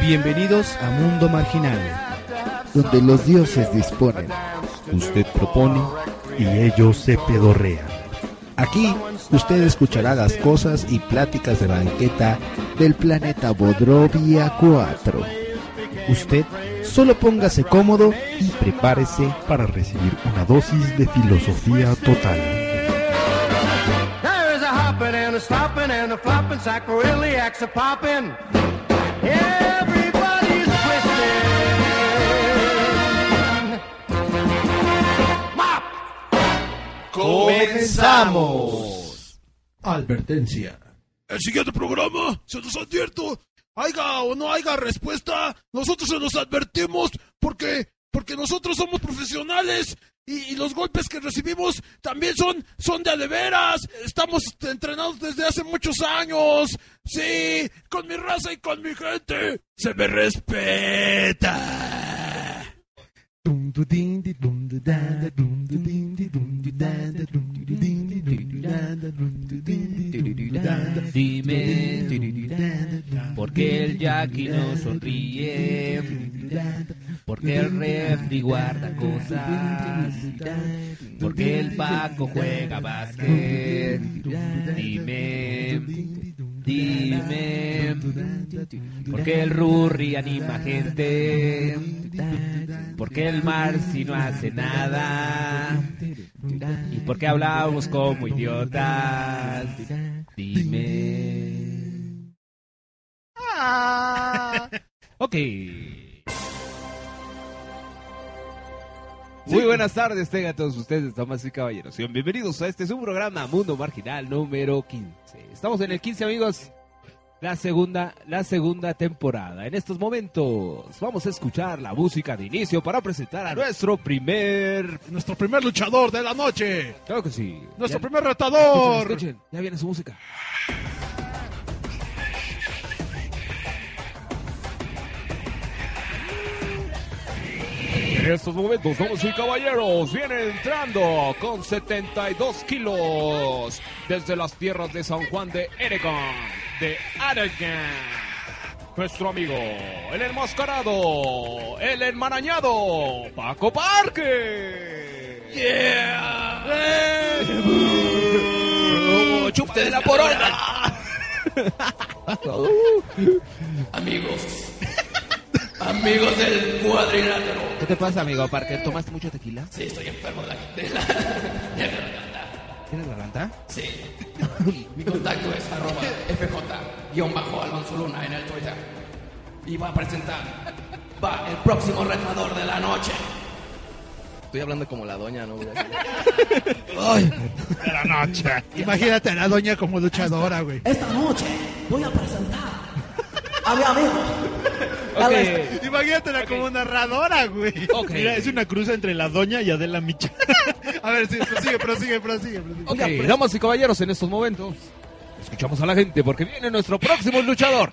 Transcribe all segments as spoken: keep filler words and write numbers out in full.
Bienvenidos a Mundo Marginal, donde los dioses disponen, usted propone y ellos se pedorrean. Aquí usted escuchará las cosas y pláticas de banqueta del planeta Bodrovia cuatro. Usted solo póngase cómodo y prepárese para recibir una dosis de filosofía total. ¡Comenzamos! Advertencia. El siguiente programa se nos advierto. Haiga o no haya respuesta, nosotros se nos advertimos porque, porque nosotros somos profesionales y, y los golpes que recibimos también son, son de a de veras. Estamos entrenados desde hace muchos años. Sí, con mi raza y con mi gente. Se me respeta. Dime, ¿por qué el Jackie no sonríe? ¿Por qué el refri guarda cosas? ¿Por qué el Paco juega básquet? Dime, dime, ¿por qué el Rurri anima gente? ¿Por qué el Marci no hace nada? ¿Y por qué hablamos como idiotas? Dime. Ah. Ok. Muy buenas tardes, tengan todos ustedes, damas y caballeros. Bienvenidos a este su programa Mundo Marginal número quince. Estamos en el quince, amigos. La segunda, la segunda temporada. En estos momentos vamos a escuchar la música de inicio para presentar a nuestro primer... Nuestro primer luchador de la noche. Claro que sí. Nuestro ya... primer retador. Escuchen, escuchen, ya viene su música. En estos momentos, damas y caballeros, viene entrando con setenta y dos kilos desde las tierras de San Juan de Eregan, de Aragan. Nuestro amigo, el enmascarado, el enmarañado, Paco Parque. ¡Yeah! ¡Eh! ¡Chupte de la porona! Amigos. Amigos del cuadrilátero. ¿Qué te pasa, amigo Parque? ¿Tomaste mucho tequila? Sí, estoy enfermo de la, de la, de la garganta. ¿Tienes garganta? Sí. Mi contacto es arroba F J guión bajo Alonso Luna en el Twitter. Y va a presentar, va el próximo retador de la noche. Estoy hablando como la doña, ¿no? Ay, de la noche. Imagínate a la doña como luchadora, güey. Esta noche voy a presentar a mi amigo. Okay. Imagínatela okay. como narradora, güey. Okay. Mira, es una cruz entre la doña y Adela Micha. A ver, sí, prosigue, prosigue, prosigue, prosigue. Ok, damas y caballeros, en estos momentos escuchamos a la gente porque viene nuestro próximo luchador.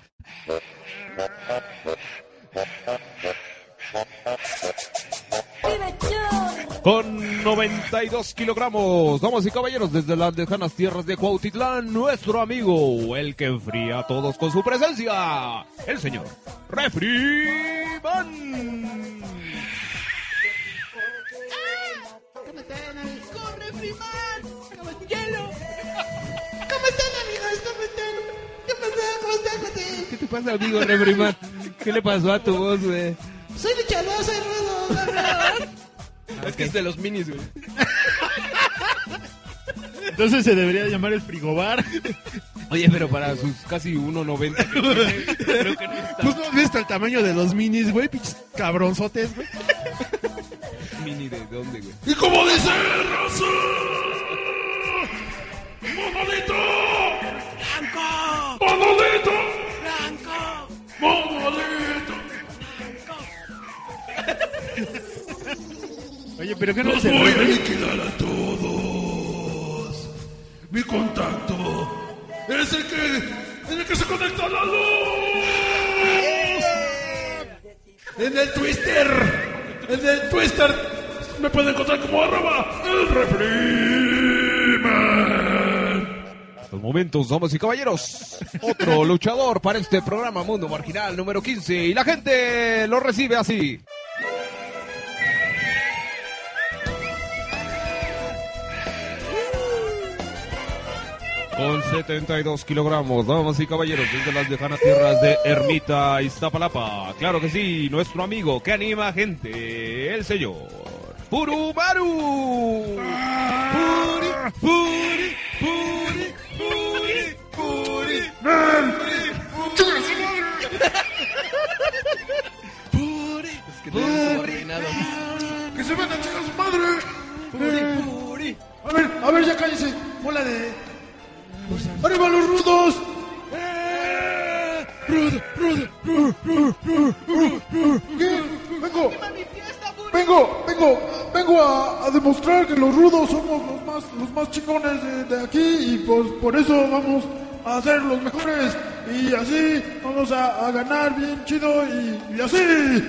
Con noventa y dos kilogramos, damas y caballeros, desde las lejanas tierras de Cuautitlán, nuestro amigo, el que enfría a todos con su presencia, el señor Refri Man. ¿Cómo están, amigos? ¡Corre, Freeman! ¿Cómo están, hielo? ¿Cómo están, amigos? ¿Cómo están? ¿Qué pasa? ¿Cómo están, José? ¿Qué te pasa, amigo Refri Man? ¿Qué le pasó a tu voz, güey? Soy luchador, soy rudo, la verdad. Es que es de los minis, güey. Entonces se debería llamar el frigobar. Oye, pero para sus casi uno noventa que tiene, creo que no está. ¿Pues no has visto el tamaño de los minis, güey? Pinches cabronzotes, güey. ¿Mini de dónde, güey? ¿Y cómo dice raza? ¡Monolito! ¡Blanco! ¡Monolito! ¡Blanco! ¡Monolito! Oye, pero ¿qué no los se voy a liquidar a todos. Mi contacto es el que, en el que se conecta la luz. En el Twister, en el Twister me pueden encontrar como arroba el Refri Man. momentos, damas y caballeros, otro luchador para este programa Mundo Marginal número quince. Y la gente lo recibe así. Con setenta y dos kilogramos, damas y caballeros, desde las lejanas tierras de Ermita, Iztapalapa. Claro que sí, nuestro amigo que anima gente, el señor Purumaru. Puri, puri, puri, puri, puri, puri. Es que te has arruinado. ¡Que se van a echar a su madre! Puri, puri. A ver, a ver, ya cállese. Bola de... ¡Arriba los rudos! ¡Rudo, rudo, rudo, rudo, rudo, rudo! ¿Qué? Vengo, vengo, vengo, vengo a, a demostrar que los rudos somos los más, los más chingones de, de aquí y pues por eso vamos a ser los mejores y así vamos a, a ganar bien chido y, y así.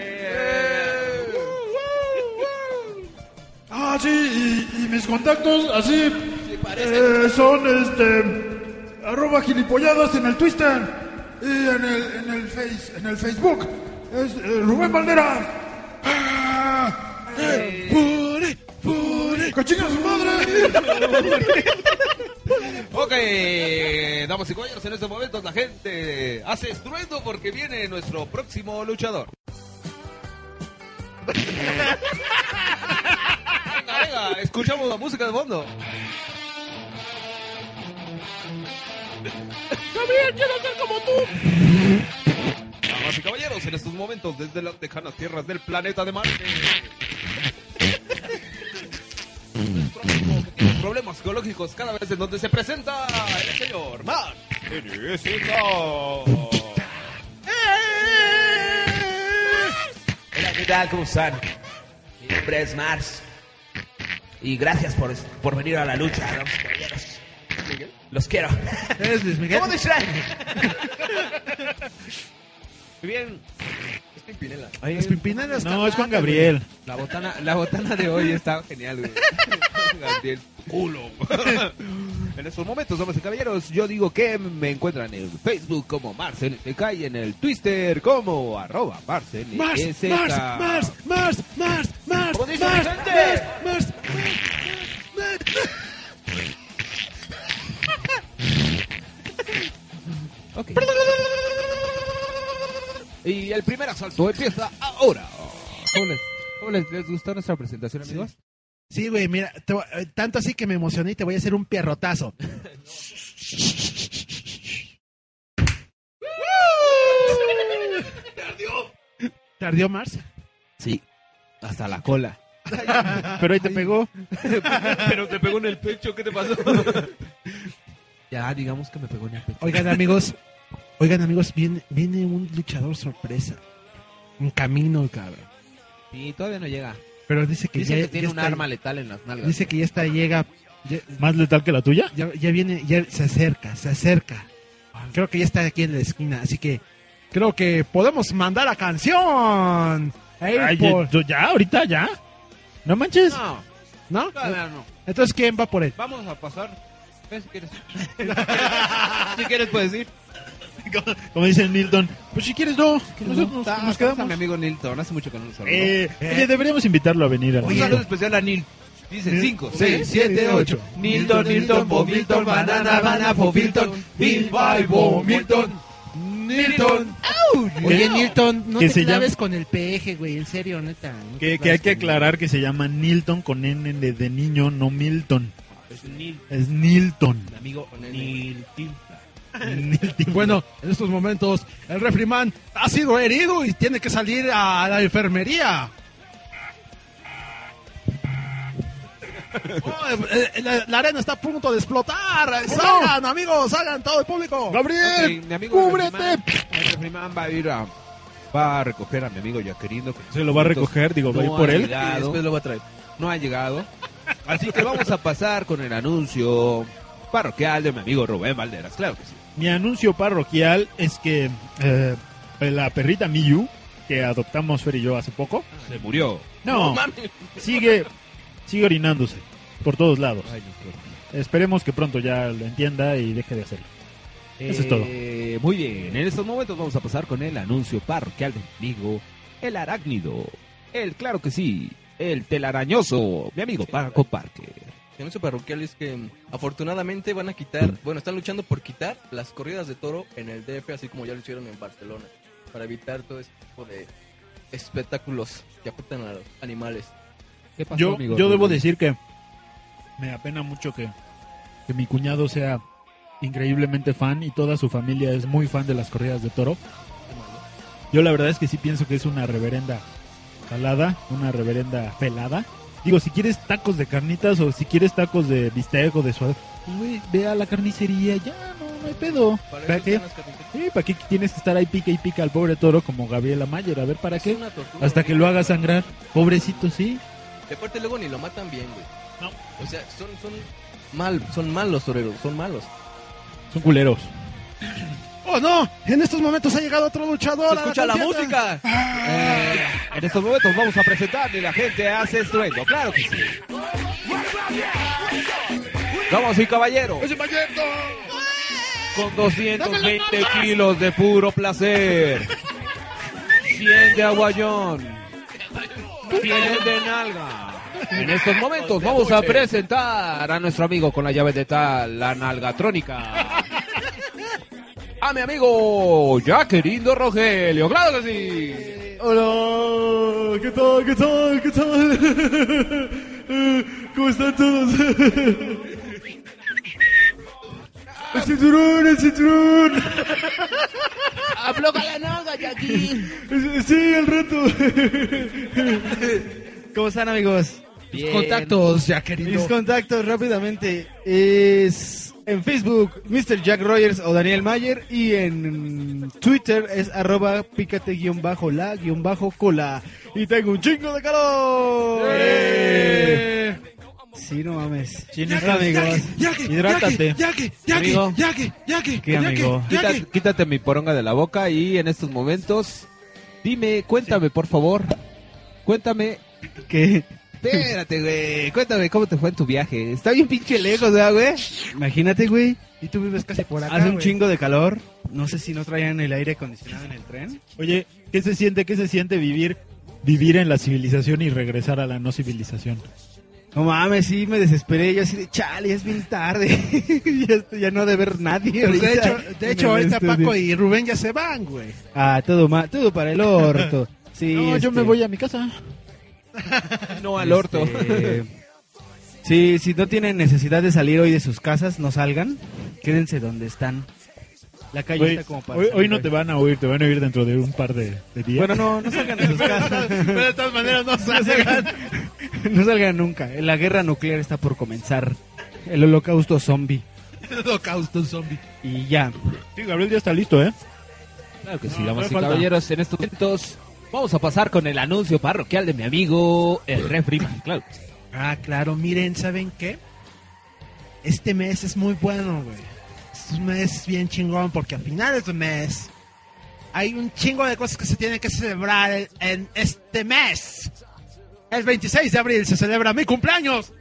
Ah, sí, y, y mis contactos así eh, son este arroba gilipolladas en el Twitter y en el en el face en el Facebook es eh, Rubén Valderas. ¡Ah! ¡Eh! ¡Puri! ¡Puri! ¡Que chingue a su madre! Ok, damas y caballeros, en estos momentos la gente hace estruendo porque viene nuestro próximo luchador. Venga, venga, escuchamos la música de fondo. Gabriel, quiero ser como tú. Damas y caballeros, en estos momentos, desde las lejanas tierras del planeta de Marte. Nuestro amigo que tiene problemas psicológicos cada vez en donde se presenta el señor Man N S K. Hola, ¿qué tal? ¿Cómo están? Mi nombre es Mars. Y gracias por, por venir a la lucha, damas y caballeros. Los quiero. ¿Eres Luis Miguel? ¿Cómo distraen? Muy bien. Es Pimpinela. ¿Es Pimpinela? No, es Juan Gabriel. La botana, la botana de hoy está genial, güey. Gabriel culo. En estos momentos, damas y caballeros, yo digo que me encuentran en Facebook como Mars N S K y en el Twitter como arroba Mars N S K. Mars, Mars, Mars, Mars, Mars, ¿Cómo dice Mars, la gente? Mars, Mars, Ok. Y el primer asalto empieza ahora. ¿Cómo les, cómo les, les gustó nuestra presentación, amigos? Sí, güey, mira, te voy- eh, tanto así que me emocioné y te voy a hacer un pierrotazo. ¿Te ardió, Mars? Sí, hasta la cola. Pero ahí te pegó. Pero te pegó en el pecho, ¿qué te pasó? Ya, digamos que me pegó en el pecho. Oigan, amigos, oigan, amigos, viene, viene un luchador sorpresa. En camino, cabrón. Y todavía no llega. Pero dice que Dice ya, que tiene ya un está- arma letal en las nalgas. Dice que ya está, llega, ya, ¿Más letal que la tuya? ya, ya viene, ya se acerca, se acerca. Creo que ya está aquí en la esquina, así que creo que podemos mandar a canción. Ahí Ay, por- ya, ya, ahorita, ya. No manches. No, ¿No? todavía no. Entonces, ¿quién va por él? Vamos a pasar. Ven si quieres. Si quieres puedes ir. Como, como dice Nilton, pues si quieres no, que nosotros nos, Está- nos está quedamos. mi amigo Nilton, hace mucho que no nos saludó. Eh, oye, deberíamos invitarlo a venir a Un saludo especial a Nil. Dice cinco, seis, siete, ocho. Nilton, Nilton, Bob Milton, Banana, Banana, Bob Milton, Bill, Bye, Bob Milton, Nilton. Oye, Que- Nilton, no que te se claves llama- con el peje, güey, en serio, neta. no te Que, que hay claves que con- aclarar que se llama Nilton con N de, de niño, no Milton. Es Nil, Es Nilton. mi amigo Nilton. Nilton. Bueno, en estos momentos el refriman ha sido herido y tiene que salir a la enfermería. Oh, eh, eh, la, la arena está a punto de explotar. Salgan, amigos, salgan, todo el público. Gabriel, Ok, mi amigo cúbrete. Refriman- El Refriman va a ir a, va a recoger a mi amigo Yaquerindo. que Se lo va a recoger, digo, va a ir no por ha él. Y llegado, después lo voy a traer. no ha llegado. Así que vamos a pasar con el anuncio parroquial de mi amigo Rubén Valderas. Claro que sí. Mi anuncio parroquial es que eh, la perrita Miyu, que adoptamos Fer y yo hace poco, Se murió. no, sigue, sigue orinándose. por todos lados. Ay, no, qué horrible. Esperemos que pronto ya lo entienda y deje de hacerlo. Eso es todo. Eh, muy bien, en estos momentos vamos a pasar con el anuncio parroquial de mi amigo, el arácnido. El, claro que sí, el telarañoso, mi amigo Paco Parker. El anuncio parroquial es que afortunadamente van a quitar, bueno, están luchando por quitar las corridas de toro en el D F, así como ya lo hicieron en Barcelona, para evitar todo ese tipo de espectáculos que afectan a los animales. ¿Qué pasó, Yo, amigo? yo debo decir que me apena mucho que, que mi cuñado sea increíblemente fan y toda su familia es muy fan de las corridas de toro. Yo la verdad es que sí pienso que es una reverenda jalada, una reverenda pelada. Digo, si quieres tacos de carnitas o si quieres tacos de bistec o de suave, pues, güey, ve a la carnicería, ya, no, no hay pedo. Para ¿Para eso qué? están las carnitas. Sí, ¿para qué tienes que estar ahí pica y pica al pobre toro como Gabriela Mayer? A ver, ¿para Es qué? una tortura Hasta que horrible. lo haga sangrar. Pobrecito, sí. Y aparte luego ni lo matan bien, güey. No. O sea, son, son mal, son malos los toreros, son malos. Son culeros. ¡Oh, no! En estos momentos ha llegado otro luchador. ¡Se a escucha la contienda. música! Eh, en estos momentos vamos a presentarle y la gente hace estruendo, claro que sí. Vamos y caballero, con doscientos veinte kilos de puro placer, cien de aguayón, cien de nalga. En estos momentos vamos a presentar a nuestro amigo con la llave de tal, la nalgatrónica. A mi amigo Jaquerindo Rogelio, claro que sí. Hola, ¿qué tal? ¿Qué tal? ¿Qué tal? Eh, ¿Cómo están todos? ¡El cinturón, el cinturón! ¡Afloja la nalga, Jackie! Sí, al rato. ¿Cómo están, amigos? Bien. Contactos, ya querido. Mis contactos rápidamente es en Facebook mister Jack Rogers o Daniel Mayer y en Twitter es arroba pícate guión bajo la guión bajo cola y tengo un chingo de calor. ¡Eh! Sí, no mames. Chinita, amigos. Hidrátate. Yaki, Yaki, Amigo. Yaki, Yaki, ¿Qué, amigo? Quita- quítate mi poronga de la boca y en estos momentos, dime, cuéntame por favor, cuéntame. ¿Qué? Espérate, güey, cuéntame cómo te fue en tu viaje. Está bien pinche lejos, ¿verdad, güey? Imagínate, güey. Y tú vives casi por acá. Hace un güey. chingo de calor. No sé si no traían el aire acondicionado en el tren. Oye, ¿qué se siente? ¿Qué se siente vivir vivir en la civilización y regresar a la no civilización? No mames, sí, me desesperé. Yo así de, chale, ya es bien tarde. ya, estoy- ya no ha de ver nadie. Pues de ahorita hecho, de en hecho el ahorita estudio. Paco y Rubén ya se van, güey. Ah, todo mal, todo para el orto. Sí, No, yo este, me voy a mi casa. No al orto. este, sí, si no tienen necesidad de salir hoy de sus casas, no salgan. Quédense donde están. La calle Güey, está como para hoy, hoy no salir. te van a oír, te van a oír dentro de un par de, de días. Bueno, no, no salgan de sus casas. Pero de todas maneras no No salgan. salgan, no salgan nunca. La guerra nuclear está por comenzar. El holocausto zombie. Holocausto zombie. Y ya. Sí, Gabriel ya está listo, ¿eh? Claro que sí, No, damas no y falta. caballeros, en estos momentos vamos a pasar con el anuncio parroquial de mi amigo, el Refriman, claro. Ah, claro, miren, ¿saben qué? Este mes es muy bueno, güey. Es un mes bien chingón porque a finales de mes hay un chingo de cosas que se tienen que celebrar en, en este mes. El veintiséis de abril se celebra mi cumpleaños.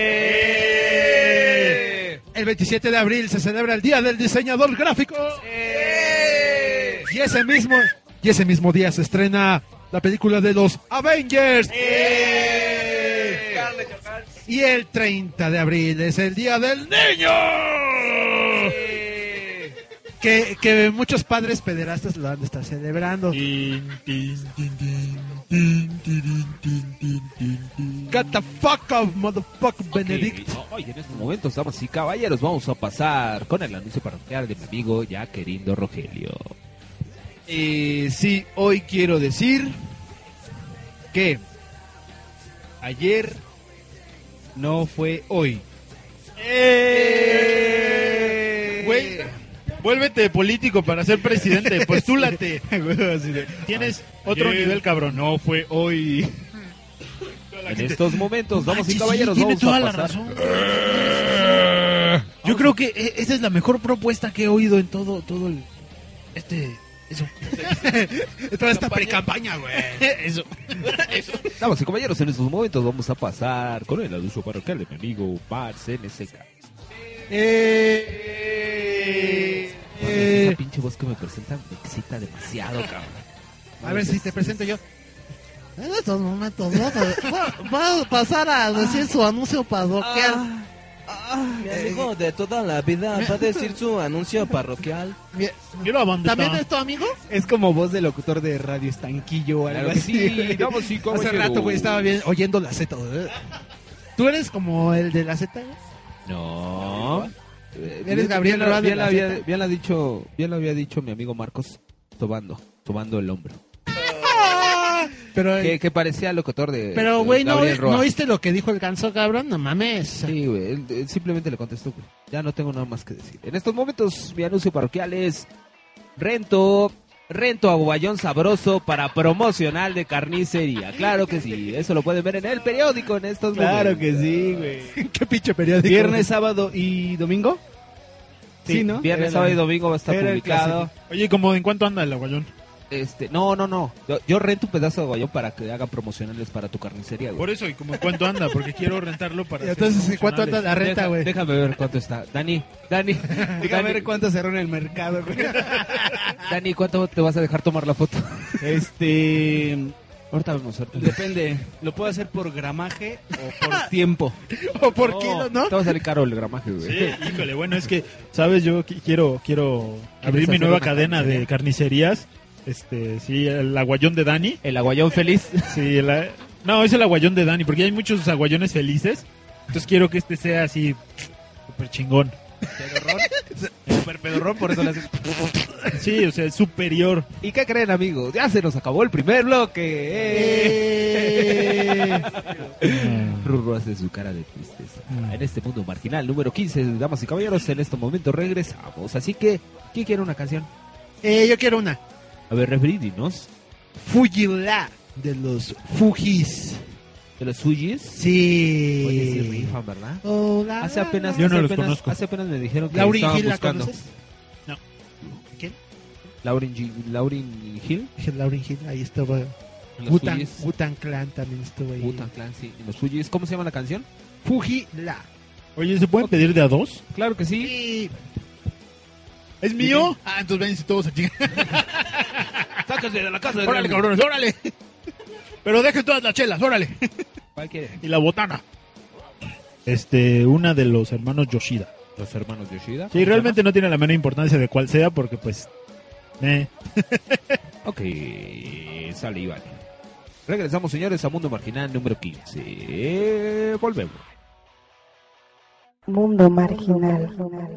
¡Eh! El veintisiete de abril se celebra el Día del Diseñador Gráfico. ¡Eh! Y ese mismo, y ese mismo día se estrena la película de los Avengers. ¡Eh! Y el treinta de abril es el Día del Niño. Que, que muchos padres pederastas lo han de estar celebrando. Tin, tin, tin, tin, tin, tin, tin, tin, tin, tin. Get the fuck up, motherfucker, Benedict. Hoy en estos momentos, damas y caballeros, vamos a pasar con el anuncio parroquial de mi amigo ya querido Rogelio. Eh, sí, hoy quiero decir que ayer no fue hoy. Güey, vuélvete político para ser presidente, postúlate. Tienes otro Ayer nivel, cabrón. No fue hoy. En estos momentos, damas y Manches, caballeros, sí, tiene vamos toda a la pasar. razón. Yo creo que e- esa es la mejor propuesta que he oído en todo todo el, este Eso. Toda esta pre-campaña, güey. Eso. Eso. Damas y caballeros, en estos momentos vamos a pasar con el anuncio parroquial de mi amigo Pars N S K. Eh, eh, Esa pinche voz que me presenta me excita demasiado, cabrón. A ver si te presento yo. En estos momentos ¿no? va, va a pasar a decir su anuncio parroquial. Mi amigo de toda la vida va a decir su anuncio parroquial. ¿También es tu amigo? Es como voz de locutor de Radio Estanquillo o algo Claro que así. sí, vamos, sí, Hace caballero. rato, güey, estaba bien, oyendo la Z. güey. ¿Tú eres como el de la Z, güey? No. Eh, ¿Eres bien- Gabriel bien, Roa de bien, la había, Z? bien lo ha dicho, bien lo había dicho mi amigo Marcos, sobando, sobando el hombro. Pero, Que, que parecía locutor de pero de güey, ¿no, Gabriel Roa. ¿no oíste lo que dijo el ganso, cabrón? No mames. Sí, güey, él, él simplemente le contestó, güey. Ya no tengo nada más que decir. En estos momentos, mi anuncio parroquial es rento, rento aguayón sabroso para promocional de carnicería. Claro que sí, eso lo pueden ver en el periódico en estos Claro momentos. que sí, güey. ¿Qué pinche periódico? Viernes, sábado y domingo. Sí, ¿no? Viernes, Era sábado y la- domingo va a estar era el publicado. Oye, ¿cómo en cuánto anda el aguayón? Este, no, no, no. Yo, yo rento un pedazo de aguayón para que hagan promocionales para tu carnicería, güey. Por eso, ¿y como en cuánto anda? Porque quiero rentarlo para... hacer Entonces, ¿en cuánto anda promocionales. la renta, Deja- güey? Déjame ver cuánto está. Dani, Dani, Déjame Dani, ver cuánto cerró en el mercado, güey. Dani, ¿cuánto te vas a dejar tomar la foto? Este. Ahorita vemos. ahorita. Depende. Lo puedo hacer por gramaje o por tiempo. O por No, kilo, ¿no? Te va a salir caro el gramaje, güey. Sí, híjole, bueno, es que, ¿sabes? Yo qui- quiero quiero abrir mi hacer nueva una cadena carnicería? de carnicerías. Este, sí, el aguayón de Dani. El aguayón feliz. Sí, el a- no, es el aguayón de Dani, porque hay muchos aguayones felices. Entonces quiero que este sea así, súper chingón. Pedorrón. Super pedorrón, por eso le haces. Sí, o sea, superior. ¿Y qué creen, amigos? Ya se nos acabó el primer bloque. ¡Eh! Rurro hace su cara de tristeza. En este mundo marginal número quince, damas y caballeros, en este momento regresamos. Así que, ¿quién quiere una canción? Eh, yo quiero una. A ver, referí, dinos. Fujila de los Fujis. ¿De los Fujis? Sí. Oye, sí rifan, ¿verdad? Hola. Hace apenas, Yo no hace los apenas, conozco. hace apenas me dijeron que Lauryn estaban Hill, ¿la buscando. conoces? No. ¿Quién? Lauryn, G- Lauryn Hill. Lauryn Hill, ahí estaba. en Los Wu-Tang Fujis. Wu-Tang Clan también estuvo ahí. Wu-Tang Clan, sí. En los Fujis. ¿Cómo se llama la canción? Fujila. Oye, ¿se pueden pedir de a dos? Claro que sí. Sí. ¿Es mío? Ah, entonces ven todos aquí. Sáquense de la casa de Órale, cabrones, órale. Pero dejen todas las chelas, órale. ¿Cuál quiere? Y la botana. Este, una de los hermanos Yoshida. Los hermanos Yoshida. Sí, realmente no tiene la menor importancia de cuál sea, porque pues... Eh. Ok, sale y vale. Regresamos, señores, a Mundo Marginal número quince. Eh, volvemos. Mundo marginal.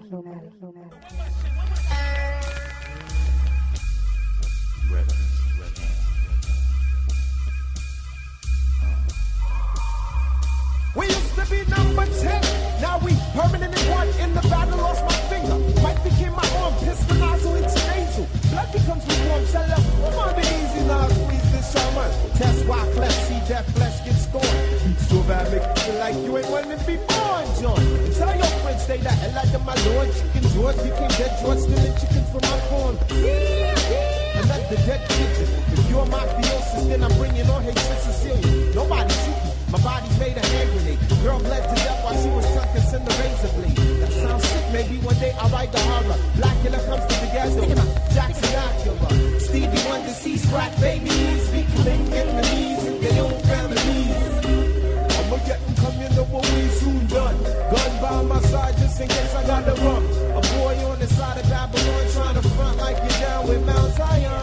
We used to be number ten, now we permanently one. In the battle, lost my finger. Mic became my arm, pistol nozzle into nasal. Blood becomes warm, tell her, come on, be easy now, squeeze this shaman. Test why cleft, see that flesh get scorned. You so bad, make you feel like you ain't wanting to be born, John. And tell your friends, stay the hell out of my lord. Chicken George became dead George, stealing chickens from my corn. Yeah, another dead pigeon. If you're mafiosis, then I'm bringing on hatred Sicilian. Nobody shoot me. My body's made a hand grenade. Girl bled to death while she was tucked in the razor blade. That sounds sick. Maybe one day I'll write the horror. Blackula comes to the ghetto. Jackson Acura. Stevie Wonder sees crack babies. Speaking in Vietnamese and their own families. I'ma get them come in the way we soon done. Gun by my side just in case I gotta run. A boy on the side of Babylon trying to front like you're down with Mount Zion.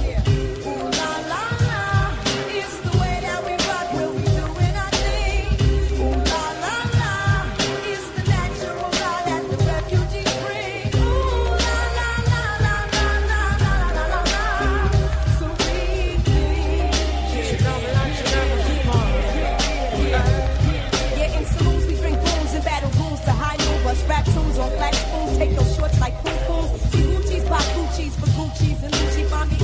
Rap tunes on flat spoons, take those shorts like poo-poo. See Gucci's pop Gucci's for Gucci's and Gucci Bombi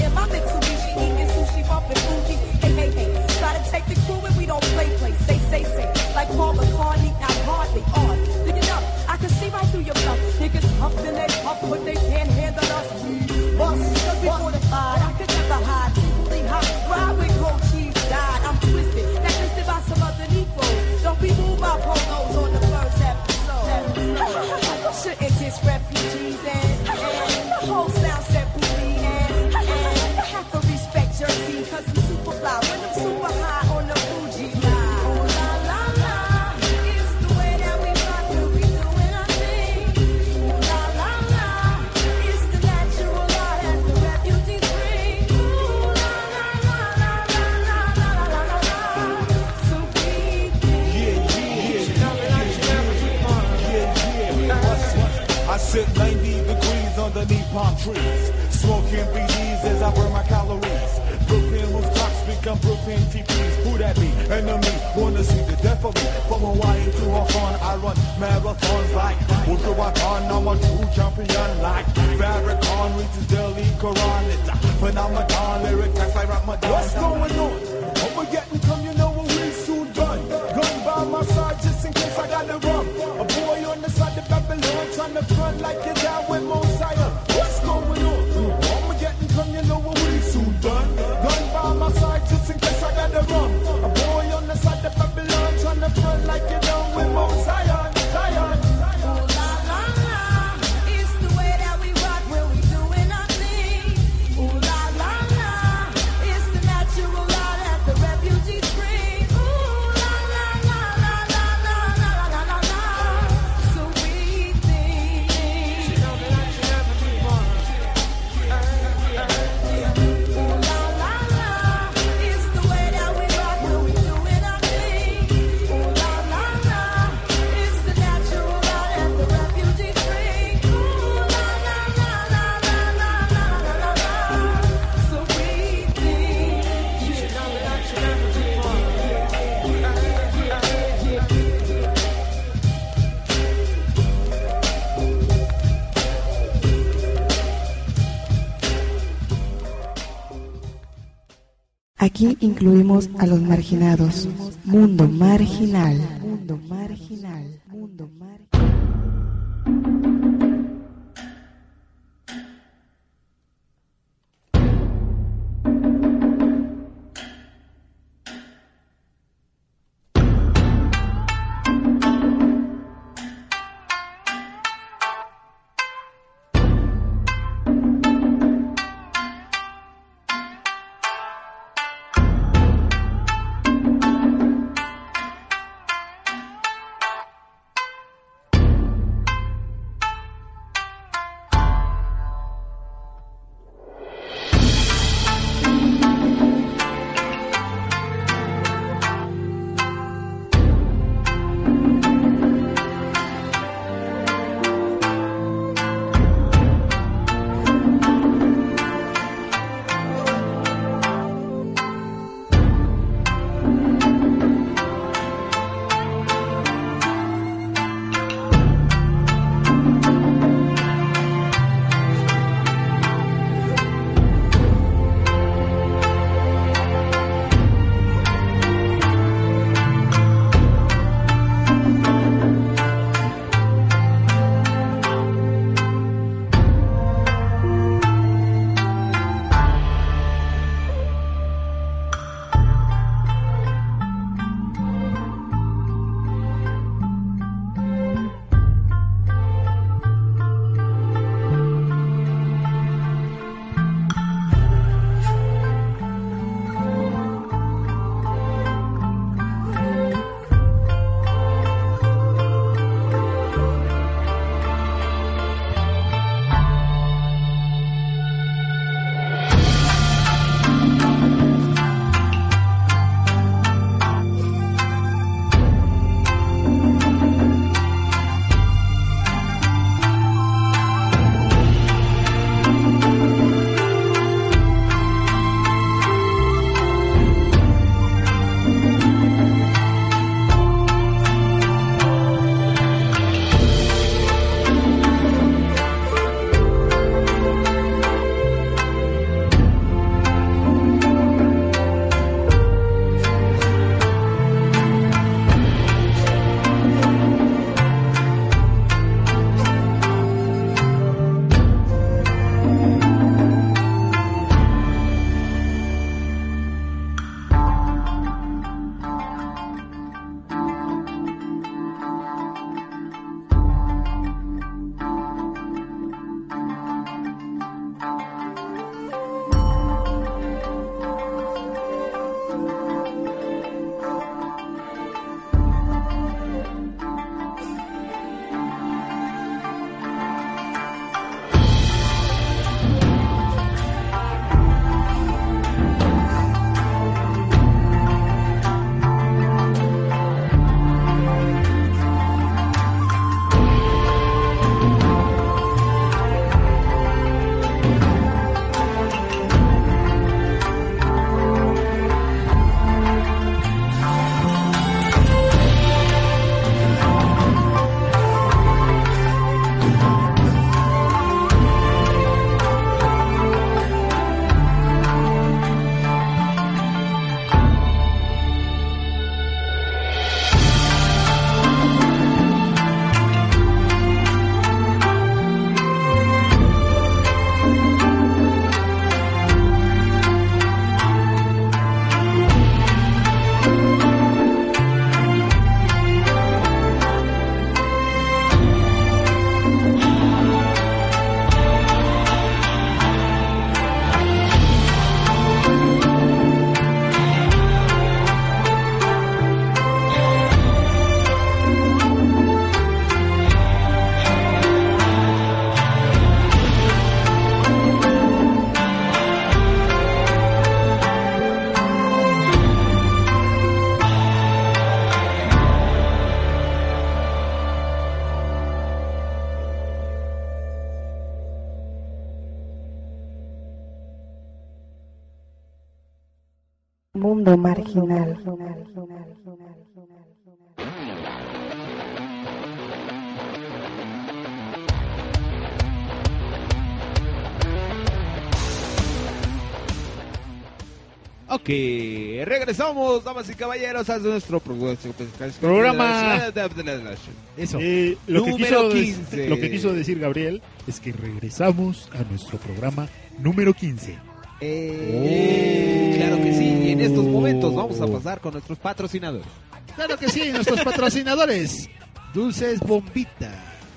against refugees and, and the whole sound set booty and, and have to respect Jersey cause I'm super fly when I'm super high on the Fuji line. Ooh la la la, it's the way that we rock when we doing our thing. Ooh la la la, it's the natural law that the refugees bring. Ooh la la la la la la la la la la. So we think. I sit ninety degrees underneath palm trees, smoking B Ds as I burn my calories. Brooklyn rooftops become Brooklyn T Ps. Who that be? Enemy. Wanna see the death of me? From Hawaii to Hawthorne, I run marathons like Ultrawathon. I'm a true champion like Farrakhan reaches Delhi Quran. It's a phenomenon. Lyric that's like Ramadan. What's going on? What we getting come, you know what we soon done. Gun by my side just in case I got the rum. A boy on the side of Babylon trying to front like you're down with Mosiah. What's going on? What we getting come, you know what we soon done. Gun by my side just in case I got the rum. A boy on the side of Babylon trying to front like you're down with Mosiah. Zion. Ooh la la la, it's the way that we rock when we doing our thing. Ooh la la la, it's the natural law that the refugees bring. Ooh la la la la la la la la la la. So we think. Ooh la la la, it's the way that we rock when we doing our thing. Ooh la la la, it's the natural law that the refugees bring. Ooh la la la la la la la la la la. So we think. Aquí incluimos a los marginados. Mundo marginal. Mundo marginal. Mundo marginal. Mundo marginal. Ok, regresamos, damas y caballeros, a nuestro pro- Programa. Eso. Eh, lo, que Número quiso, quince. lo que quiso decir Gabriel es que regresamos a nuestro programa número quince. Eh, Claro que sí, y en estos momentos vamos a pasar con nuestros patrocinadores. Claro que sí, nuestros patrocinadores. Dulces Bombita.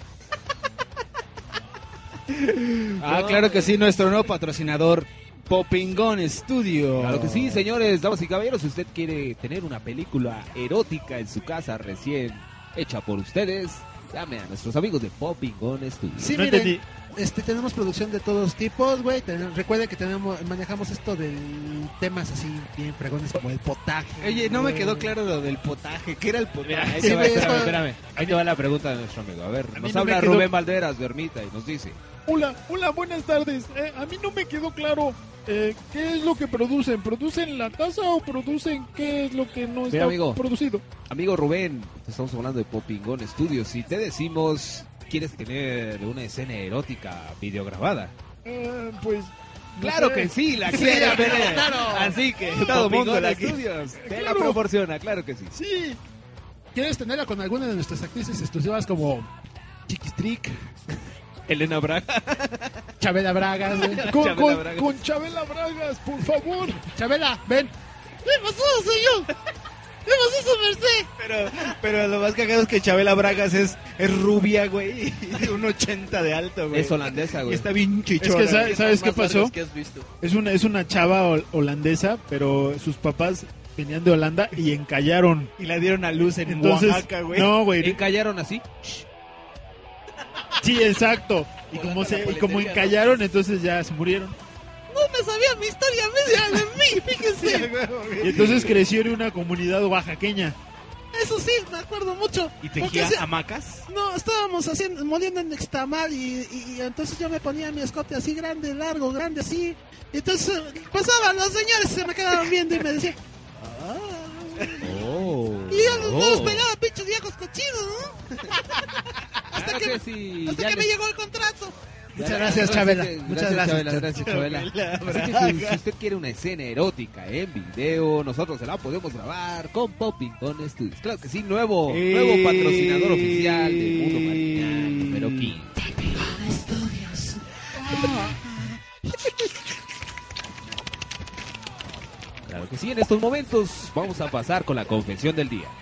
Ah, claro que sí, nuestro nuevo patrocinador, Popingón Studio. Claro que sí, señores, damas y caballeros, si usted quiere tener una película erótica en su casa recién hecha por ustedes, llame a nuestros amigos de Popingón Studio. Sí, miren, este, tenemos producción de todos tipos, güey. Ten- Recuerden que tenemos, manejamos esto de temas así bien fregones como el potaje. Oye, no me güey. quedó claro lo del potaje. ¿Qué era el potaje? Mira, ahí Sí, te va, güey, espérame, es espérame. Ahí te va la pregunta de nuestro amigo. A ver, A mí nos no habla me quedó- Rubén Valderas de Ermita y nos dice: Hola, hola, buenas tardes. Eh, a mí no me quedó claro eh, qué es lo que producen. ¿Producen la casa o producen qué es lo que no Mira, está amigo. producido? Amigo Rubén, te estamos hablando de Popingón Studios. Si te decimos, ¿quieres tener una escena erótica videograbada? Eh, pues... no Claro sé. que sí, la Sí, quiere ver. claro. Así que Todo Popingón mundo la quiere. Studios te la Claro. proporciona, claro que sí. Sí. ¿Quieres tenerla con alguna de nuestras actrices exclusivas como Chiquistrick, Elena Braga, Chabela Bragas, güey? Con, Chabela con- Bragas. con Chabela Bragas, por favor. Chabela, ven. ¿Qué pasó, señor? ¿Qué pasó, su merced? Pero, pero lo más cagado es que Chabela Bragas es, es rubia, güey, y de un ochenta de alto, güey. Es holandesa, güey. Y está bien Es chichona. que, ¿sabes, güey. ¿sabes qué Más largas pasó? que has visto. Es una, es una chava hol- holandesa, pero sus papás venían de Holanda y encallaron. Y la dieron a luz en Entonces, Oaxaca, güey. no, güey. Encallaron así. Sí, exacto. Y como, se, y como encallaron, entonces ya se murieron. No me sabía mi historia media de mí, fíjese. Y entonces creció en una comunidad oaxaqueña. Eso sí, me acuerdo mucho. ¿Y Porque tejía se- hamacas? No, estábamos haciendo, moliendo en nextamal y, y, y entonces yo me ponía mi escote así grande, largo, grande así. Y entonces eh, pasaban los señores y se me quedaban viendo y me decían, ah. Oh. Y yo no los pegaba, pinches viejos cochinos, ¿no? hasta Claro que, que sí. hasta ya que les- me llegó el contrato. Muchas Ya, gracias, ahora Chabela. sí que- Muchas gracias, gracias, Chabela. Gracias, Chabela. Chabela Así que si, si usted quiere una escena erótica en video, nosotros se la podemos grabar con Popingón Studios. Claro que sí, nuevo, Eh. nuevo patrocinador oficial de Mundo Marginal número quince. Claro que sí, en estos momentos vamos a pasar con la confesión del día.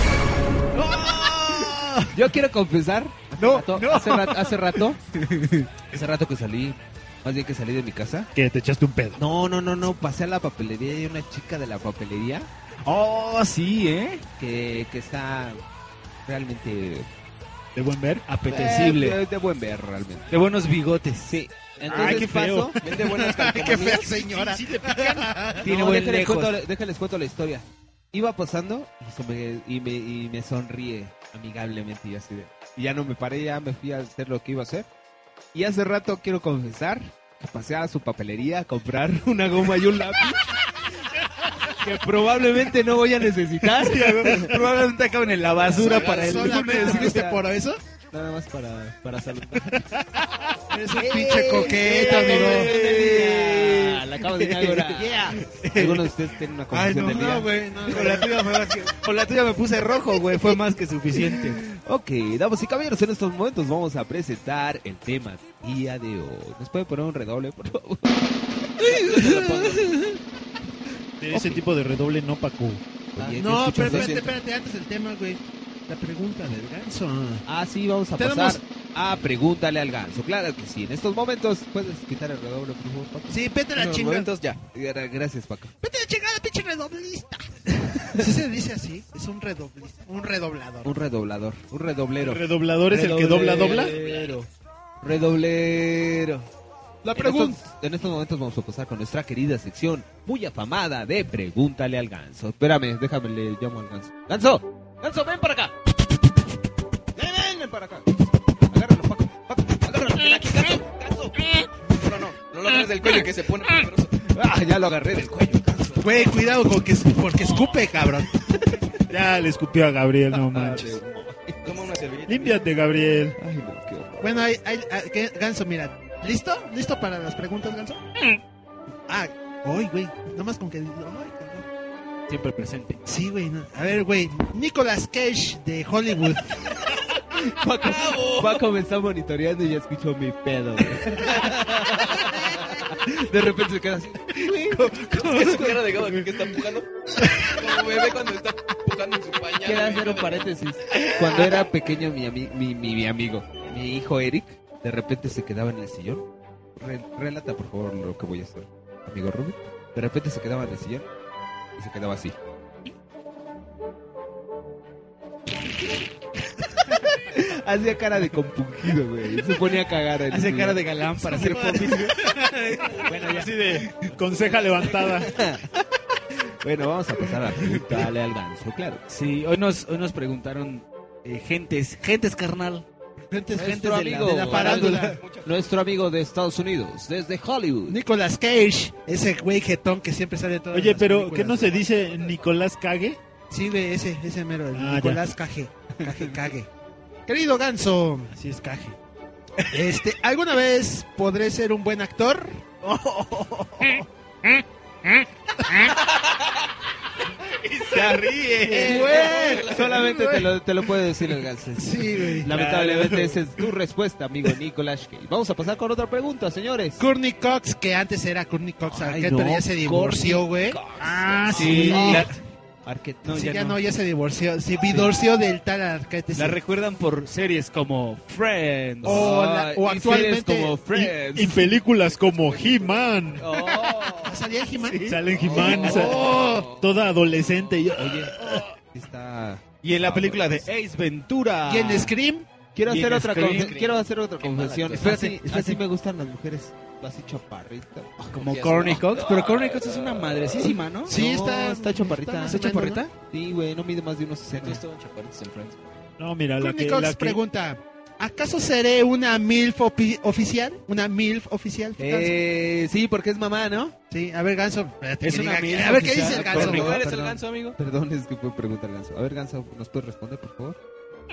Yo quiero confesar. Hace No, rato, no. Hace rato, hace rato, hace rato que salí, más bien que salí de mi casa. Que te echaste un pedo. No, no, no, no, pasé a la papelería y hay una chica de la papelería Oh, sí, ¿eh? que, que está realmente ¿De buen ver? Apetecible. eh, de, de buen ver realmente. De buenos bigotes. Sí. Entonces Ay, qué feo. paso, vende buenas Qué fea calcomanías. señora. No, Tiene buen déjales lejos. cuento, déjales cuento la historia. Iba pasando y, se me, y, me, y me sonríe amigablemente y así de... Y ya no me paré, ya me fui a hacer lo que iba a hacer. Y hace rato quiero confesar que pasé a su papelería a comprar una goma y un lápiz. Que probablemente no voy a necesitar. Probablemente acaben en la basura para el ¿Solamente lunes. fuiste por eso? Nada más para, para saludar. Eres un pinche coqueto, amigo. ¡Eh! La acabo de inaugurar. ¿Alguno de ustedes tiene una Ay, confesión no, del día? no, güey. No, con, la tuya fue más que- con la tuya me puse rojo, güey. Fue más que suficiente. Ok, damas y caballeros, en estos momentos vamos a presentar el tema del día de hoy. ¿Nos puede poner un redoble, por favor? De ese tipo de redoble no, Paco. Oye, No, ¿qué pero escuchas? espérate, espérate, antes del tema, güey. La pregunta del ganso. Ah, sí, vamos a Tenemos- pasar a Pregúntale al Ganso. Claro que sí, en estos momentos puedes quitar el redoble, por favor, Paco. Sí, vete a la En estos chingada. momentos ya. Gracias, Paco. Vete a la chingada, pinche redoblista. ¿Sí se dice así? Es un redoblista, un redoblador. Un redoblador, un redoblero. ¿El redoblador es el que dobla, dobla? Redoblero. Redoblero. La En pregunta. estos, en estos momentos vamos a pasar con nuestra querida sección muy afamada de Pregúntale al Ganso. Espérame, déjame, le llamo al Ganso. ¡Ganso! ¡Ganso, ven para acá! ¡Ven, ven, ven para acá! Agárralo, Paco. Paco, agárralo. Ven aquí, Ganso. ¡Ganso! No, no, no. No lo agarres del cuello que se pone peligroso. ¡Ah, ya lo agarré del cuello, Ganso! Güey, cuidado con que porque escupe, cabrón. Ya le escupió a Gabriel, no manches. Toma una servilleta. Límpiate, Gabriel. Ay, no, qué horror. Bueno, hay, hay, hay- ¿qué? Ganso, mira. ¿Listo? ¿Listo para las preguntas, Ganso? Ah, hoy, güey. Nomás con que... Ay, cabrón. Siempre presente. Sí, güey. no. A ver, güey. Nicolas Cage de Hollywood. Paco, Paco me está monitoreando y ya escucho mi pedo, güey. De repente se queda así. ¿Cómo es su cara de gaba que está empujando? Como bebé cuando está empujando en su pañal. Quiero hacer un paréntesis. Cuando era pequeño, mi, ami- mi, mi, mi amigo, mi hijo Eric, de repente se quedaba en el sillón. Re- relata, por favor, lo que voy a hacer, amigo Rubén. De repente se quedaba en el sillón y se quedaba así. Hacía cara de compungido, güey. Se ponía a cagar. en Hace su- cara de galán para hacer popis. Bueno, ya así de con ceja levantada. Bueno, vamos a pasar a preguntarle al ganso, claro. Sí, hoy nos, hoy nos preguntaron eh, gentes, gentes carnal. Gentes, Nuestro gentes de la, amigo, de la farándula. Nuestro amigo de Estados Unidos, desde Hollywood. Nicolas Cage. Ese güey jetón que siempre sale en todas Oye, las pero películas. ¿qué no se dice Nicolás Cage? Sí, güey, ese, ese mero. el Ah, Nicolás Cage. Cage, Cage. Querido Ganso. Así es, Cage. Este, ¿alguna vez podré ser un buen actor? Se ríe. Güey. Solamente te lo, te lo puede decir el ganso. Sí, güey. Lamentablemente Claro. esa es tu respuesta, amigo Nicolas Cage. Vamos a pasar con otra pregunta, señores. Courtney Cox, que antes era Courtney Cox, Ay, Arquette, no, pero ya se divorció, güey. Ah, Sí, sí. la, Arquette. no, sí, ya, ya no. no. ya se divorció. Se divorció del tal Arquette. La sí. recuerdan por series como Friends. O, la- o Ay, y actualmente. series como Friends. Y películas como He-Man. ¿Ah, ¿Salía en He-Man? Sale en He-Man. Oh. o sea, toda adolescente. y- Oye, está... Y en la película de Ace Ventura. ¿Y en Scream? Quiero Y hacer en otra Scream. confe- quiero hacer otra confesión. mala Así, actuación. así me gustan las mujeres así chaparritas. Como Courtney Cox. Pero Courtney Cox es una madrecísima, ¿no? Sí, No, está. está chaparrita. más ¿Está o menos, chaparrita? Sí, güey, no mide más de unos Tú sesenta. estaban chaparritos en Friends. No, mira, la Courtney que, Cox la que- pregunta: ¿acaso seré una MILF opi- oficial? ¿Una MILF oficial? Eh, sí, porque es mamá, ¿no? Sí, a ver, Ganso. espérate Es que una diga- MILF A ver, ¿qué oficial. dice el Ganso? Perdón, ¿Cuál es el perdón. ganso, amigo? Perdón, es que fue pregunta al ganso. A ver, ganso, ¿nos puedes responder, por favor?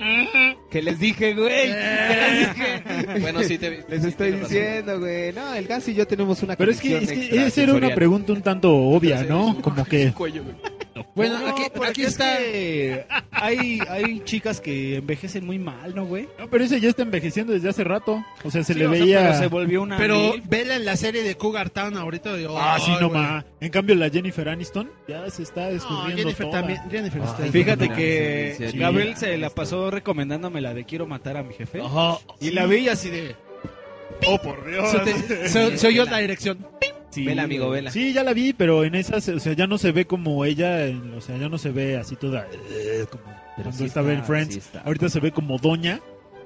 ¿Qué les dije, güey? ¿Qué les dije? Bueno, sí te Les sí estoy tienes razón. diciendo, güey. No, el ganso y yo tenemos una Pero es que, conexión es que esa era una extrasensorial. pregunta un tanto obvia, Sí, ¿no? sí. Como que... Cuello, güey. Bueno, No, aquí, porque aquí es está. que hay, hay chicas que envejecen muy mal, ¿no, güey? No, pero ese ya está envejeciendo desde hace rato. O sea, se Sí, le o sea, veía... pero se volvió una Pero MILF. vela en la serie de Cougar Town ahorita. De, Ah, sí, ay, no güey. más. En cambio, la Jennifer Aniston ya se está No, descubriendo Jennifer toda. también. Jennifer está ahí. Fíjate Mira, que sí, sí, Gabriel sí. se la pasó recomendándome la de Quiero matar a mi jefe. Ajá. Y la vi así de... Oh, por Dios. Se, te- se- se oyó la dirección. Sí, Vela, amigo, vela. Sí, ya la vi, pero en esas, o sea, ya no se ve como ella, en- o sea, ya no se ve así toda, eh, como cuando sí estaba en está, Friends. sí está. Ahorita se ve como doña,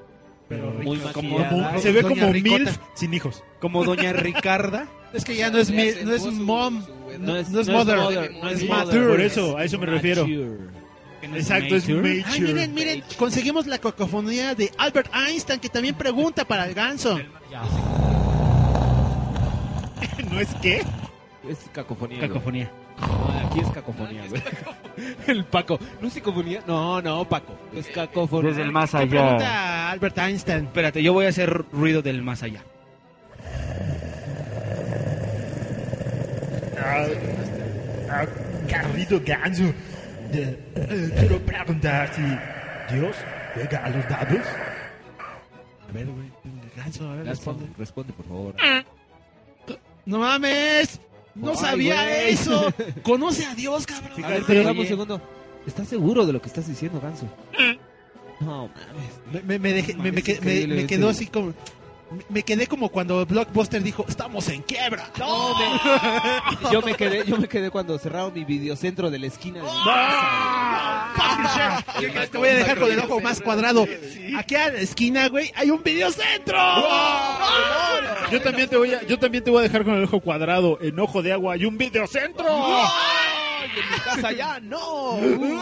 pero Muy rica, maquillada. como- se ve Doña como Ricota. MILF sin hijos. Como Doña Ricarda. Es que ya no es, mi- no es mom. No, es, no es mother. no es es mother. mature. Por eso, a eso me refiero. Exacto, es mature. Ay, miren, miren, conseguimos la cacofonía de Albert Einstein, que también pregunta para el Ganso. ¿No es qué? Es cacofonía. güey. Cacofonía. Ah, aquí es cacofonía, güey. El Paco. ¿No es psicofonía? No, no, Paco. Es cacofonía. Desde el más ¿Qué allá. pregunta Albert Einstein? Espérate, yo voy a hacer ruido del más allá. Ah, ah, querido Ganso, de- eh, quiero preguntar si Dios juega a los dados. A ver, güey, Ganso, a ver, Responde, responde. responde, por favor. ¡No mames! ¡No Ay, sabía güey. eso! ¡Conoce a Dios, cabrón! A ver, pero dame un segundo. ¿Estás seguro de lo que estás diciendo, Ganso? No, mames. Me, me, me dejé- me- me Es que- me- me increíblemente- quedó así como... me- Me quedé como cuando Blockbuster dijo, ¡estamos en quiebra! No, me- yo me quedé, yo me quedé cuando cerraron mi videocentro de la esquina de mi casa. Te voy a dejar con el ojo más cuadrado. Aquí a la esquina, güey, hay un videocentro. Yo también te voy a, yo también te voy a dejar con el ojo cuadrado, en ojo de agua y un videocentro. ¡Ay, en mi casa ya! ¡No!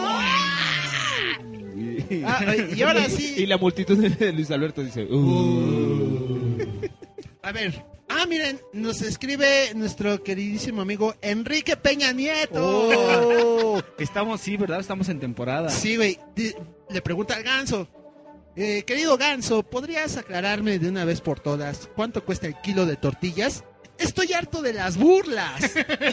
Ah, y ahora sí. Y la multitud de Luis Alberto dice... "Uh". A ver, Ah, miren, nos escribe nuestro queridísimo amigo Enrique Peña Nieto. Oh, estamos, sí, ¿verdad? Estamos en temporada. Sí, güey. Di- Le pregunta al Ganso. Eh, querido Ganso, ¿podrías aclararme de una vez por todas cuánto cuesta el kilo de tortillas? Estoy harto de las burlas.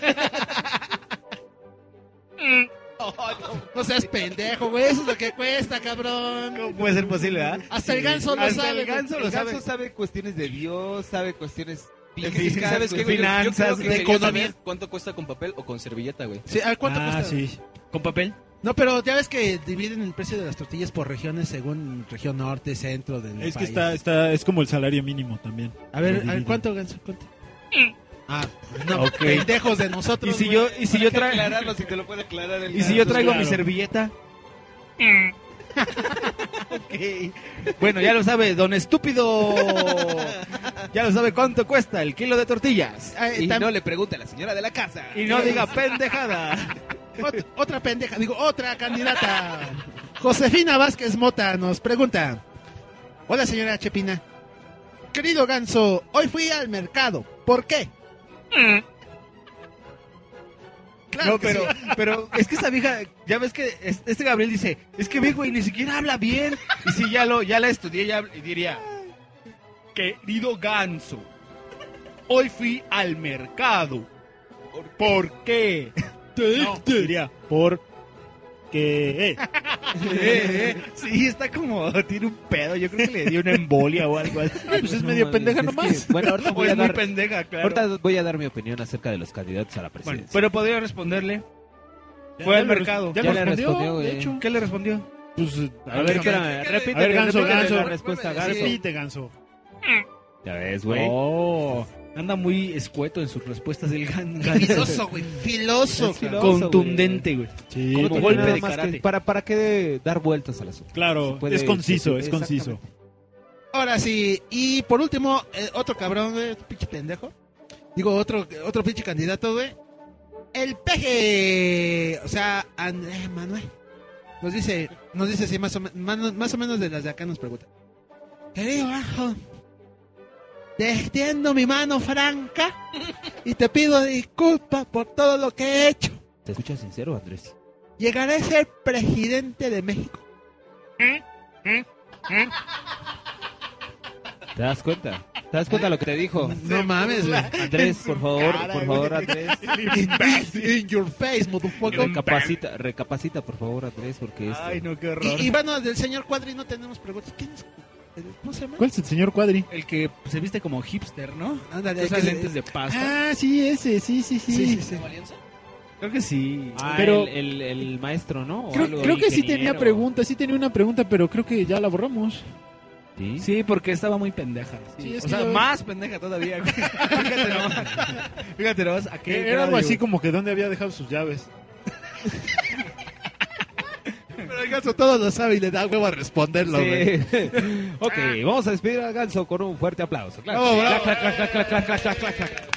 No seas pendejo, güey. Eso es lo que cuesta, cabrón. ¿Cómo puede ser posible, ah? Hasta el Ganso lo Hasta sabe. el ganso, güey. lo El sabe. Ganso sabe cuestiones de Dios, sabe cuestiones Es que, físicas, ¿sabes qué, güey? Yo- yo finanzas, creo que de quería economía. saber ¿Cuánto cuesta con papel o con servilleta, güey? Sí, ¿a cuánto Ah, cuesta? sí. ¿Con papel? No, pero ya ves que dividen el precio de las tortillas por regiones según región norte, centro del Es que país. está, está, es como el salario mínimo también. A ver, Lo a ver, dividen. ¿cuánto, Ganso? ¿Cuánto? Ah, no, Ok. pendejos de nosotros. Y si güey. yo, y si yo traigo, aclararlo si te lo puede aclarar el y si yo ganso. traigo mi claro. servilleta. Ok. Bueno, ya lo sabe, don estúpido. Ya lo sabe cuánto cuesta el kilo de tortillas. Ah, Y tam- no le pregunte a la señora de la casa. Y no diga pendejada. Ot- otra pendeja, digo, otra candidata. Josefina Vázquez Mota nos pregunta. Hola, señora Chepina. Querido Ganso, hoy fui al mercado. ¿Por qué? Claro No, que pero, sí. pero es que esa vieja, ya ves que es- este Gabriel dice, es que ve, güey, ni siquiera habla bien. Y si ya lo, ya la estudié, ya y diría, querido Ganso, hoy fui al mercado. ¿Por qué? No, diría, por que... eh. Eh, eh, sí, está como, tiene un pedo, yo creo que le dio una embolia o algo así. Pues es No medio mames, pendeja es nomás. que, bueno, ahorita O voy es a muy dar, pendeja, claro. ahorita voy a dar mi opinión acerca de los candidatos a la Bueno, presidencia. pero podría responderle. Ya- Fue ya al le mercado. Ya, Ya le le respondió, respondió, de güey. hecho. ¿Qué le respondió? Pues, a ver, que era, repite, A ver, Ganso, repite Ganso. la respuesta, Ganso. Repite, Ganso. Ya ves, güey. Oh, anda muy escueto en sus respuestas del gan- Filoso, güey. Filoso. Es filoso, cabrón. Contundente, güey. Sí, Como porque golpe nada de más karate. que- Para, para qué dar vueltas al asunto. Claro, Se puede- es conciso, se- es conciso. Ahora sí, y por último, eh, otro cabrón, güey, otro pinche pendejo. Digo, otro, otro pinche candidato, güey. El peje, o sea, Andrés Manuel. Nos dice, nos dice así más o, me- más, más o menos de las de acá nos pregunta. Querido bajo, te extiendo mi mano franca y te pido disculpas por todo lo que he hecho. ¿Te escuchas sincero, Andrés? ¿Llegaré a ser presidente de México? ¿Te das cuenta? ¿Te das cuenta de lo que te dijo? No mames, güey. Andrés, por favor, por favor, Andrés. In your face, motherfucker. Recapacita, recapacita, por favor, Andrés, porque esto... Ay, no, qué horror. Y, y bueno, del señor Cuadri no tenemos preguntas. ¿Quién es? ¿Cómo se llama? ¿Cuál es el señor Cuadri? El que se viste como hipster, ¿no? Ándale, Esas que- lentes de pasta. Ah, sí, ese, sí, sí, sí. Sí, sí, sí. Creo que sí. Ah, Pero- el, el, el maestro, ¿no? O Creo, algo, creo que sí ingeniero. tenía pregunta, sí tenía una pregunta, pero creo que ya la borramos. ¿Sí? Sí, porque estaba muy pendeja. Sí. Sí, es o que sea, yo- más pendeja todavía. güey. Fíjate nomás. Fíjate nomás a qué Era algo grado, así como que dónde había dejado sus llaves. Pero el Ganso todo lo sabe y le da huevo a responderlo, güey. Sí. Ok, vamos a despedir al Ganso con un fuerte aplauso. Claro. Bravo, bravo. Clac, clac, clac, clac, clac, clac, clac, clac, clac.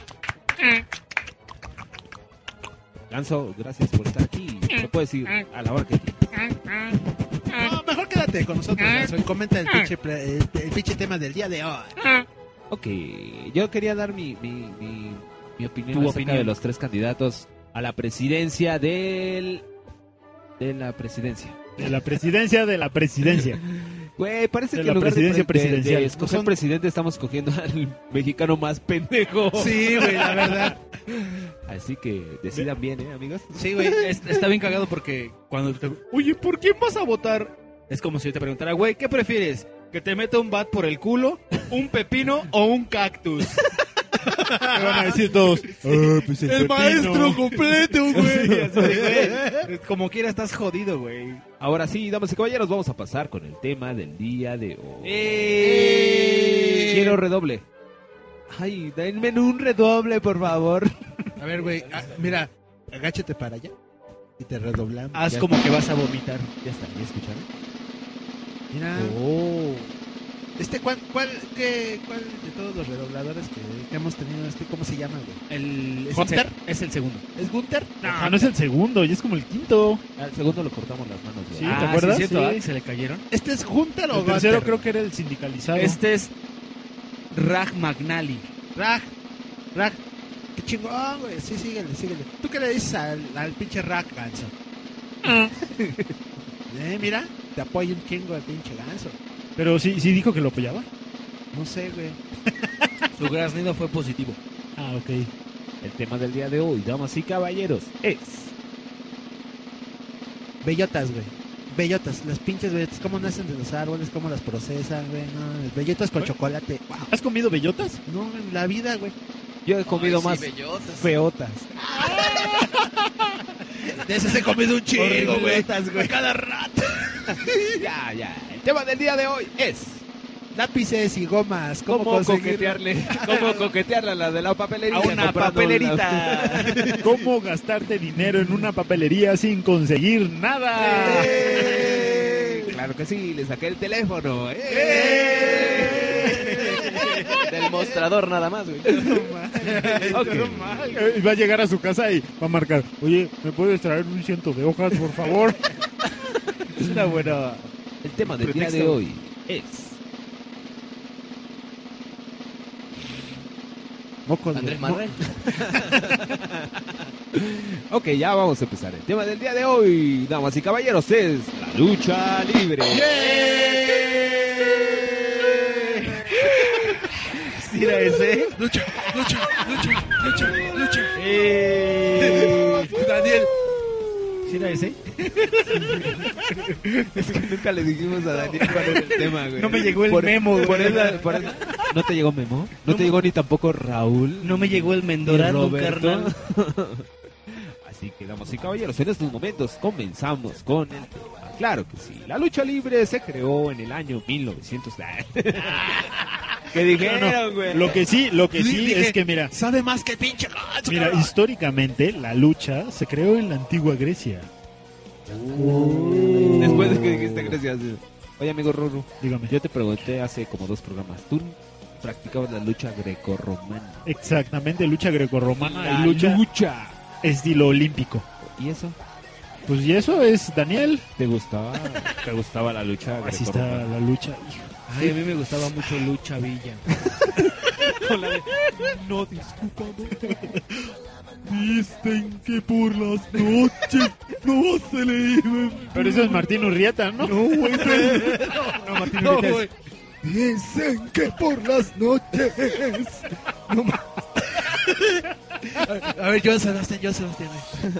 Ganso, gracias por estar aquí. Lo puedes ir a la hora que quieras. No, mejor quédate con nosotros, Ganso, y comenta el pinche, ple- el, el pinche tema del día de hoy. Ok, yo quería dar mi, mi, mi, mi opinión Tu acerca opinión. de los tres candidatos a la presidencia del... de la presidencia. De la presidencia de la presidencia. Güey, parece De que la en lugar de presidencia pre- de- de presidencial. escoger Son- presidente estamos escogiendo al mexicano más pendejo. Sí, güey, la verdad. Así que decidan bien, ¿eh, amigos? Sí, güey. Es- está bien cagado porque cuando te... Oye, ¿por quién vas a votar? Es como si yo te preguntara, güey, ¿qué prefieres? ¿Que te meta un bat por el culo, un pepino o un cactus? Me van a decir todos. "Ah, pues el, El pepino". maestro completo, Sí, güey. así de, güey, como quiera estás jodido, güey. Ahora sí, damas y caballeros, vamos a pasar con el tema del día de hoy. Eh. Quiero redoble. Ay, denme un redoble, por favor. A ver, güey, ah, mira, agáchate para allá y te redoblamos. Haz Ya como está. que vas a vomitar. Ya está, ¿ya escucharon? Mira, Oh. este, ¿cuál, cuál, qué, cuál de todos los redobladores que, que hemos tenido, este, cómo se llama, güey? El, es, ¿Hunter? el, se- es el segundo. ¿Es Gunter? No, no es el segundo, ya es como el quinto. Al segundo lo cortamos las manos. güey. Sí, Ah, ¿te acuerdas? Sí, cierto, Sí. ah, ¿se le cayeron? ¿Este es Gunter o El tercero Gunter? creo que era el sindicalizado. Este es Raj Magnali. Rag, Rag, qué chingón, güey. Sí, síguele, síguele. ¿Tú qué le dices al, al pinche Rag, ganso? eh, mira, te apoya un chingo el pinche ganso. Pero sí, sí dijo que lo apoyaba. No sé, güey. Su graznido fue positivo. Ah, ok. El tema del día de hoy, damas y caballeros, es... Bellotas, güey. Bellotas, las pinches bellotas. ¿Cómo nacen de los árboles? ¿Cómo las procesan, güey? No, bellotas con chocolate. Wow. ¿Has comido bellotas? No, en la vida, güey. Yo he comido Ay, más sí, bellotas. feotas. De esas he comido un chingo, güey. Horriblotas, güey. Cada rato. Ya, ya. El tema del día de hoy es... Lápices y gomas. ¿Cómo, ¿Cómo conseguir- coquetearle? ¿Cómo coquetearle a la de la papelería? A una comprando papelerita. ¿Cómo gastarte dinero en una papelería sin conseguir nada? ¡Eh! Claro que sí, le saqué el teléfono. ¡Eh! Del mostrador nada más, güey. Ok. Eh, Va a llegar a su casa y va a marcar, oye, ¿me puedes traer un ciento de hojas, por favor? Es una buena... El tema del día de hoy es... Mocos, Andrés güey. Manuel. Ok, ya vamos a empezar. El tema del día de hoy, damas y caballeros, es la lucha libre. ¿Sí era ese? Lucha, lucha, lucha, lucha, lucha. Eh... Daniel. ¿Sí era ese? Es que nunca le dijimos a Daniel cuál era el tema, güey. No me llegó el memo, güey. por esa- por esa- ¿No te llegó memo? ¿No, No te llegó ni tampoco Raúl? No me llegó el ni Mendorando, Roberto? carnal. Así que, damas y caballeros, en estos momentos comenzamos con el tema. Claro que sí. La lucha libre se creó en el año mil novecientos. ¿Qué dijeron, güey? Lo que sí, lo que sí Dije, es que mira, sabe más que el pinche ganso. mira, cabrón. históricamente la lucha se creó en la antigua Grecia. Después de que dijiste gracias. Oye, amigo Ruru, Dígame. yo te pregunté hace como dos programas. ¿Tú practicabas la lucha grecorromana? Exactamente, lucha grecorromana La y lucha, lucha. estilo olímpico. ¿Y eso? Pues y eso es Daniel. ¿Te gustaba? ¿Te gustaba la lucha Así está grecorromana? la lucha. Ay, a mí me gustaba mucho Lucha Villa. Con la de, no, discúlpame. Dicen que por las noches no se le iba. Pero eso es Martín Urrieta, ¿no? No, güey. No, no, Martín No, Urrieta güey. es- Dicen que por las noches. No, ma- A a ver, John Sebastián, John Sebastián.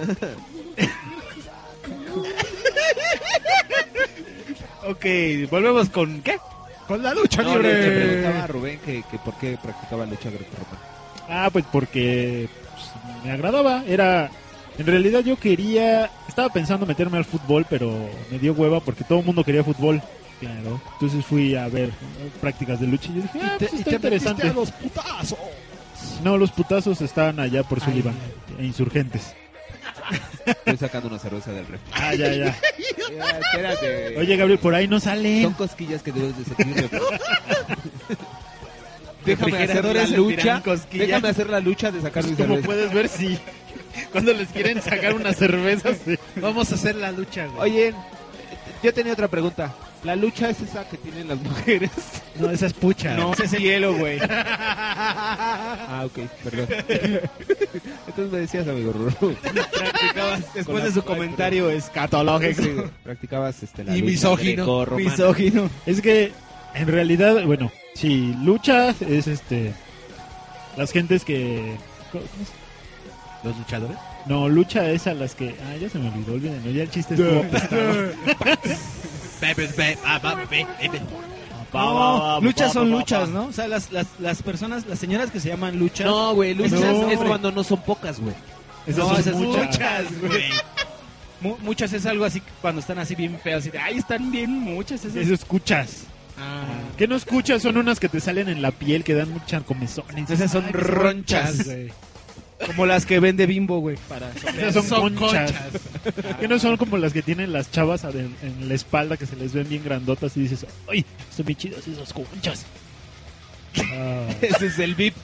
ok, volvemos con ¿qué? Con la lucha No, le, le libre. preguntaba a Rubén que, que por qué practicaba lucha grecorromana. Ah, pues porque pues, me agradaba. Era. En realidad yo quería. Estaba pensando meterme al fútbol, pero me dio hueva porque todo el mundo quería fútbol. Claro. Entonces fui a ver eh, prácticas de lucha y yo dije, ah, Y te, pues y está te interesante. metiste a los putazos. No, los putazos estaban allá por Ay, Sullivan e insurgentes. Estoy sacando una cerveza del refri. Ah, ya, ya. Ya, espérate. Oye, Gabriel, por ahí no Son salen. cosquillas que debes de sentir. refri. Déjame hacer la Refrigeradores lucha. sentirán cosquillas. Déjame hacer la lucha de sacar mi Como cerveza. puedes ver, sí. Cuando les quieren sacar una cerveza, sí. Vamos a hacer la lucha, güey. Oye, yo tenía otra pregunta. ¿La lucha es esa que tienen las mujeres? No, esa es pucha. No, ese es hielo, güey. Ah, ok, perdón. Entonces me decías, amigo Ruru. Practicabas después Con de la- su comentario escatológico. Sí, practicabas este, la Y lucha misógino. grecorromana. Misógino. Es que, en realidad, bueno, sí, lucha es este. Las gentes que. ¿cómo es? ¿Los luchadores? No, lucha es a las que. Ah, ya se me olvidó, olvídenlo. Ya el chiste es como pesado. Bebe, bebe, ah, va, bebe, bebe. No, luchas son luchas, ¿no? O sea, las, las, las personas, las señoras que se llaman luchas. No, güey, luchas No. es cuando no son pocas, güey. Esas no, son esas muchas. muchas, güey. Mu- muchas es algo así cuando están así bien feas. Así de, ay, están bien muchas. Esas. Eso escuchas. Ah. ¿Qué no escuchas? Son unas que te salen en la piel que dan mucha comezón. Esas son Ay, qué ronchas. güey. Como las que vende Bimbo, güey. Para Esas son, Son conchas. conchas. Que no son como las que tienen las chavas en, en la espalda que se les ven bien grandotas y dices, ¡ay! Están bien chidas esas conchas. Ah, Ese es el V I P.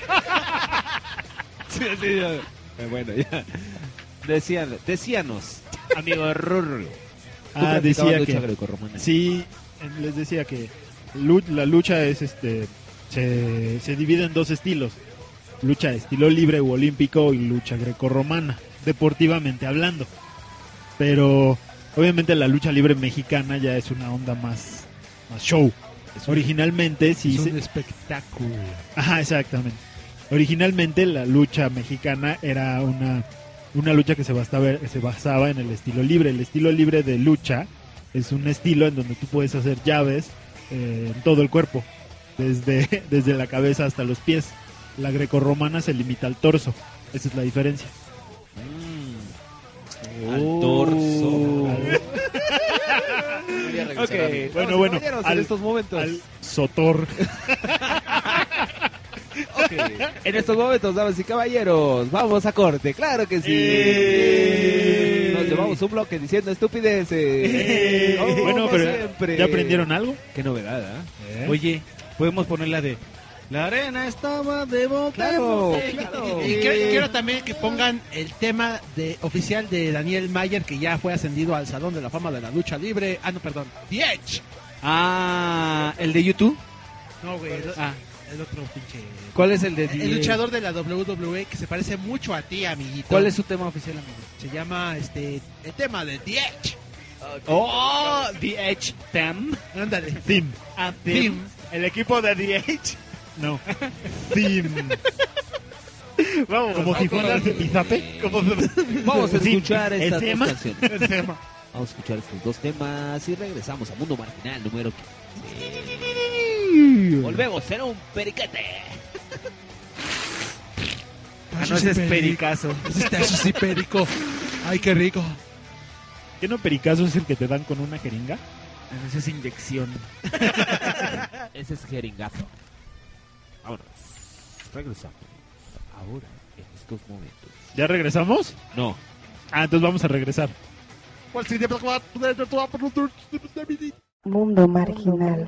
Sí, sí, ya. Eh, bueno, ya. Decían, decíanos, amigo Rurru. ah, decía lucha que grecorromana. sí, eh, les decía que lu- la lucha es este se, se divide en dos estilos. Lucha estilo libre u olímpico y lucha grecorromana, deportivamente hablando. Pero obviamente la lucha libre mexicana ya es una onda más, más show. Es un- Originalmente sí es un se- espectáculo. Ajá, exactamente. Originalmente la lucha mexicana era una, una lucha que se basaba, se basaba en el estilo libre. El estilo libre de lucha es un estilo en donde tú puedes hacer llaves eh, en todo el cuerpo, desde, desde la cabeza hasta los pies. La grecorromana se limita al torso. Esa es la diferencia. Al torso. Ok, Ok, bueno, bueno, caballeros, al- en estos momentos. al sotor. Ok, en estos momentos, damas y caballeros, vamos a corte, claro que sí. Eh. Nos llevamos un bloque diciendo estupideces. Eh. Como Bueno, pero siempre. ¿ya aprendieron algo? Qué novedad, ¿eh? ¿Eh? Oye, podemos poner la de la arena estaba de bote. Claro, bote. claro. Y quiero, quiero también que pongan el tema de oficial de Daniel Mayer, que ya fue ascendido al Salón de la Fama de la Lucha Libre. Ah, no, perdón. The Edge. Ah, ¿el de YouTube? No, güey. El, Ah. el otro pinche. ¿Cuál es el de El, el luchador de la W W E que se parece mucho a ti, amiguito. ¿Cuál es su tema oficial, amigo? Se llama este el tema de The Edge. Oh, The Edge Theme. Ándale. Team. Ah, Team. El equipo de The Edge. No. Team. Vamos. Como si fuera el Tizape. Vamos a Sí, escuchar el estas dos tema. canciones. El tema. Vamos a escuchar estos dos temas y regresamos a Mundo Marginal número quince. Volvemos en un periquete. Ah, no, ese es pericazo. Ese es sí, perico. Ay, qué rico. ¿Qué no pericazo es el que te dan con una jeringa? Ah, esa es inyección. Ese es jeringazo. Vámonos. Regresamos. Ahora, en estos momentos. ¿Ya regresamos? No. Ah, entonces vamos a regresar. Mundo marginal.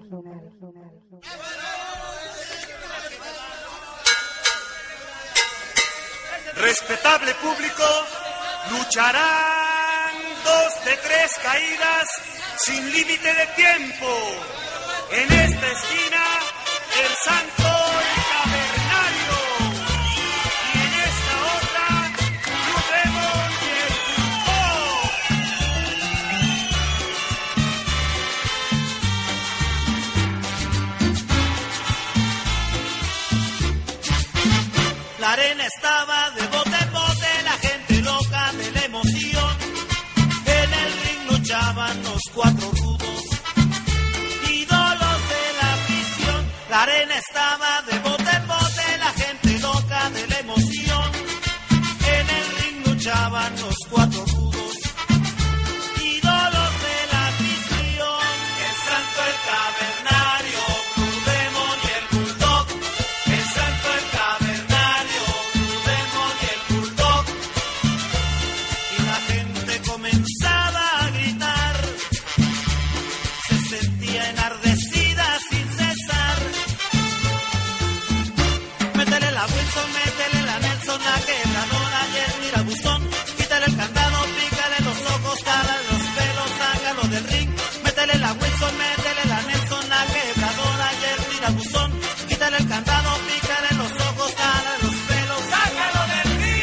Respetable público, lucharán dos de tres caídas sin límite de tiempo. En esta esquina, el Santo y Cavernario. Y en esta otra, Blue Demon y el La arena estaba de bote en bote, la gente loca de la emoción. En el ring luchaban los cuatro rudos, ídolos de la afición. La arena estaba de bote en bote, la gente loca de la emoción. En el ring luchaban los cuatro rudos, ídolos de la afición. El santo, el cavernario, Blue Demon y el Bulldog. El santo, el cavernario, Blue Demon y el Bulldog. Y la gente comenzaba a gritar, se sentía enardecida sin cesar. Métele la Wilson, métele la Nelson, la quebradora y el tirabuzón. Quítale el candado, pícale los ojos, jálale los pelos, sácalo del ring. Métele la Wilson, métele la Nelson, la quebradora y el tirabuzón. Quítale el candado, pícale los ojos, jálale los pelos, sácalo del ring.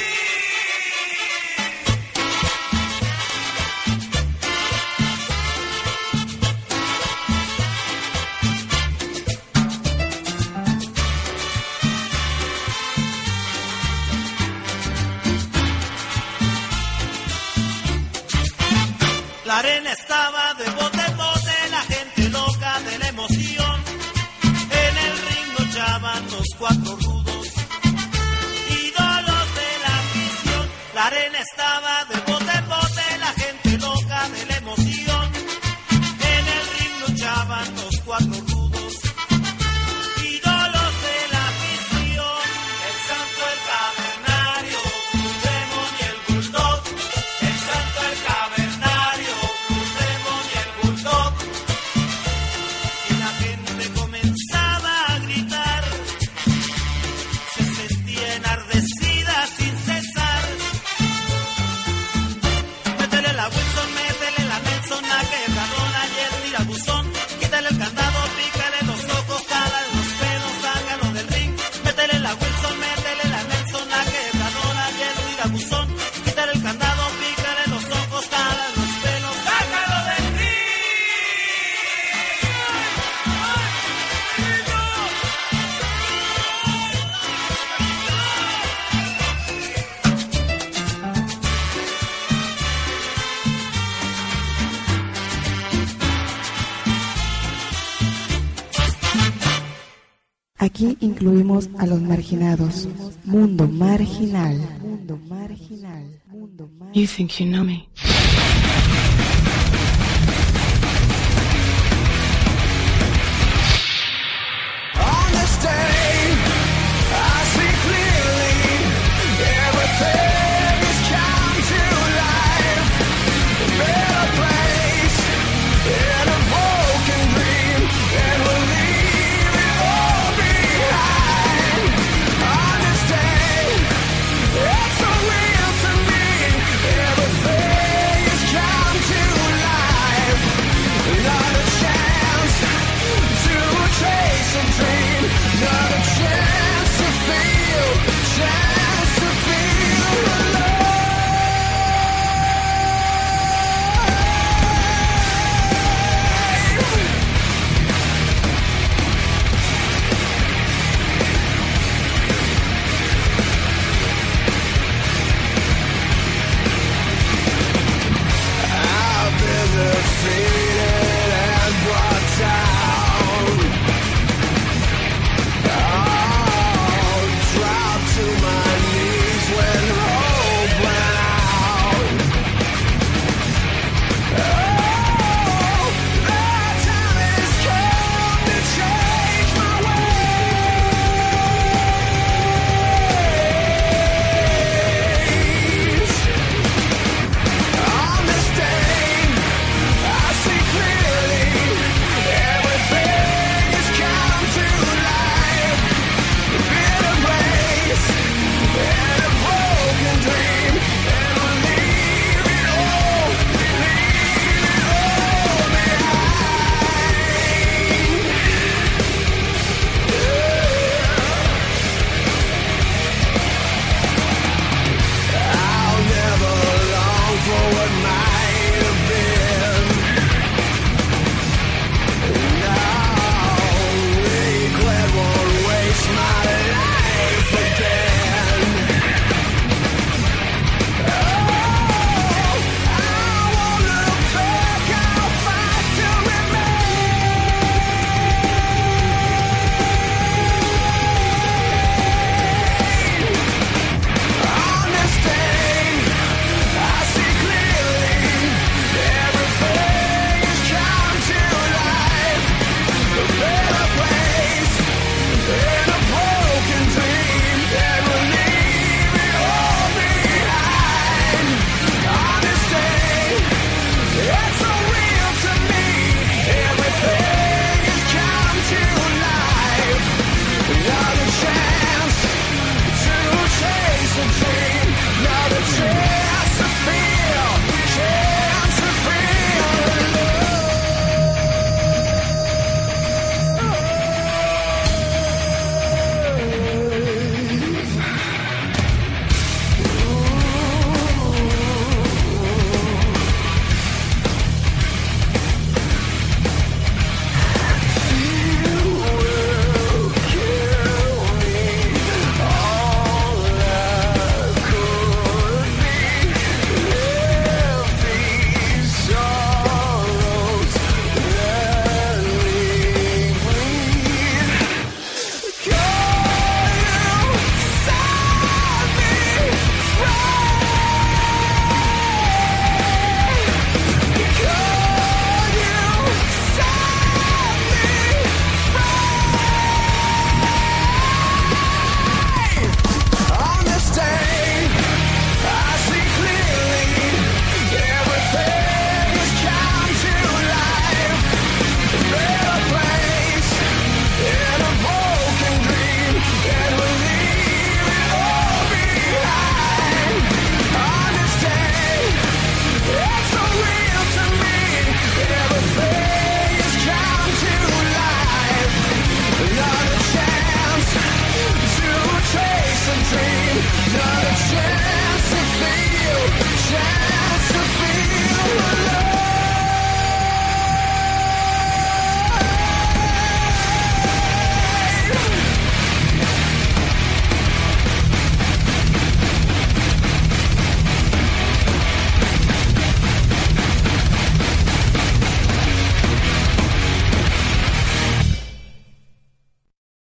La arena estaba de bote en bote, la gente loca de la emoción. En el ring luchaban los cuatro rudos, ídolos de la afición. La arena estaba de bote en bote, la gente loca de la emoción. En el ring luchaban los cuatro rudos, ídolos de la afición. El santo, el cavernario, Blue Demon y el Bulldog. El santo, el cavernario, Blue Demon y el Bulldog. Y la gente comenzaba a gritar, Aquí incluimos a los marginados. Mundo marginal. Mundo marginal. Mundo marginal. You think you know me? On this day, I see clearly everything has come to life. A better place in a broken dream, and we'll leave it all behind. On this day, it's so real to me. Everything has come to life. Not a chance to chase a dream, not a chance to feel, chance to feel alive. I've been defeated and brought down. Oh, drop to my knees when hope went out. Oh, the time has come to change my ways. On this day, I see clearly everything has come to life. A bitter place and a broken dream, and we'll leave it all, leave it all behind. I'll never long for what might have been. No, regret won't waste my life again. Oh, I won't look back, I'll fight to remain. On this day, I see clearly everything has come to life. A better place in a broken dream, and we'll leave it all behind. On this day, it's so real to me. Everything has come to life. Not a chance to chase a dream, not a chance to feel, chance to feel On this day, I see clearly everything has come to life. A better place in a broken dream, and we'll leave it all behind. On this day, it's so real to me. Everything has come to life. Not a chance to chase a dream, not a chance to feel, chance to feel alive.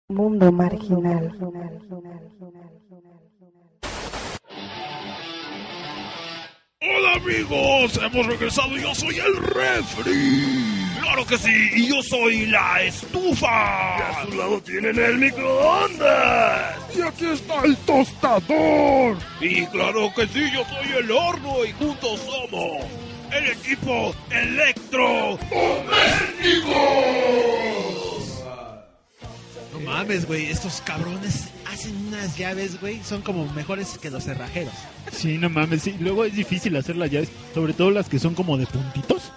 Mundo marginal. Hola amigos, hemos regresado y yo soy el refri. Claro que sí, y yo soy la estufa. Y a su lado tienen el microondas. Y aquí está el tostador. Y claro que sí, yo soy el horno y juntos somos el equipo electrodoméstico. No mames, güey, estos cabrones hacen unas llaves, güey, son como mejores que los cerrajeros. Sí, no mames, sí. Luego es difícil hacer las llaves, sobre todo las que son como de puntitos.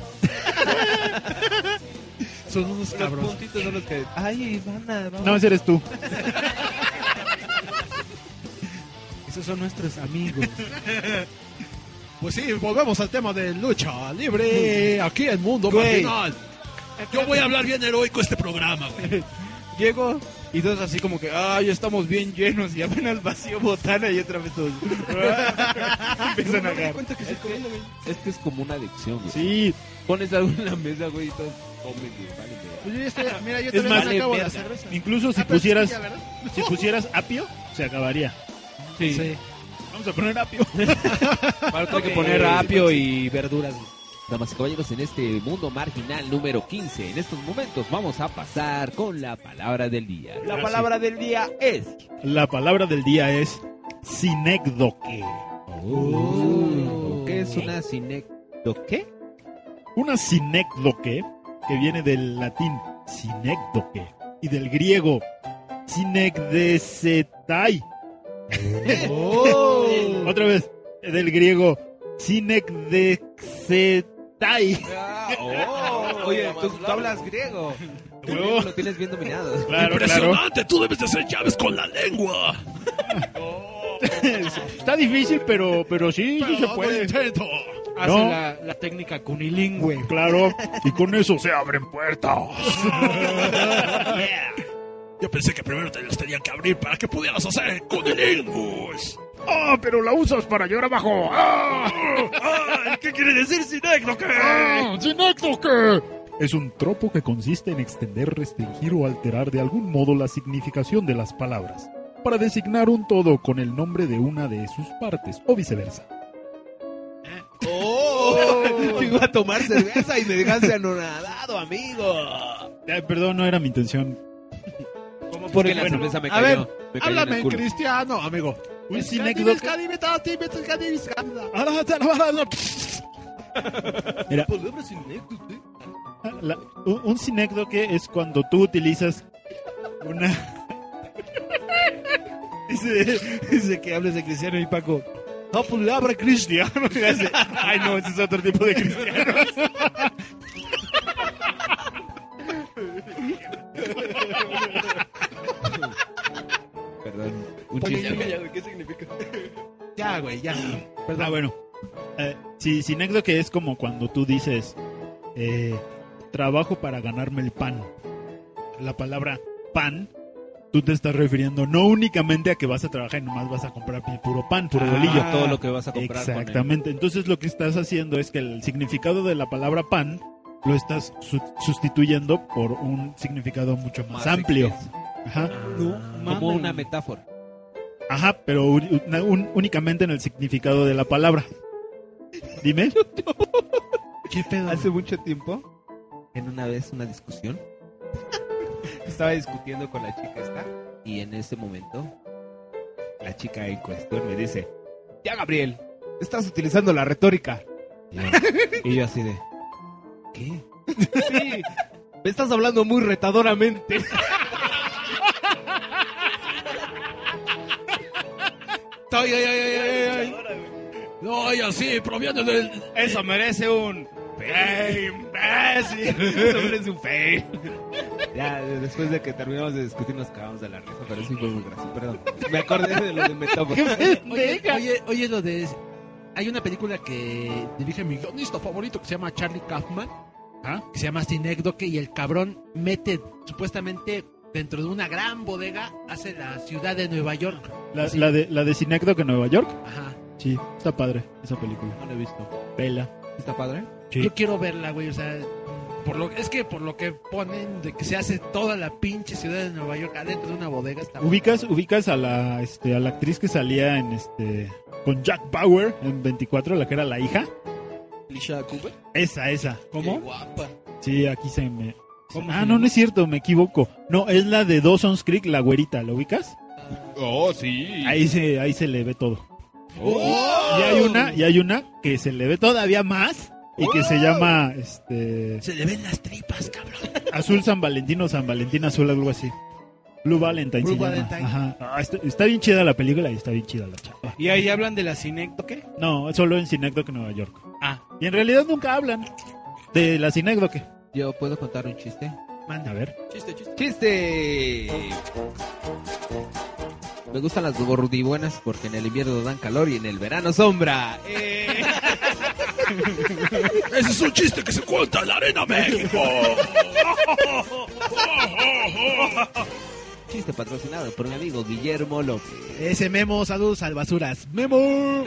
Son unos Los cabrones. puntitos son los que... Ay, van a... No, ese eres tú. Esos son nuestros amigos. Pues sí, volvemos al tema de lucha libre aquí en Mundo Güey. Marginal. Yo voy a hablar bien heroico este programa, güey. Llego y todos así como que, ay, estamos bien llenos y apenas vacío botana y otra vez todos. Empiezan a agarrar. cuenta que Es que, es que es como una adicción, güey. Sí. Pones algo en la mesa, güey, y todos comen, güey. Vale, güey. Pues yo ya estoy, mira, yo Es también más, me acabo la verga. cerveza. Incluso si Ah, pero pusieras, sí, ya, ¿verdad? si pusieras apio, se acabaría. Sí. Sí. Vamos a poner apio. Para hay que poner apio y verduras. Damas y caballeros, en este mundo marginal número quince, en estos momentos vamos a pasar con la palabra del día. La Ah, palabra del día es... La palabra del día es sinécdoque. Oh, ¿qué es una sinécdoque? Una sinécdoque, que viene del latín sinécdoque y del griego sinekdesetai. Oh. Otra vez, del griego sinekdesetai. Oh, oye, tú, tú hablas griego. Tú No. lo tienes bien dominado. Claro, Impresionante, tú debes de hacer llaves con la lengua. Está difícil, pero, pero sí, sí se puede. Intento. Hace No. la, la técnica cunilingüe. Claro, y con eso se abren puertas. Yo pensé que primero te las tenían que abrir para que pudieras hacer cunilingus. ¡Ah, pero la usas para llorar abajo! ¡Ah! ¡Ah! ¿Qué quiere decir sinécdoque? ¡Ah! ¡Sinécdoque! Es un tropo que consiste en extender, restringir o alterar de algún modo la significación de las palabras, para designar un todo con el nombre de una de sus partes, o viceversa. ¡Oh! Iba a tomar cerveza y me dejaste anonadado, amigo. Ay, perdón, no era mi intención. Como por por el- la bueno, cerveza me A cayó. ver, me cayó en háblame el en culo. cristiano, amigo. Un sinécdoque. Mira, la- un, un sinécdoque es cuando tú utilizas una... Dice, dice que hables de cristiano y Paco. No, pues habla cristiano. Y hace, ay, no, ese es otro tipo de cristiano. Perdón, un Oye, chiste. ya, ya, güey, ¿qué significa? Ya, güey, ya. Ah, bueno. Eh, sí, sinécdoque es como cuando tú dices, eh, trabajo para ganarme el pan. La palabra pan, tú te estás refiriendo no únicamente a que vas a trabajar y nomás vas a comprar puro pan, puro Ah, bolillo. todo lo que vas a comprar con él. Exactamente. Entonces lo que estás haciendo es que el significado de la palabra pan lo estás su- sustituyendo por un significado mucho más, Más amplio. extenso. Ajá. Como una metáfora. Ajá, pero un- una- un- únicamente en el significado de la palabra. Dime. ¿Qué pedo? Hace mucho tiempo, en una vez una discusión, estaba discutiendo con la chica esta, y en ese momento, la chica en cuestión me dice, ya Gabriel, Estás utilizando la retórica. y yo, y yo así de, ¿qué? Sí, me estás hablando muy retadoramente. Ay, ay, ay, ay, ay, ay. No, y así, proviene del... Eso merece un... ¡Fe, imbécil! Eso merece un fail. Ya, después de que terminamos de discutir nos cagamos de la risa, pero sí fue muy gracioso, perdón. Me acordé de lo de metáfora. Oye, oye, oye, lo de... Hay una película que dirige mi guionista favorito que se llama Charlie Kaufman, ¿Ah? que se llama Sinécdoque, y el cabrón mete supuestamente dentro de una gran bodega, hace la ciudad de Nueva York. La, Así. la de, la de Sinécdoque en Nueva York. Ajá. Sí, está padre esa película. No lo he visto. Vela. ¿Está padre? Sí. Yo quiero verla, güey, o sea... por lo es que por lo que ponen de que se hace toda la pinche ciudad de Nueva York adentro de una bodega está ubicas ubicas a la este a la actriz que salía en este con Jack Bauer en veinticuatro, la que era la hija. Alicia Cooper. Esa, esa. ¿Cómo? Qué guapa. Sí, aquí se me Ah, no, no es cierto, me equivoco. No, es la de Dawson's Creek, la güerita, ¿lo ubicas? Oh, sí. Ahí se ahí se le ve todo. Oh. Y hay una y hay una que se le ve todavía más. Y que se llama, este... Se le ven las tripas, cabrón. Azul San Valentín o San Valentín Azul, algo así. Blue Valentine Blue se llama. Valentine. Ajá. Ah, está, está bien chida la película y está bien chida la chava. ¿Y ahí hablan de la Cinécdoque? No, solo en Cinécdoque, Nueva York. Ah. Y en realidad nunca hablan de la Cinécdoque. ¿Yo puedo contar un chiste? Manda, a ver. Chiste, chiste. ¡Chiste! Me gustan las gordibuenas porque en el invierno dan calor y en el verano sombra. ¡Eh! Ese es un chiste que se cuenta en la Arena México. Chiste patrocinado por mi amigo Guillermo López. Ese Memo, saludos al basuras. Memo.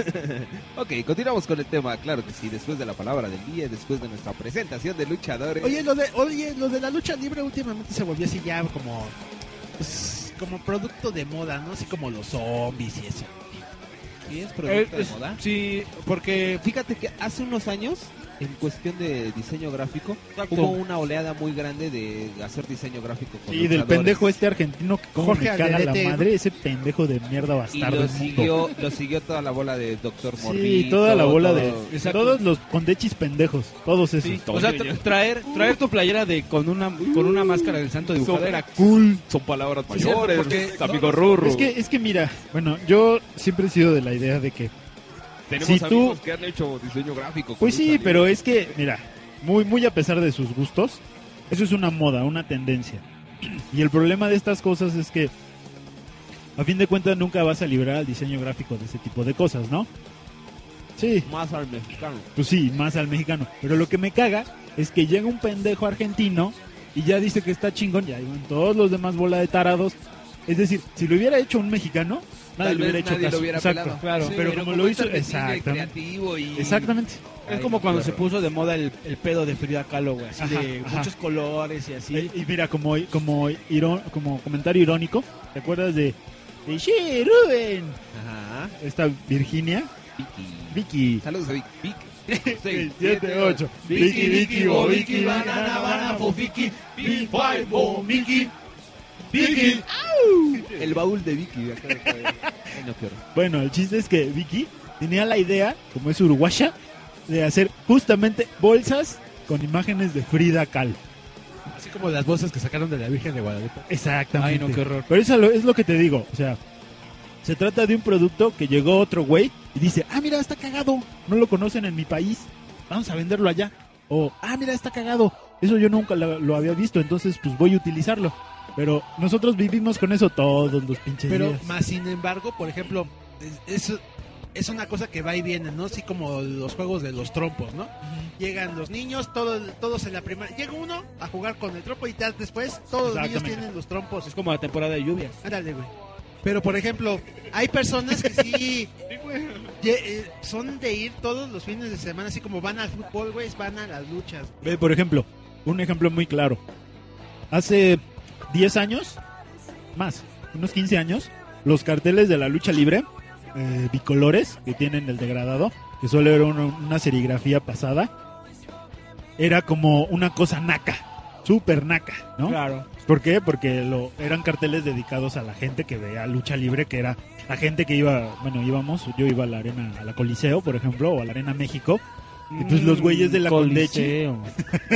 Ok, continuamos con el tema, claro que sí, después de la palabra del día, después de nuestra presentación de luchadores. Oye, lo de, oye, lo de la lucha libre últimamente se volvió así ya como, pues, como producto de moda, ¿no? Así como los zombies y eso. ¿Y es producto Eh, de es- moda? Sí, porque Fíjate que hace unos años, en cuestión de diseño gráfico, Exacto. hubo una oleada muy grande de hacer diseño gráfico con Y del luchadores. pendejo este argentino que como Jorge me caga la Alderete. madre, ese pendejo de mierda Y bastardo lo inmundo. siguió, lo siguió toda la bola de Doctor Morbid. Sí, toda la bola de... Exacto. Todos los condechis pendejos, todos esos. sí, o sea, tra- traer traer tu playera de con una con una máscara del santo dibujada Son- era cool. Son palabras Sí, mayores, porque- amigo Rurro. Es que, es que mira, bueno, yo siempre he sido de la idea de que Tenemos si tú- amigos que han hecho diseño gráfico. con Pues lucha sí, libre. pero es que, mira, muy, muy a pesar de sus gustos, eso es una moda, una tendencia. Y el problema de estas cosas es que, a fin de cuentas, nunca vas a librar al diseño gráfico de ese tipo de cosas, ¿no? Sí, Más al mexicano. pues sí, más al mexicano. Pero lo que me caga es que llega un pendejo argentino y ya dice que está chingón, ya digo, en todos los demás bola de tarados. Es decir, si lo hubiera hecho un mexicano, nadie Tal le hubiera vez hecho nadie caso. lo hubiera Exacto, pelado. claro. Sí, pero, pero como como lo es hizo, argentino y exactamente. creativo y- Exactamente. Es Ay, como cuando qué se horror. puso de moda el, el pedo de Frida Kahlo, güey, así Ajá, de ajá. muchos colores y así. Eh, Y mira, como, como, irón- como comentario irónico, ¿te acuerdas de, de sí, Rubén? Ajá. Esta Virginia, Vicky. Vicky, Saludos a Vicky. Vicky. seis, siete, ocho. Vicky, Vicky, oh, Vicky, banana, banana, for Vicky, Big Five, oh, Vicky, Vicky. El baúl de Vicky. acá, acá, Ay, no, qué horror. Bueno, el chiste es que Vicky tenía la idea, como es uruguaya, de hacer justamente bolsas con imágenes de Frida Kahlo. Así como las bolsas que sacaron de la Virgen de Guadalupe. Exactamente. Ay, no, qué horror. Pero eso lo- es lo que te digo, o sea, se trata de un producto que llegó otro güey y dice, ah, mira, está cagado, no lo conocen en mi país, vamos a venderlo allá. O, ah, mira, está cagado, eso yo nunca lo, lo había visto, entonces pues voy a utilizarlo. Pero nosotros vivimos con eso todos los pinches Pero días. más sin embargo, por ejemplo, es, es, es una cosa que va y viene, ¿no? Así como los juegos de los trompos, ¿no? Llegan los niños, todos, todos en la primera... Llega uno a jugar con el trompo y tal, después todos los niños Exactamente. tienen los trompos. Es como la temporada de lluvias. Ándale, güey. Pero, por ejemplo, hay personas que sí ye- eh, son de ir todos los fines de semana, así como van al fútbol, güey, van a las luchas. Ve, por ejemplo, un ejemplo muy claro. Hace diez años, más, unos quince años, los carteles de la lucha libre, eh, bicolores, que tienen el degradado, que solo era una, una serigrafía pasada, era como una cosa naca, súper naca, ¿no? Claro. ¿Por qué? Porque lo, eran carteles dedicados a la gente que veía lucha libre, que era la gente que iba, bueno, íbamos, yo iba a la arena, a la Coliseo, por ejemplo, o a la Arena México, y pues los güeyes de la Condechi, Coliseo.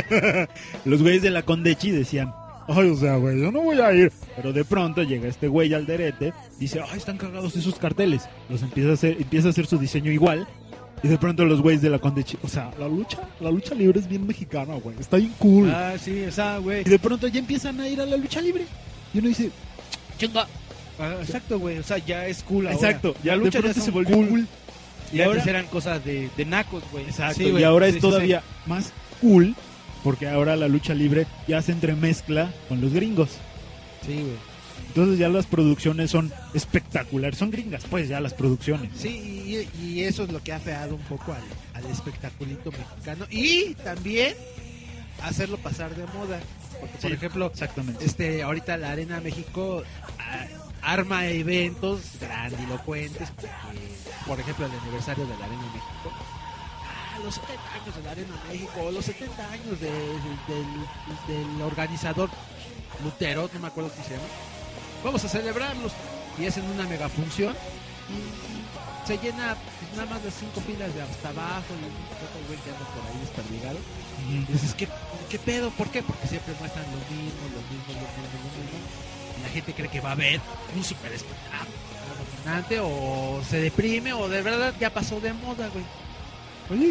los güeyes de la Condechi decían, ay, o sea, güey, yo no voy a ir. Pero de pronto llega este güey Alderete, dice, ay, están cagados esos carteles. Los empieza a hacer, empieza a hacer su diseño igual. Y de pronto los güeyes de la Condechi, o sea, la lucha, la lucha libre es bien mexicana, güey, está bien cool. Ah, sí, o sea, güey. Y de pronto ya empiezan a ir a la lucha libre. Y uno dice, chinga. Ah, exacto, güey. O sea, ya es cool ahora. Exacto, La de lucha pronto ya se son volvió cool. Y Y antes ahora- eran cosas de, de nacos, güey. Exacto, Sí, güey. y ahora Sí, es sí, todavía más cool, porque ahora la lucha libre ya se entremezcla con los gringos. Sí, güey. Entonces ya las producciones son espectaculares, son gringas pues ya las producciones. Sí, y, y eso es lo que ha feado un poco al, al espectaculito mexicano. Y también hacerlo pasar de moda. Porque, por Sí, ejemplo, exactamente. este ahorita la Arena México ah, arma eventos grandilocuentes. Porque, por ejemplo, el aniversario de la Arena México. Ah, los setenta años de la Arena México, o los setenta años de- de- del, del organizador Lutero, no me acuerdo cómo se llama. Vamos a celebrarlos. Y hacen una mega función. Y se llena pues, nada más de cinco filas de hasta abajo. Y un poco güey que anda por ahí desperdigado. Y dices, ¿qué, ¿qué pedo? ¿Por qué? Porque siempre muestran lo mismo, lo mismo, lo mismo, lo mismo. Y la gente cree que va a haber un super espectáculo dominante, o se deprime, o de verdad ya pasó de moda, güey. Oye,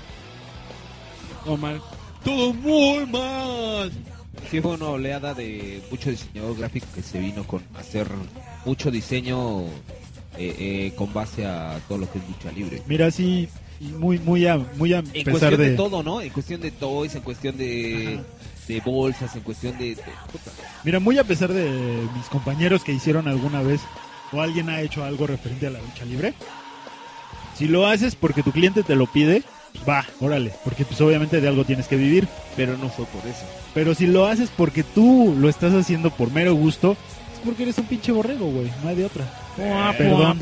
No mal. todo muy mal. Sí, fue una oleada de mucho diseñador gráfico que se vino con hacer mucho diseño eh, eh, con base a todo lo que es lucha libre. Mira, sí, muy, muy a, muy a En pesar cuestión de... de... todo, ¿no? En cuestión de toys, en cuestión de, de bolsas, en cuestión de... de- puta. Mira, muy a pesar de mis compañeros que hicieron alguna vez o alguien ha hecho algo referente a la lucha libre, si lo haces porque tu cliente te lo pide, pues va, órale, porque pues obviamente de algo tienes que vivir. Pero no fue por eso. Pero si lo haces porque tú lo estás haciendo por mero gusto, es porque eres un pinche borrego, güey, no hay de otra. Perdón.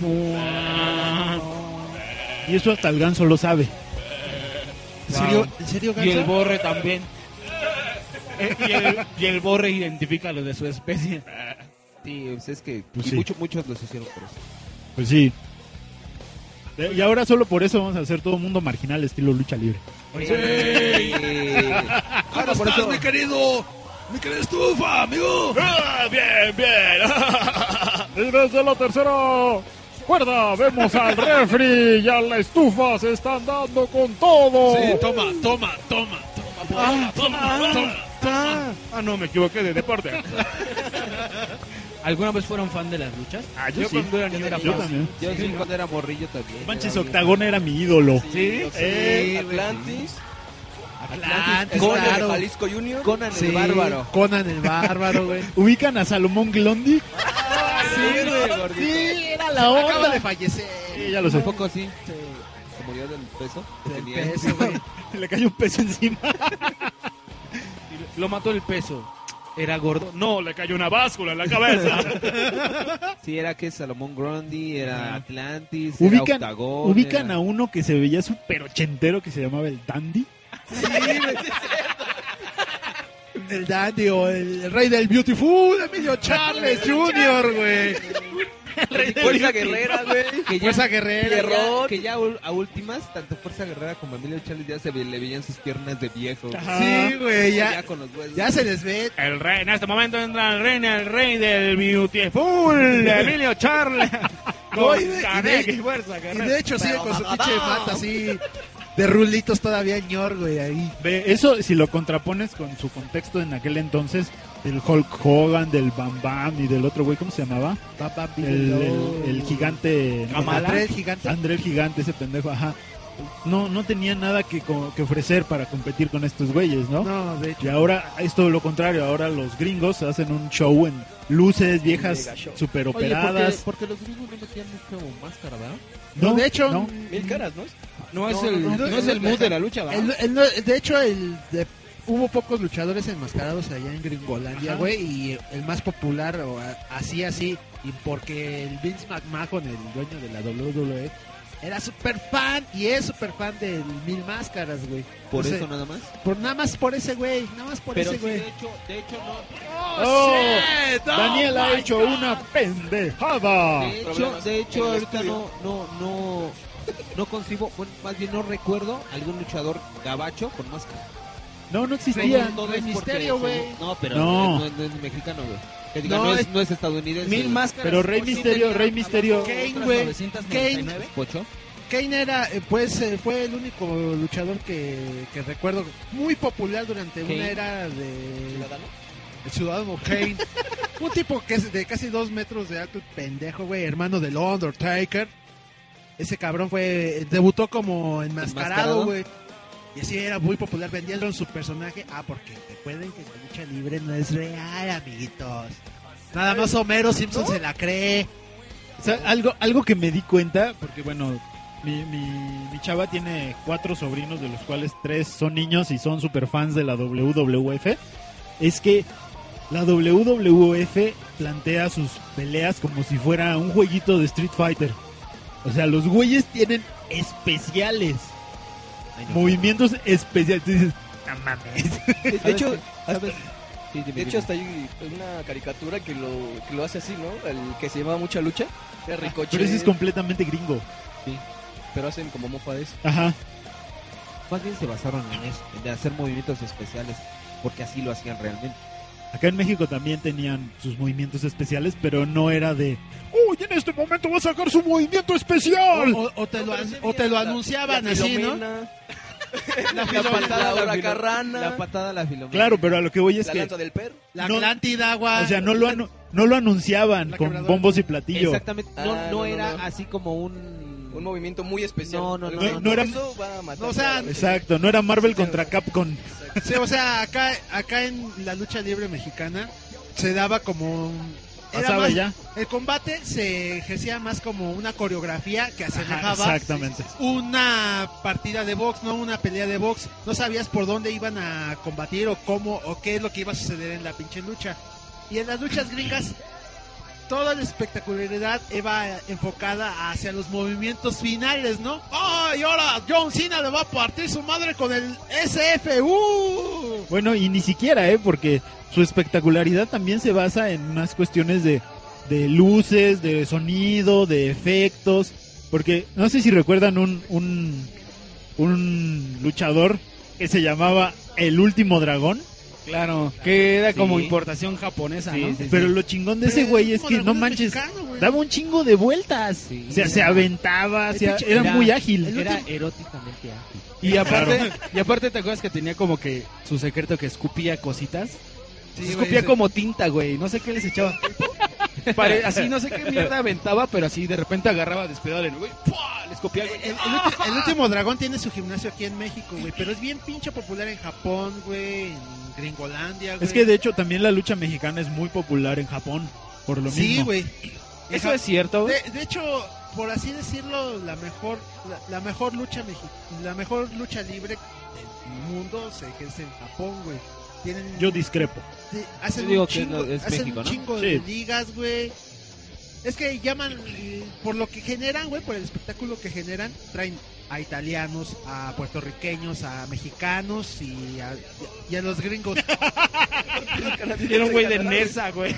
Y eso hasta el ganso lo sabe. ¿En serio? ¿En serio, Y el Ganso? borre también. Eh, y, el, y el borre identifica lo de su especie. Sí, pues es que... Pues y sí. muchos, muchos los hicieron por eso. Pues sí. Eh, Y ahora solo por eso vamos a hacer todo mundo marginal estilo lucha libre. ¿Cómo estás, mi querido? Mi querida estufa, amigo. Ah, bien, bien. Y desde la tercera cuerda vemos al refri y a la estufa se están dando con todo. Sí, toma, toma, toma, toma, Ah, toma, ah, toma. ah. Ah, no, me equivoqué de deporte. ¿Alguna vez fueron fan de las luchas? Ah, yo sí. cuando era niño era Yo fan. también. Yo sí, Sí. cuando era morrillo también. Manches, Era bien- Octagón era mi ídolo. ¿Sí? Eh, Atlantis. Atlantis, Conan claro. de Jalisco Junior. Conan Sí, el Bárbaro. Conan el Bárbaro, güey. ¿Ubican a Salomón Glondi? Sí, güey, gordito. Sí, era la Acaba onda. de fallecer. Sí, ya lo sé. Un poco así. Se murió del peso que Del tenía. peso, güey. Le cayó un peso encima. Lo mató el peso. ¿Era gordo? No, le cayó una báscula en la cabeza. Sí, era que Salomón Grundy, era Atlantis, Ubican, era Octagón. ubican era- a uno que se veía súper ochentero que se llamaba el Dandy. El Dandy o el rey del Beautiful, Emilio Charles junior, güey. Fuerza Guerrera, güey. Que ya, Fuerza Guerrera, que ya- Pierrot. que ya ul- a últimas, tanto Fuerza Guerrera como Emilio Charles ya se ve- le veían sus piernas de viejo. Ajá. Sí, güey, ya, Ya con los huesos. ya se les ve. El rey, en este momento entra el rey, el rey del Beautiful, Emilio Charles. No, Con y de- y Canek de- y Fuerza Y Guerrera. de hecho sigue Pero con su mamadón. pinche mata así de rulitos todavía ñor, güey, ahí. Ve, eso si lo contrapones con su contexto en aquel entonces, del Hulk Hogan, del Bam Bam y del otro güey, ¿cómo se llamaba? Bam Bam El, Bigelow. el, el gigante. Kamala. André el gigante. André el gigante, ese pendejo, ajá. No, no tenía nada que, co- que ofrecer para competir con estos güeyes, ¿no? No, de hecho. Y ahora es todo lo contrario, ahora los gringos hacen un show en luces viejas Mega show. super Oye, operadas. porque, porque los gringos no metían mucho máscara, ¿verdad? No, de hecho, no. Mil caras, ¿no? No es No, el, no, no, no, es no, el mood de la lucha, ¿va? El- el- no, de hecho, el de- hubo pocos luchadores enmascarados allá en Gringolandia, Ajá. güey, y el más popular, o a- así, así, y porque el Vince McMahon, el dueño de la W W E, era súper fan, y es súper fan del Mil Máscaras, güey. Por Entonces, eso nada más. por nada más por ese güey, nada más por Pero ese sí, güey. de hecho, de hecho no. Oh, shit, oh Daniel ha my hecho God. una pendejada. De hecho, Problemas de hecho en el ahorita estudio. no, no, no, no concibo, bueno, más bien no recuerdo algún luchador gabacho con máscara. No, no existía. Todo Rey es porque Misterio, según- güey. No, pero No. no, no es mexicano, güey. Que diga, No, no, es, es- no es estadounidense. Mil máscaras. Pero Rey por sí Misterio, tenía Rey Misterio. Kane, otras güey. novecientos noventa y Kane. nueve. Pocho. Kane era, eh, pues, eh, fue el único luchador que, que recuerdo muy popular durante Kane. una era de... ¿Ciudadano? El ciudadano Kane. Un tipo que es de casi dos metros de alto, pendejo, güey, hermano del Undertaker. Ese cabrón fue, debutó como enmascarado, ¿Enmascarado? güey. Y así era muy popular, vendieron su personaje. Ah, porque recuerden que la lucha libre no es real, amiguitos. Nada más Homero Simpson se la cree. O sea, algo, algo que me di cuenta, porque bueno, mi, mi, mi chava tiene cuatro sobrinos, de los cuales tres son niños y son super fans de la W W F, es que la W W F plantea sus peleas como si fuera un jueguito de Street Fighter. O sea, los güeyes tienen especiales. Ay, no. Movimientos especiales. Tú dices, no mames. De, de hecho, hasta, Sí, dime, de dime. hecho hasta hay una caricatura que lo, que lo hace así, ¿no? El que se llama Mucha Lucha. Es Ricochet. Pero ese es completamente gringo. Sí, pero hacen como mofa de eso. Ajá. Más bien se basaron en eso, en hacer movimientos especiales, porque así lo hacían realmente. Acá en México también tenían sus movimientos especiales, pero no era de... ¡Uy, en este momento va a sacar su movimiento especial! O, o te, lo, an- o te lo anunciaban La así, ¿no? Filomena, La, La patada, la huracarrana. La patada a la filomena. Claro, pero a lo que voy es la que... lanza del perro. La No, Atlántida, agua. O sea, no lo, anu- no lo anunciaban La con quebradora. bombos y platillo. Exactamente. No, Ah, no, no, no, era no. así como un... Un movimiento muy especial. No, no, no, no, no era- Eso va a matar. O sea, Exacto, no era Marvel contra Capcom. Sí, o sea, acá, acá en la lucha libre mexicana se daba como un... era Pasaba más- ya. El combate se ejercía más como una coreografía que Ajá, asemejaba exactamente. una partida de box, no una pelea de box. No sabías por dónde iban a combatir o cómo o qué es lo que iba a suceder en la pinche lucha. Y en las luchas gringas toda la espectacularidad iba enfocada hacia los movimientos finales, ¿no? ¡Oh! Y ahora John Cena le va a partir su madre con el S F U. Bueno, y ni siquiera, ¿eh? Porque su espectacularidad también se basa en unas cuestiones de, de luces, de sonido, de efectos. Porque no sé si recuerdan un, un, un luchador que se llamaba El Último Dragón. Claro, que era como Sí. importación japonesa, Sí, ¿no? sí, sí. Pero lo chingón de Pero ese güey el es Último que, no Dragón es manches, mexicano, güey. daba un chingo de vueltas. Sí. O sea, se aventaba, El hacía- pinche- era, era- muy ágil. el Era último- eróticamente ágil. Y aparte, y aparte te acuerdas que tenía como que su secreto que escupía cositas. Sí, escupía güey, como tinta, güey. No sé qué les echaba. Pare- así no sé qué mierda aventaba, pero así de repente agarraba despedale, güey. ¡Pua! Le escupía, güey. El, el ulti- el último dragón tiene su gimnasio aquí en México, güey, pero es bien pinche popular en Japón, güey, en Gringolandia, güey. Es que de hecho también la lucha mexicana es muy popular en Japón, por lo sí, mismo. güey. Eso es cierto. De, de hecho, por así decirlo, la mejor la, la mejor lucha mexi- la mejor lucha libre del mundo se ejerce en Japón, güey. Tienen Yo discrepo. sí, hacen Yo digo un que chingo, no- es hacen México, un ¿no? chingo de Sí. ligas, güey. Es que llaman eh, por lo que generan, güey, por el espectáculo que generan, traen a italianos, a puertorriqueños, a mexicanos y a, y a los gringos. Era un güey de Nesa, güey.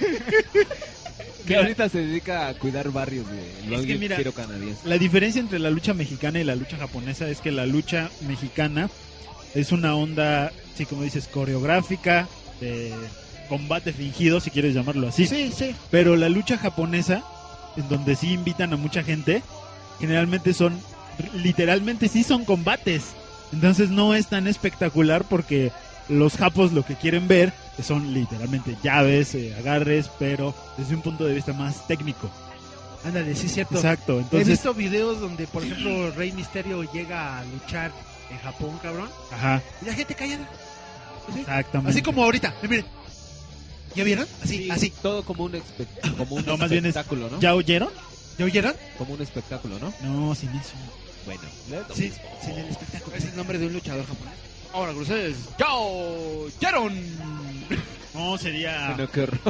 Que ahorita se dedica a cuidar barrios de Es que mira, quiero canadiense. La diferencia entre la lucha mexicana y la lucha japonesa es que la lucha mexicana es una onda, sí, como dices, coreográfica, de combate fingido, si quieres llamarlo así. Sí, sí. Pero la lucha japonesa, en donde sí invitan a mucha gente, generalmente son, literalmente sí son combates. Entonces no es tan espectacular porque los japos lo que quieren ver son literalmente llaves, eh, agarres, pero desde un punto de vista más técnico. Ándale, sí es cierto. Exacto, He entonces... visto videos donde, por ejemplo, Rey Misterio llega a luchar en Japón, cabrón. Ajá, Y la gente callada. Así, exactamente. así como ahorita. Eh, miren. ¿Ya vieron? Así, Sí, así. Todo como un, espe- como un No, más bien es- espectáculo, ¿no? ¿Ya oyeron? ¿Ya oyeron? Como un espectáculo, ¿no? No, sin eso. Bueno, Sí, sin el espectáculo. Es el nombre de un luchador japonés. Ahora, con ustedes, ¡Chao! ¡Yaron! No, sería... Bueno, qué horror.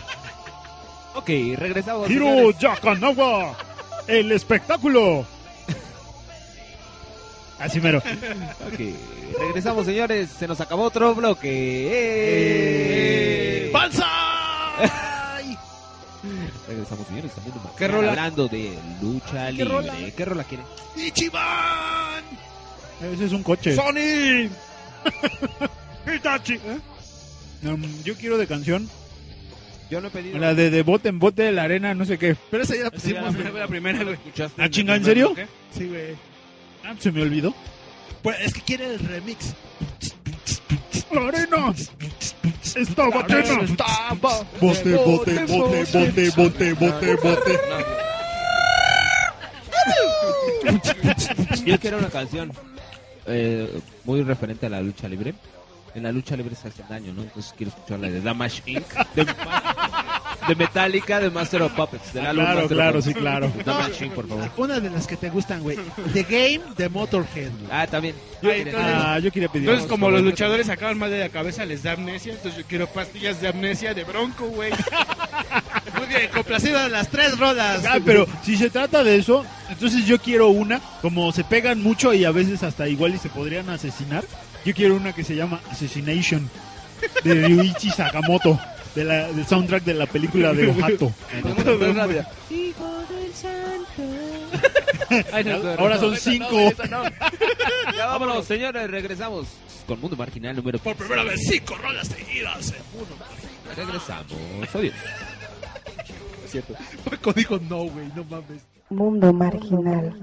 Ok, regresamos. Hiro señores. Yakanawa, el espectáculo. Así mero. Ok, regresamos, señores. Se nos acabó otro bloque. ¡Eh! ¡Panza! Regresamos, señores. También ¿Qué rola? hablando de lucha libre. rola? ¿Qué rola quiere? ¡Ichiban! Ese es un coche. ¡Sony! Hitachi. Um, yo quiero de canción Yo no he pedido. la de, de bote en bote de la arena, no sé qué. Pero esa ya la Esa ya pusimos, la, güey. la primera, güey. ¿Ah, chinga, en serio? ¿Qué? Sí, güey. Ah, se me olvidó. Pues es que quiere el remix. La arena estaba llena. Estaba Bote, bote, bote, bote, bote, bote, bote. Yo quiero una canción eh, muy referente a la lucha libre. En la lucha libre se hacen daño, ¿no? Entonces quiero escuchar la de Damage incorporated. De- de Metallica, de Master of Puppets. Del Ah, álbum claro, Master claro, of sí, Puppets. claro. No, Machine, por favor. Una de las que te gustan, güey. The Game de Motorhead. güey. Ah, también. Ay, entonces, Ah, yo quería pedir. entonces vamos, como por los favor. luchadores acaban mal de la cabeza, les da amnesia. Entonces yo quiero pastillas de amnesia de Bronco, güey. Muy bien, complacido de las tres rolas. Ah, pero si se trata de eso, entonces yo quiero una, como se pegan mucho y a veces hasta igual y se podrían asesinar, yo quiero una que se llama Assassination, de Ryuichi Sakamoto, de la, del soundtrack de la película de Ohato. Hijo del santo. Ay, no, no, Ahora no, son esa no, cinco. esa no. Ya vámonos, señores, regresamos con Mundo Marginal número Por primera vez, cinco rolas seguidas en Mundo Marginal. Regresamos. Adiós. Cierto. Paco dijo no, güey, no mames. Mundo marginal.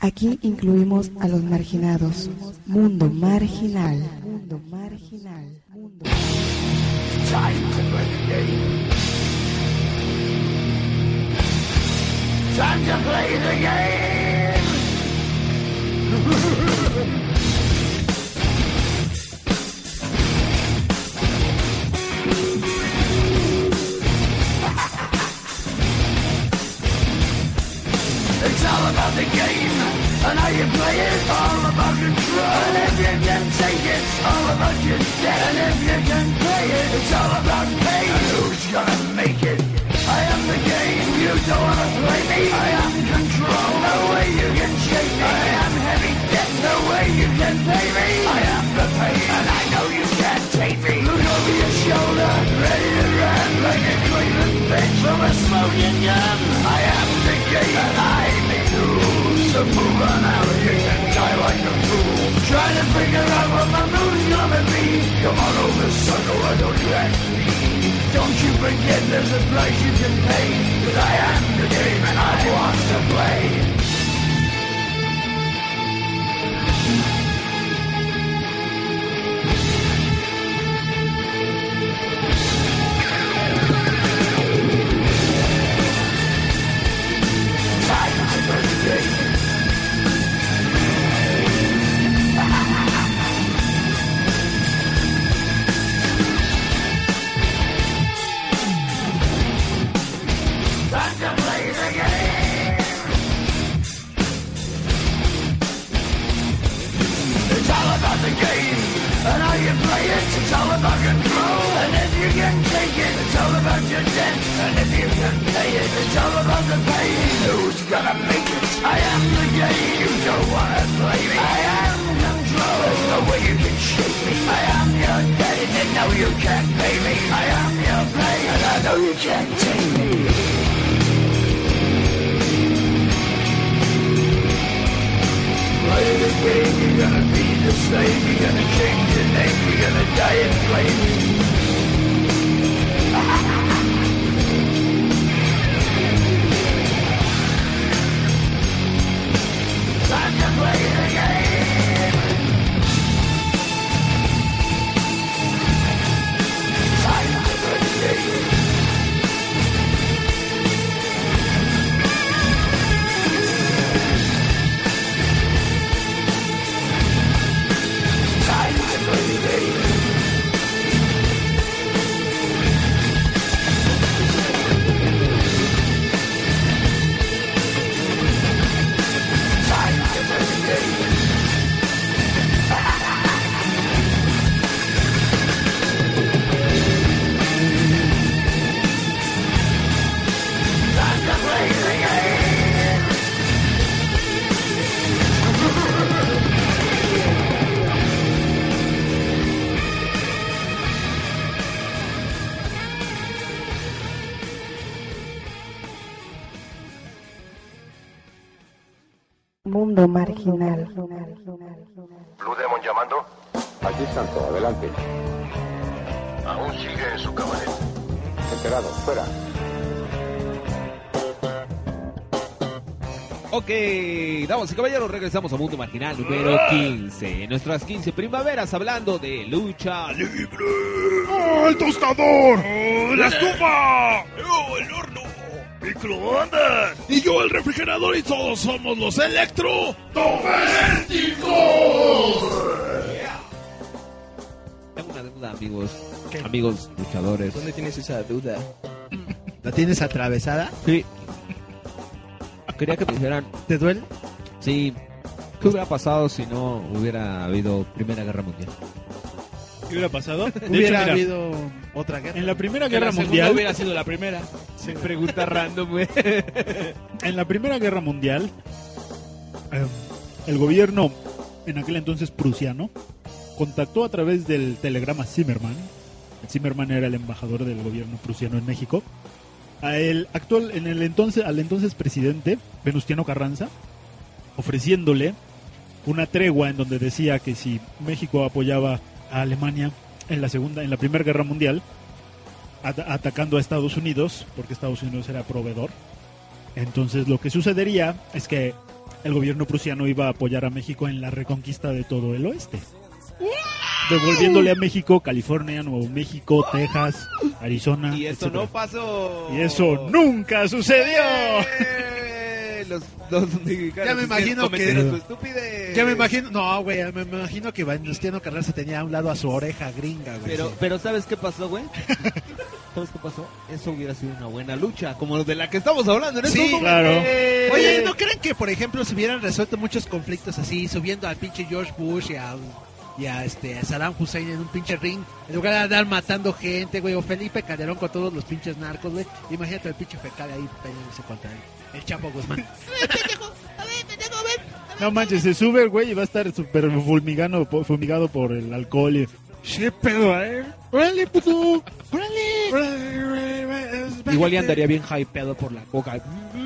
Aquí incluimos a los marginados. Mundo marginal. Mundo marginal. Mundo Time to play the game. Time to play the game. It's all about the game and how you play it. All about control. And if you can take it, all about your debt. And if you can play it, it's all about pain. And who's gonna make it? I am the game. You don't wanna play me. I am control. No way you can shake me. I am heavy debt. No way you can pay me. I am the pain, and I know you can't take me. Look over your shoulder, ready to run like a Cleveland bitch from a smoking gun. I am the game, and I make the rules. So move on out, you can die like a fool. Trying to figure out what my move's gonna be. Come on over, sucker, why don't you ask me? Don't you forget there's a price you can pay. Cause I am the game and I want to play. Time to play the game. Time to play the game. It's all about the game and how you play it. It's all about control. And if you can take it, it's all about your debt. And if you can pay it, it's all about the pain. Who's gonna make it? I am the game. You don't wanna play me. I am control. There's no way you can shake me. I am your debt, and no you can't pay me. I am your pain, and I know you can't take me. Play the game, you're gonna be the slave, you're gonna change your name, you're gonna die in flames. Time to play the game. Time to play the game. Time to play the game. Time to play the game. Time to play the game. Mundo marginal. Blue Demon llamando. Aquí Santo, adelante. Aún sigue en su cabaret. Enterado, fuera. Ok, damas y caballeros, regresamos a Mundo Marginal número quince. Nuestras quince primaveras hablando de lucha libre. ¡Oh, el tostador! ¡Oh, la estufa! ¡Oh, el horno! ¡Microondas! Y yo el refrigerador y todos somos los electrodomésticos. Tengo una duda, amigos. Amigos luchadores. ¿Dónde tienes esa duda? ¿La tienes atravesada? Sí. Quería que me dijeran. ¿Te duele? Sí. ¿Qué hubiera pasado si no hubiera habido Primera Guerra Mundial? ¿Qué hubiera pasado? De Hubiera hecho, mira, habido otra guerra. en la Primera Que Guerra la segunda Mundial... hubiera sido la primera. Sí. Pregunta random, güey. En la Primera Guerra Mundial, eh, el gobierno, en aquel entonces prusiano, contactó a través del telegrama Zimmermann. Zimmermann era el embajador del gobierno prusiano en México. A el actual, en el entonces, al entonces presidente Venustiano Carranza, ofreciéndole una tregua en donde decía que si México apoyaba a Alemania en la segunda, en la Primera Guerra Mundial, at- atacando a Estados Unidos, porque Estados Unidos era proveedor. Entonces lo que sucedería es que el gobierno prusiano iba a apoyar a México en la reconquista de todo el oeste. Devolviéndole a México California, Nuevo México, Texas, Arizona. Y eso etcétera. no pasó. Y eso nunca sucedió. ¡Eh! Los, los mexicanos Ya me imagino cometieron que... su estupidez. Ya me imagino... No, güey, me, me imagino que Venustiano Carranza tenía a un lado a su oreja gringa, güey. Pero, Sí. pero ¿sabes qué pasó, güey? ¿Sabes qué pasó? Eso hubiera sido una buena lucha, como de la que estamos hablando en estos Sí, momentos. claro. Oye, ¿no creen que, por ejemplo, se hubieran resuelto muchos conflictos así, subiendo al pinche George Bush y a, y a, este, a Saddam Hussein en un pinche ring, en lugar de andar matando gente, güey, o Felipe Calderón con todos los pinches narcos, güey? Imagínate el pinche fecal ahí peleándose contra él, el Chapo Guzmán. No manches, se sube el güey y va a estar súper fulmigano, po- fumigado por el alcohol. Y... ¿Qué pedo, eh? ¡Órale, puto! ¡Órale! Igual ya andaría bien hypeado por la coca.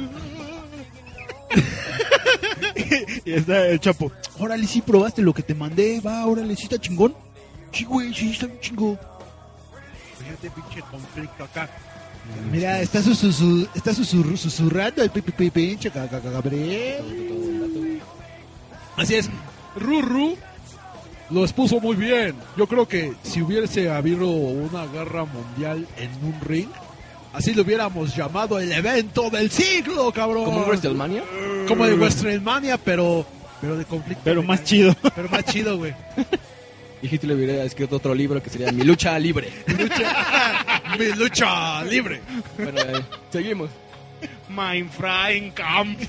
Y está el Chapo. Órale, sí probaste lo que te mandé. Va, órale, sí está chingón. Sí, güey, sí está bien chingón. Fíjate, pinche conflicto acá. Mira, está, susurru está susurru susurrando el pi- pi- pi- pinche ca- ca- ca- Gabriel. Así es. Ruru lo expuso muy bien. Yo creo que si hubiese habido una guerra mundial en un ring, así lo hubiéramos llamado el evento del siglo, cabrón. ¿Como un WrestleMania? Como de WrestleMania, pero pero de conflicto. Pero más chido. Pero más chido, güey. Y Hitler hubiera escrito otro libro que sería Mi lucha libre. Mi lucha libre. Bueno, eh, seguimos. Mein Freien Kampf.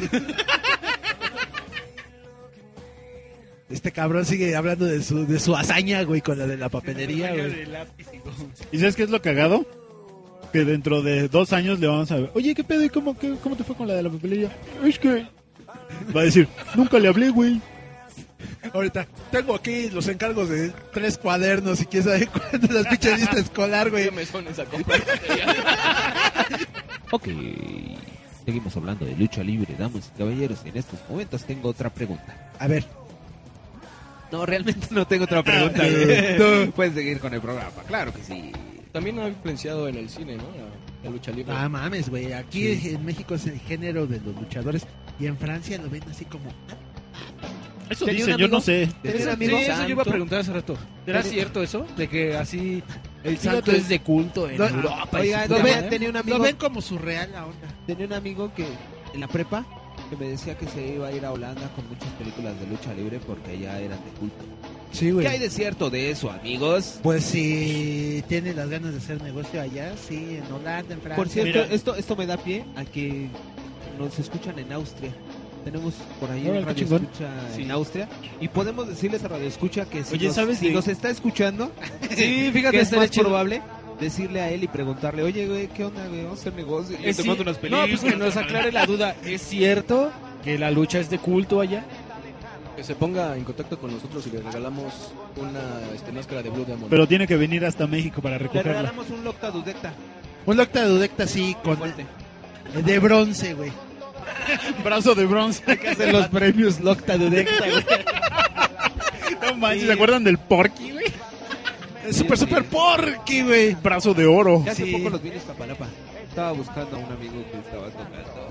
Este cabrón sigue hablando de su, de su hazaña, güey, con la de la papelería, güey. ¿Y sabes qué es lo cagado? Que dentro de dos años le vamos a ver. Oye, ¿qué pedo? ¿Y cómo, qué- cómo te fue con la de la papelería? Es que... Va a decir, nunca le hablé, güey. Ahorita, tengo aquí los encargos de tres cuadernos y quién sabe cuántas las pinches lista escolar, güey. Mesones a comprar material. Ok, seguimos hablando de lucha libre, damas y caballeros. En estos momentos tengo otra pregunta. A ver. No, realmente no tengo otra pregunta. Ah, güey. no. Puedes seguir con el programa, claro que sí. También ha influenciado en el cine, ¿no? La, la lucha libre. Ah, mames, güey. Aquí Sí. en México es el género de los luchadores y en Francia lo ven así como... Eso Tenía dicen, un yo amigo- no sé. Tenía un amigo- Sí, eso yo iba a preguntar hace rato. ¿Era Tenía- cierto eso? De que así el Fíjate, santo es de culto en lo- Europa. y Oiga, su lo puta ven- madre. tenía un amigo, Lo ven como surreal la onda. tenía un amigo que en la prepa que me decía que se iba a ir a Holanda con muchas películas de lucha libre porque ya eran de culto. Sí, ¿Qué hay de cierto de eso, amigos? Pues si tiene las ganas de hacer negocio allá, sí, en Holanda, en Francia. Por cierto, Mira. esto esto me da pie a que nos escuchan en Austria. Tenemos por ahí Órale, un qué radio chingón. escucha Sí. en Austria y podemos decirles a radio escucha que si, Oye, nos, ¿sabes si de- nos está escuchando, Sí, fíjate, que es estaría más chido. probable decirle a él y preguntarle, oye, güey, ¿qué onda, güey? Vamos a hacer negocio. Y Es te ci- mando unas no, películas. pues que nos aclare la duda. ¿Es cierto que la lucha es de culto allá? Que se ponga en contacto con nosotros y le regalamos una este, máscara de Blue Demon. Pero tiene que venir hasta México para Le recogerla. regalamos un Locta Dudecta. Un Locta Dudecta así, con de bronce, güey. Brazo de bronce. Hay que hacer los premios Locta Dudecta, güey. No manches, ¿se acuerdan del Porky, güey? Es super, super porky, güey. Brazo de oro. Ya hace Sí. poco los vi en Iztapalapa. Estaba buscando a un amigo que estaba tocando.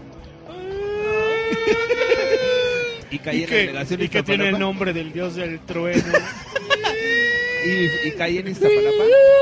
Y caí Y en la que, delegación y que tiene el Iztapalapa. nombre del dios del trueno. Y, y caí en Iztapalapa.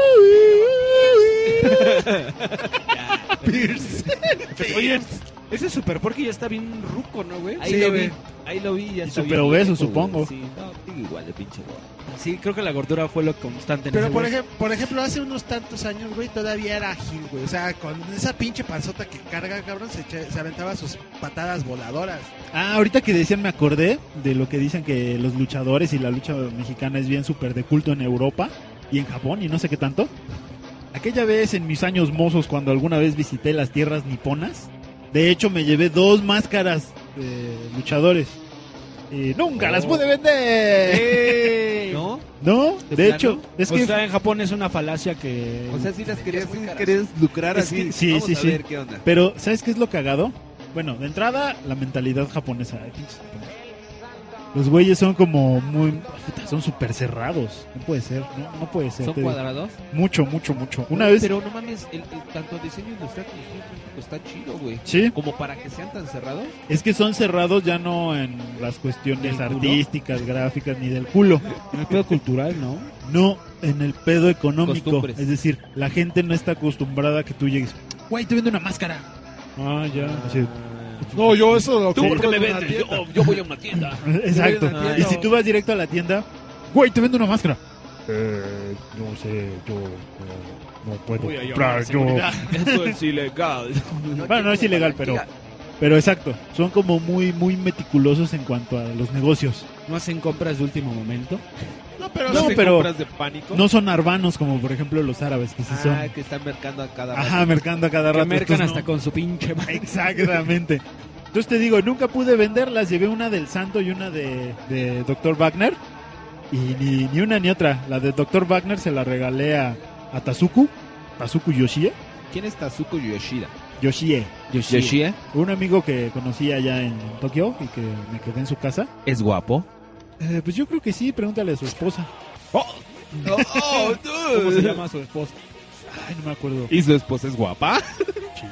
Oye, ese Super Porky ya está bien ruco, ¿no, güey? Ahí Sí, lo güey. vi. Ahí lo vi. Ya Y está súper bien obeso, viejo, supongo. güey. Sí, no, sigue igual de pinche gordo. Sí, creo que la gordura fue lo constante en Pero ese por, güey. ejem- por ejemplo, hace unos tantos años, güey, todavía era ágil, güey. O sea, con esa pinche panzota que carga, cabrón, se, echa- se aventaba sus patadas voladoras. Ah, ahorita que decían me acordé de lo que dicen que los luchadores y la lucha mexicana es bien súper de culto en Europa y en Japón y no sé qué tanto. Aquella vez en mis años mozos cuando alguna vez visité las tierras niponas, de hecho me llevé dos máscaras de luchadores y nunca las pude vender. ¡Ey! ¿No? No, ¿De de plano? hecho, es o que sea, en Japón es una falacia que... O sea, si las querías, muy caras. querías lucrar Es así. que- sí, Vamos sí, a sí. ver qué onda. Pero, ¿sabes qué es lo cagado? Bueno, de entrada, la mentalidad japonesa. eh, pinches japoneses. Los güeyes son como muy... puta, son súper cerrados. No puede ser, no, no puede ser. ¿Son te digo. cuadrados? Mucho, mucho, mucho. Una vez... Pero no mames, el, el, tanto el diseño industrial como el diseño gráfico está chido, güey. Sí. Como para que sean tan cerrados. Es que son cerrados ya no en las cuestiones ¿Del culo? artísticas, gráficas, ni del culo. En el pedo cultural, ¿no? No, en el pedo económico. Costumbres. Es decir, la gente no está acostumbrada a que tú llegues. Güey, te vendo una máscara. Ah, ya. Así, No, yo eso lo ¿Tú por qué compro me en una vendes? tienda. Yo, yo voy a una tienda. Exacto. Voy a una Y tienda si o- tú vas directo a la tienda, güey, te vendo una máscara. Eh, no sé, yo no, no puedo Voy a llamar a comprar, yo... seguridad. Eso es ilegal. Bueno, no es ilegal, pero pero exacto. Son como muy muy meticulosos en cuanto a los negocios. ¿No hacen compras de último momento? No, pero No, hacen pero compras de pánico. no son arbanos como por ejemplo los árabes que sí son. Ah, que están mercando a cada rato. Ajá, mercando a cada Que rato. mercan estos hasta no. con su pinche... Exactamente. Entonces te digo, nunca pude venderlas. Llevé una del Santo y una de, de doctor Wagner. Y ni, ni una ni otra. La de doctor Wagner se la regalé a, a Tazuku. Tazuku Yoshie. ¿Quién es Tazuko Yoshida? Yoshie. Yoshie. Un amigo que conocí allá en Tokio y que me quedé en su casa. ¿Es guapo? Eh, pues yo creo que sí, pregúntale a su esposa. Oh, ¿Cómo se llama su esposa? Ay, no me acuerdo. ¿Y su esposa es guapa? Sí.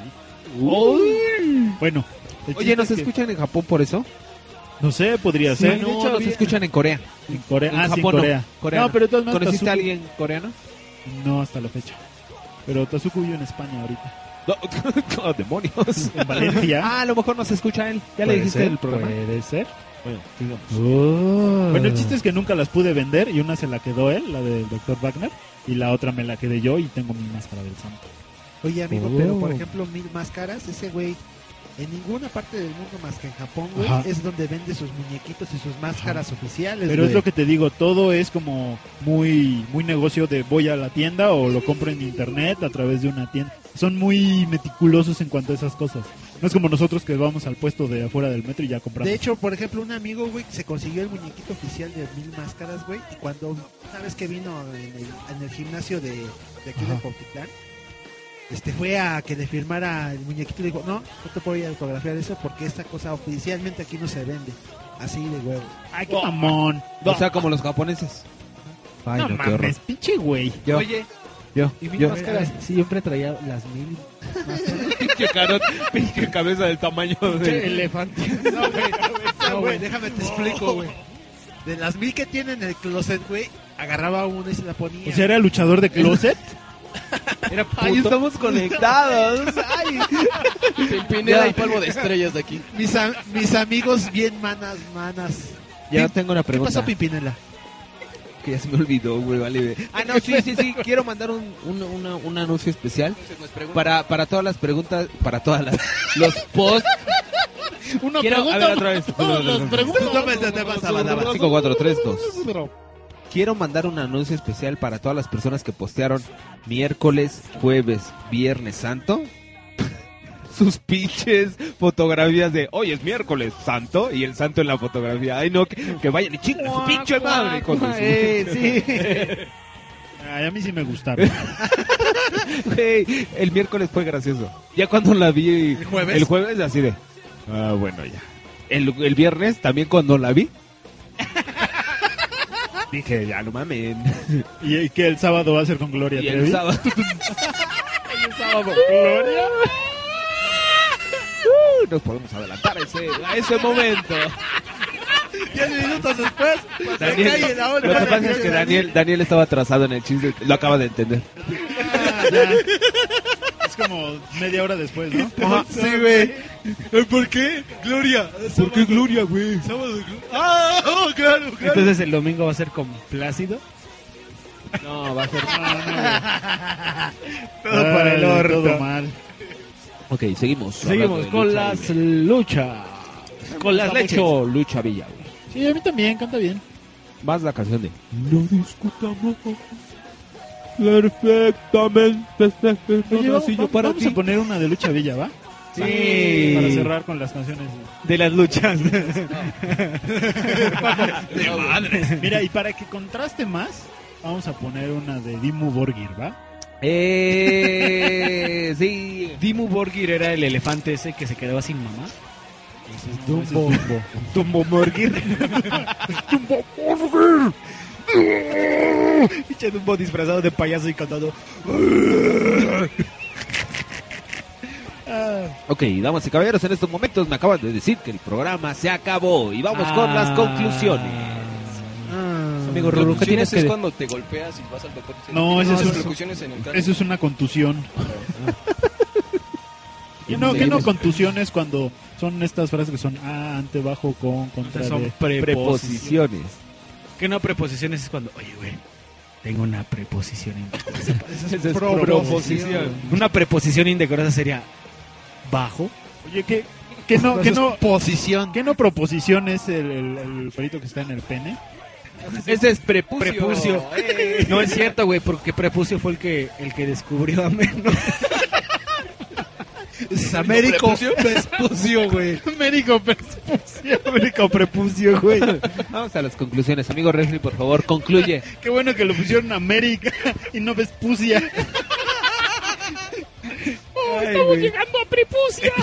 Uy. Bueno. el Oye, chiste ¿no es se que- escuchan en Japón por eso? No sé, podría Sí, ser. no, no se escuchan en Corea. En Corea. En ah, sí, en Japón no. Corea. Coreano. No, pero de todas maneras, ¿Conociste a Tazuku- alguien coreano? No, hasta la fecha. Pero Tazuku vive en España ahorita. No, oh, demonios. En Valencia. Ah, a lo mejor no se escucha él. ¿Ya le Puede dijiste ser, el programa? Puede ser. Bueno, sigamos. Oh. Bueno, el chiste es que nunca las pude vender y una se la quedó él, la del doctor Wagner, y la otra me la quedé yo y tengo mi máscara del santo. Oye, amigo, Oh. pero por ejemplo, Mil Máscaras, ese güey, en ninguna parte del mundo más que en Japón, güey, Ajá. es donde vende sus muñequitos y sus máscaras oficiales, Pero es güey. lo que te digo, todo es como muy muy negocio de voy a la tienda o lo compro en internet a través de una tienda. Son muy meticulosos en cuanto a esas cosas. No es como nosotros que vamos al puesto de afuera del metro y ya compramos. De hecho, por ejemplo, un amigo, güey, se consiguió el muñequito oficial de Mil Máscaras, güey, y cuando una vez que vino en el, en el gimnasio de, de aquí de Ajá. Cuautitlán, este fue a que le firmara el muñequito y le dijo, no, no te puedo ir a autografiar eso porque esta cosa oficialmente aquí no se vende. Así de huevo. Ay, qué mamón. O sea, como los japoneses. Ay, no, no, qué horror. mames, pinche güey. Yo. Oye, Yo, ¿y Mil yo. Máscaras siempre traía las mil Pinche carot, pinche cabeza del tamaño de... elefante? No, güey, no, güey, déjame te explico, güey. De las mil que tiene en el closet, güey, agarraba una y se la ponía. O sea, era luchador de closet. Era puto. Ay, estamos conectados. Ay. Pimpinela y polvo de estrellas de aquí. Mis, a- mis amigos bien manas, manas. Ya Pim- tengo una ¿Qué pregunta. pasó, Pimpinela? Que ya se me olvidó, güey, vale. Ah, no, sí, sí, sí. Quiero mandar un, un, una- un anuncio especial para, para todas las preguntas, para todas las los posts. Una Quiero, a pregunta. ver, otra vez. Todas las preguntas. No me te pasaba nada. cinco, cuatro, tres, dos. Quiero mandar un anuncio especial para todas las personas que postearon miércoles, jueves, viernes santo. Sus pinches fotografías de hoy es miércoles santo y el santo en la fotografía. Ay, no, que, que vayan y chingan a su pinche madre. Con su- Eh, Ay, a mí sí me gustaron. Güey, el miércoles fue gracioso. Ya cuando la vi. ¿El jueves? El jueves, así de. Ah, bueno, ya. El, el viernes, también cuando la vi. Dije, ya no mamen. ¿Y, y que el sábado va a ser con Gloria Y Trevi? el sábado. ¿Y el sábado Gloria? Uh, nos podemos adelantar a ese, a ese momento. Diez minutos después, cuando Daniel, cae la ola, lo que pasa es que Daniel, Daniel estaba atrasado en el chiste. Lo acaba de entender. Ah, ya. Es como media hora después, ¿no? Ajá, sí, güey. ¿Por qué? Gloria. ¿Por qué Gloria, güey? Sábado de Gloria. Ah, oh, claro, claro. Entonces el domingo va a ser con Plácido. No, va a ser. Todo para el Ay, orto. Todo mal. Ok, seguimos. Seguimos hablando de con lucha las libre. luchas. Con las Gusta leches. mucho Lucha Villa, güey. Sí, a mí también, canta bien. Más la canción de No discutamos perfectamente este Oye, vamos, yo para vamos ti. a poner una de Lucha Villa, ¿va? Sí. Para cerrar con las canciones. De las luchas. De madres. Mira, y para que contraste más, vamos a poner una de Dimmu Borgir, ¿va? Eh, sí. Dimmu Borgir era el elefante ese que se quedaba sin mamá. Dumbo. Dumbo. Dumbo Morgir. Dumbo Morgir. Pinche Dumbo disfrazado de payaso y cantando. Ok, damas y caballeros, en estos momentos me acaban de decir que el programa se acabó y vamos con las conclusiones. Amigo Ruru, ¿qué tienes que es cuando te golpeas y vas al doctor? y se- No, eso, las es, percusiones en el cráneo. eso es una contusión. Y no, que no contusiones cuando son estas frases que son ah, ante, bajo, con, contra, Son de preposiciones. Que no preposiciones es cuando, oye, güey, tengo una preposición indecorosa. Esa es proposición. Una preposición indecorosa sería bajo. Oye, ¿qué, qué no, qué no, posición. ¿qué no proposición es el, el, el pelito que está en el pene? Ese es prepucio. Prepucio. Eh. No es cierto, güey, porque prepucio fue el que el que descubrió a menos. Es Américo Vespucio, güey. Américo Vespucio. Américo prepucio, güey. Vamos a las conclusiones. Amigo Refri, por favor, concluye. Qué bueno que lo pusieron América y no Vespucia. Oh, Ay, estamos güey. llegando a prepucia.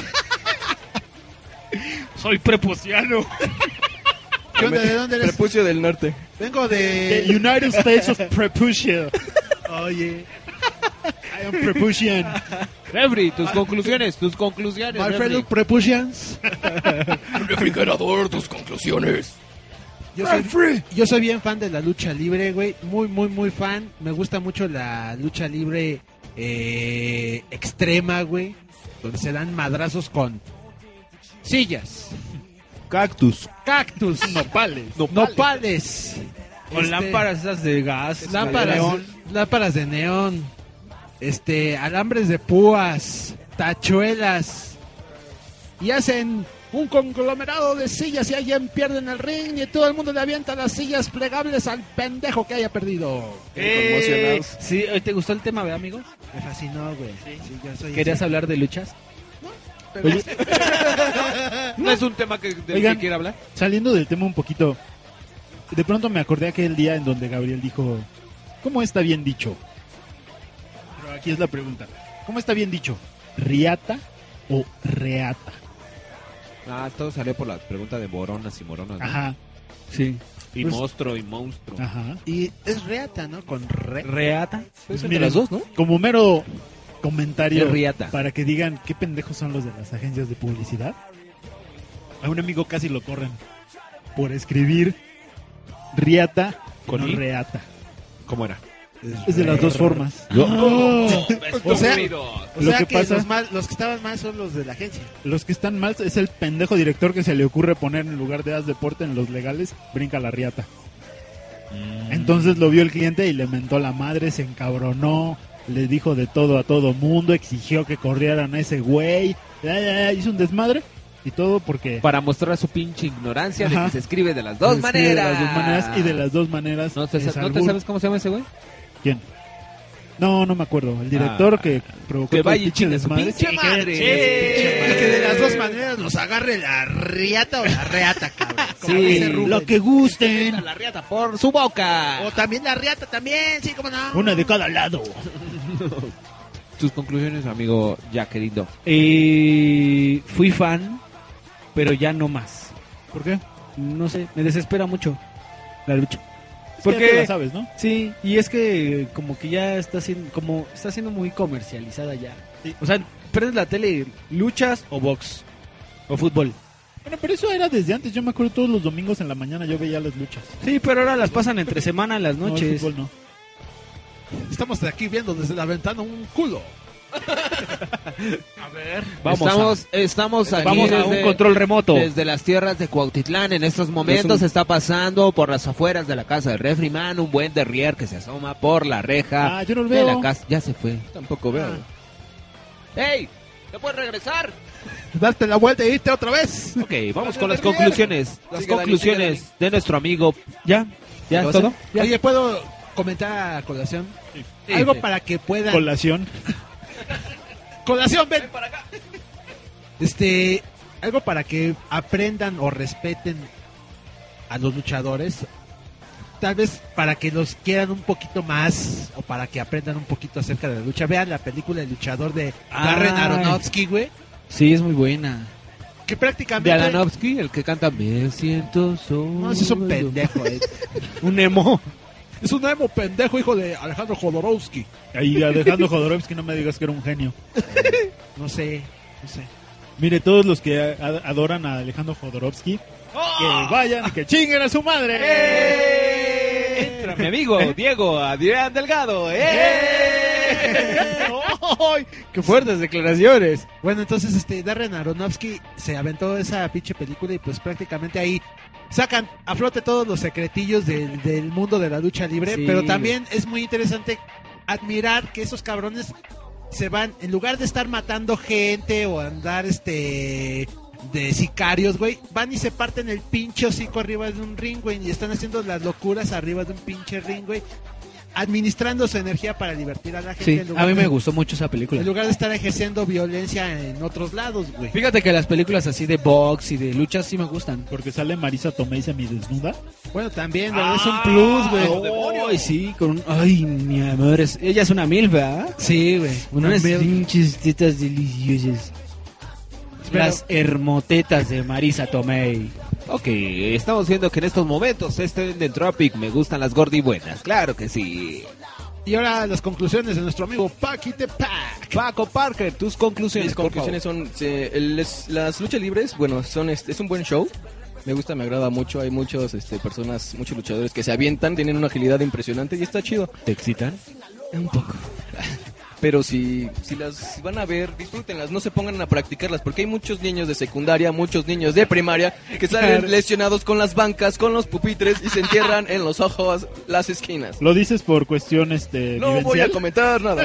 Soy prepuciano. ¿Qué onda? ¿De dónde eres? Prepucio del norte. Vengo de... The United States of Prepucio. Oye. I am Prepucian. Refri, tus conclusiones, tus conclusiones. My Refri. fellow Prepucians. Refrigerador, tus conclusiones. Yo soy, yo soy bien fan de la lucha libre, güey. Muy, muy, muy fan. Me gusta mucho la lucha libre eh, extrema, güey. Donde se dan madrazos con sillas, Cactus. cactus, Nopales. nopales, Con este, lámparas esas de gas. lámparas, de neón. lámparas de neón, este, alambres de púas, tachuelas. Y hacen un conglomerado de sillas y alguien pierde en el ring y todo el mundo le avienta las sillas plegables al pendejo que haya perdido. Eh, sí, ¿hoy ¿te gustó el tema, verdad, amigo? Me fascinó, güey. Sí, yo soy ¿Querías ese. hablar de luchas? Pero- Oye, No es un tema que, del Oigan, que quiera hablar. saliendo del tema un poquito, de pronto me acordé aquel día en donde Gabriel dijo, ¿cómo está bien dicho? Pero aquí es la pregunta, ¿cómo está bien dicho? ¿Riata o reata? Ah, todo salió por la pregunta de moronas y moronas. ¿no? Ajá, Sí. Y Pues- monstruo y monstruo. ajá. Y es reata, ¿no? Con re. Reata. Pues Entre miren, las dos, ¿no? Como mero comentario Es riata. para que digan qué pendejos son los de las agencias de publicidad. A un amigo casi lo corren por escribir riata con ¿Con I? reata. ¿Cómo era? Es de las dos formas. O sea, Estúpido. o Lo sea que que, pasa- los, mal- los que estaban mal son los de la agencia. Los que están mal es el pendejo director que se le ocurre poner en lugar de haz deporte en los legales, brinca la riata. Entonces lo vio el cliente y le mentó la madre, se encabronó, le dijo de todo a todo mundo, exigió que corrieran a ese güey, ya, ya, ya, hizo un desmadre y todo porque Para mostrar su pinche ignorancia Ajá. de que se escribe de las dos se escribe maneras. de las dos maneras y de las dos maneras ¿No te, es ¿no te albur. sabes cómo se llama ese güey? ¿Quién? No, no me acuerdo. El director Ah. que provocó Que todo el vaya y pinche chingue su desmadre. pinche Sí, madre. que- Y sí, que de las dos maneras nos agarre la riata o la reata, cabrón. Como Sí, dice Rubén. lo que gusten. La riata por su boca. O también la riata también, sí, como no. Una de cada lado. Tus conclusiones, amigo ya querido. Eh, fui fan, pero ya no más. ¿Por qué? No sé, me desespera mucho la lucha. Es que ya te la sabes, ¿no? Sí, y es que como que ya está siendo, como está siendo muy comercializada ya. O sea, prendes la tele, luchas o box o fútbol. Bueno, pero eso era desde antes. Yo me acuerdo todos los domingos en la mañana yo veía las luchas. Sí, pero ahora las pasan entre semana en las No, el noches. fútbol no. Estamos de aquí viendo desde la ventana un culo. A ver. Vamos estamos estamos aquí Vamos a desde, un control remoto. desde las tierras de Cuautitlán. En estos momentos Es un- está pasando por las afueras de la casa de Refri Man un buen derrier que se asoma por la reja Ah, yo no lo de veo. la casa. Ya se fue. Tampoco veo. ¡Ey! ¿Te puedes regresar? Darte la vuelta e irte otra vez. Ok, vamos con las conclusiones. Las Sigue, Dani, conclusiones sigue, de nuestro amigo. ¿Ya? ¿Ya ¿Lo es todo? hace? ¿Ya? Oye, ¿puedo comentar a colación? Sí. Algo Sí. para que puedan... Colación. ¡Colación, ven! Este... Algo para que aprendan o respeten a los luchadores. Tal vez para que los quieran un poquito más o para que aprendan un poquito acerca de la lucha. Vean la película El luchador de Ay. Darren Aronofsky, güey. Sí, es muy buena. que prácticamente... De Alanovsky, el que canta Me siento solo. No, ese es un pendejo. eh. Un emo. Es un emo pendejo, hijo de Alejandro Jodorowsky. Ahí Alejandro Jodorowsky, no me digas que era un genio. No sé, no sé. Mire, todos los que a- adoran a Alejandro Jodorowsky, que vayan y que chinguen a su madre. Entra mi amigo Diego Adrián Delgado. ¡Eh! ¡Ay! ¡Qué fuertes declaraciones! Bueno, entonces este Darren Aronofsky se aventó esa pinche película y pues prácticamente ahí sacan a flote todos los secretillos del, del mundo de la lucha libre, Sí. pero también es muy interesante admirar que esos cabrones se van, en lugar de estar matando gente o andar este de sicarios, güey, van y se parten el pinche hocico arriba de un ring, güey, y están haciendo las locuras arriba de un pinche ring, güey, administrando su energía para divertir a la gente. Sí, en lugar a mí de- me gustó mucho esa película. En lugar de estar ejerciendo violencia en otros lados, güey. Fíjate que las películas así de box y de luchas sí me gustan. Porque sale Marisa Tomei semidesnuda. Bueno, también, Ah, es un plus, güey. Ay, sí, con un... Ay, mi amor, es- ella es una milf, ¿verdad? Sí, güey. Unas Una milf. pinches tetas deliciosas. Pero- Las hermotetas de Marisa Tomei. Ok, estamos viendo que en estos momentos este de Tropic me gustan las gordibuenas. Claro que sí. Y ahora las conclusiones de nuestro amigo Paquite Pac. Paco Parker, tus conclusiones. Mis conclusiones son, se- el- les- las luchas libres, bueno, son este, es un buen show. Me gusta, me agrada mucho. Hay muchos este, personas, muchos luchadores que se avientan, tienen una agilidad impresionante y está chido. ¿Te excitan? Un poco. Pero si, si las van a ver, disfrútenlas, no se pongan a practicarlas, porque hay muchos niños de secundaria, muchos niños de primaria que salen Claro. lesionados con las bancas, con los pupitres y se entierran en los ojos las esquinas. ¿Lo dices por cuestión este, No voy a vivencial? comentar nada.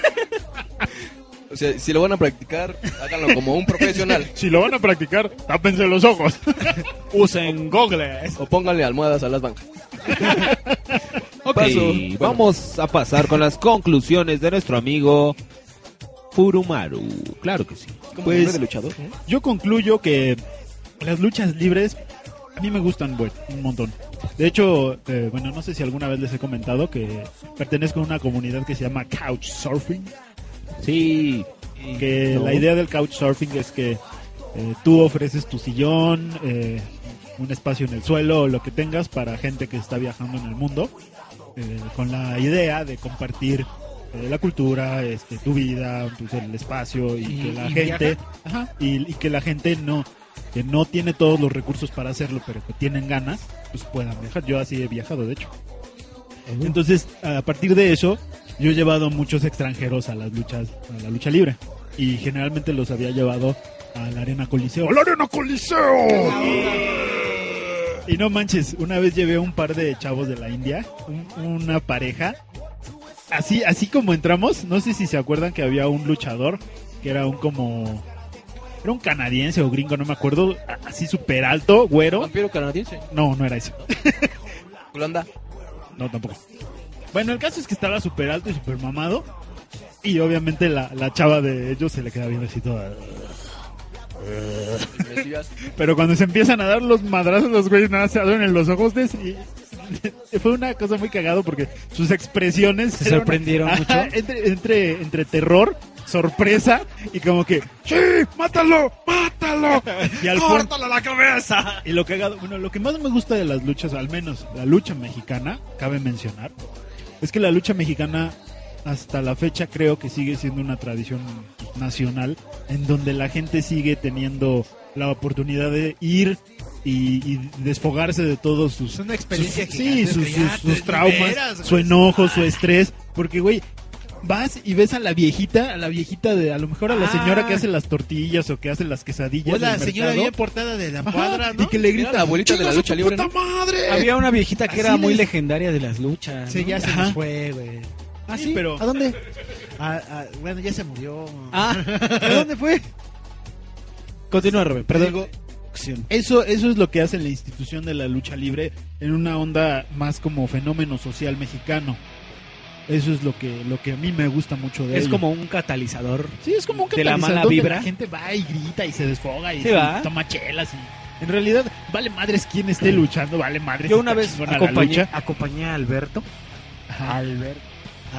O sea, si lo van a practicar, háganlo como un profesional. Si lo van a practicar, tápense los ojos. Usen gogles. O pónganle almohadas a las bancas. Ok, Paso. vamos a pasar con las conclusiones de nuestro amigo Furumaru. Claro que sí. Como Pues, nombre de luchador, ¿no? Yo concluyo que las luchas libres a mí me gustan, güey, un montón. De hecho, eh, bueno, no sé si alguna vez les he comentado que pertenezco a una comunidad que se llama Couchsurfing. Sí. Que No. la idea del Couchsurfing es que eh, tú ofreces tu sillón, eh, un espacio en el suelo o lo que tengas para gente que está viajando en el mundo, eh, con la idea de compartir eh, la cultura, este, tu vida, pues, el espacio y, Y- que la y gente viaja. Ajá. y, y que la gente no que no tiene todos los recursos para hacerlo, pero que tienen ganas, pues puedan viajar. Yo así he viajado, de hecho. Entonces, a partir de eso, yo he llevado muchos extranjeros a las luchas, a la lucha libre, y generalmente los había llevado a la Arena Coliseo. ¡Al Arena Coliseo! Y no manches, una vez llevé un par de chavos de la India, un- una pareja. Así, así como entramos, no sé si se acuerdan que había un luchador que era un como... Era un canadiense o gringo, no me acuerdo, a- así súper alto, güero. ¿Vampiro canadiense? No, no era eso. ¿Holanda? No, tampoco. Bueno, el caso es que estaba súper alto y súper mamado. Y obviamente la, la chava de ellos se le queda viendo así toda... Pero cuando se empiezan a dar los madrazos, los güeyes nada se abren los ojos de y fue una cosa muy cagado porque sus expresiones ¿Se eran- sorprendieron Ajá, mucho? entre, entre, entre terror, sorpresa y como que ¡Sí! ¡Mátalo! ¡Mátalo! y al ¡Córtale la cabeza! y lo cagado, bueno, lo que más me gusta de las luchas, al menos la lucha mexicana, cabe mencionar, es que la lucha mexicana hasta la fecha creo que sigue siendo una tradición nacional en donde la gente sigue teniendo la oportunidad de ir y, y desfogarse de todos sus... Es una experiencia sus- sí, gigantesca, sus, ya sus- te sus traumas, liberas, güey. su enojo, su estrés, porque güey, vas y ves a la viejita, a la viejita de, a lo mejor a la Ah. señora que hace las tortillas o que hace las quesadillas O la del señora mercado. bien portada de la Ajá, cuadra, ¿no? y que le Era grita la abuelita de la lucha libre, ¿no? ¡Madre! Había una viejita que Así era muy les- legendaria de las luchas. Sí, ¿no? ya se Ajá. nos fue, güey. ¿Ah, Sí, sí? pero- ¿A dónde? Ah, ah, bueno, ya se murió. Ah, ¿a dónde fue? Continúa, Robert, perdón. Digo, Eso, eso es lo que hace la institución de la lucha libre en una onda más como fenómeno social mexicano. Eso es lo que, lo que a mí me gusta mucho de Es ello. como un catalizador. Sí, es como un de la catalizador mala donde vibra. La gente va y grita y se desfoga y Sí, se va. toma chelas y en realidad vale madres quien esté luchando, vale madres. Yo si una está vez chingona la acompañé, lucha. acompañé a Alberto, Ajá. Albert, a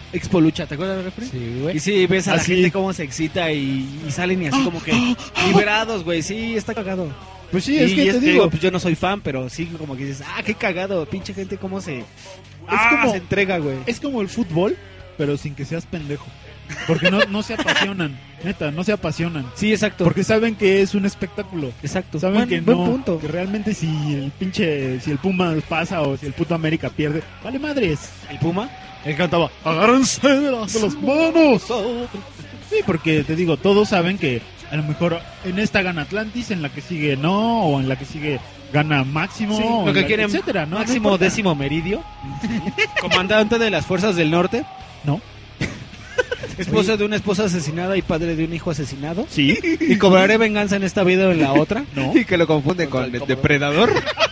Expo Lucha, ¿te acuerdas del refri? Sí, güey. Y sí, ves a la Así. gente cómo se excita y, y salen y así como que liberados, güey. Sí, está cagado. Pues sí, es Y que te digo. pues yo no soy fan, pero sí como que dices, ah, qué cagado, pinche gente cómo se, Es ah, como, se entrega, güey. Es como el fútbol, pero sin que seas pendejo. Porque no, no se apasionan, neta, no se apasionan. Sí, exacto. Porque saben que es un espectáculo. Exacto. Saben Buen- que buen no, punto. que realmente si el pinche, si el Puma pasa o si el puto América pierde, vale madres. ¿El Puma? Él cantaba, agárrense de las, de las manos. Sí, porque te digo, todos saben que a lo mejor en esta gana Atlantis, en la que sigue no, o en la que sigue gana Máximo, Sí, o lo en que la- quieren, etcétera, ¿no? No Máximo importa. Décimo Meridio, comandante de las fuerzas del norte. No. Esposa Oye. de una esposa asesinada y padre de un hijo asesinado. Sí. Y cobraré venganza en esta vida o en la otra. No. Y que lo confunde con el depredador.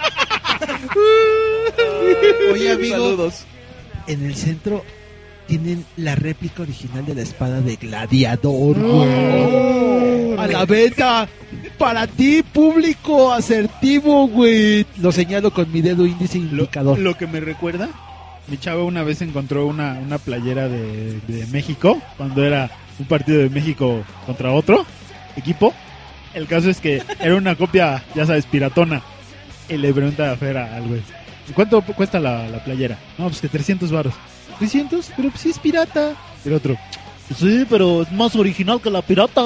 Oye, amigo, Saludos. en el centro tienen la réplica original de la espada de Gladiador, Oh. güey. A la venta. Para ti, público asertivo, güey. Lo señalo con mi dedo índice indicador. Lo que me recuerda, mi chavo una vez encontró una, una playera de, de México, cuando era un partido de México contra otro equipo. El caso es que era una copia, ya sabes, piratona. Y le pregunta a Fer al güey, ¿cuánto cuesta la, la playera? No, pues que trescientos varos. ¿trescientos? Pero pues sí es pirata. Y el otro, sí, pero es más original que la pirata.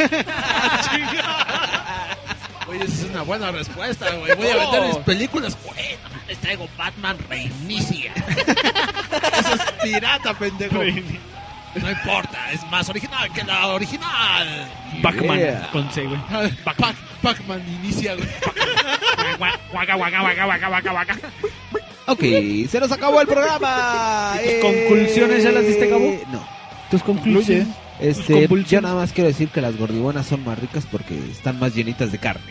Oye, esa es una buena respuesta, güey. Voy a vender mis películas. Güey, les traigo Batman Reinicia. Eso es pirata, pendejo. No importa, es más original que la original. Pac-Man, Yeah. con C, güey. Pac- Pac-Man inicia, güey. Guaca, guaca, guaca, guaca, guaca, guaca. Ok, se nos acabó el programa. ¿Tus conclusiones ya las diste, Gabo? No. ¿Tus conclusiones? Este, yo nada más quiero decir que las gordibuenas son más ricas porque están más llenitas de carne.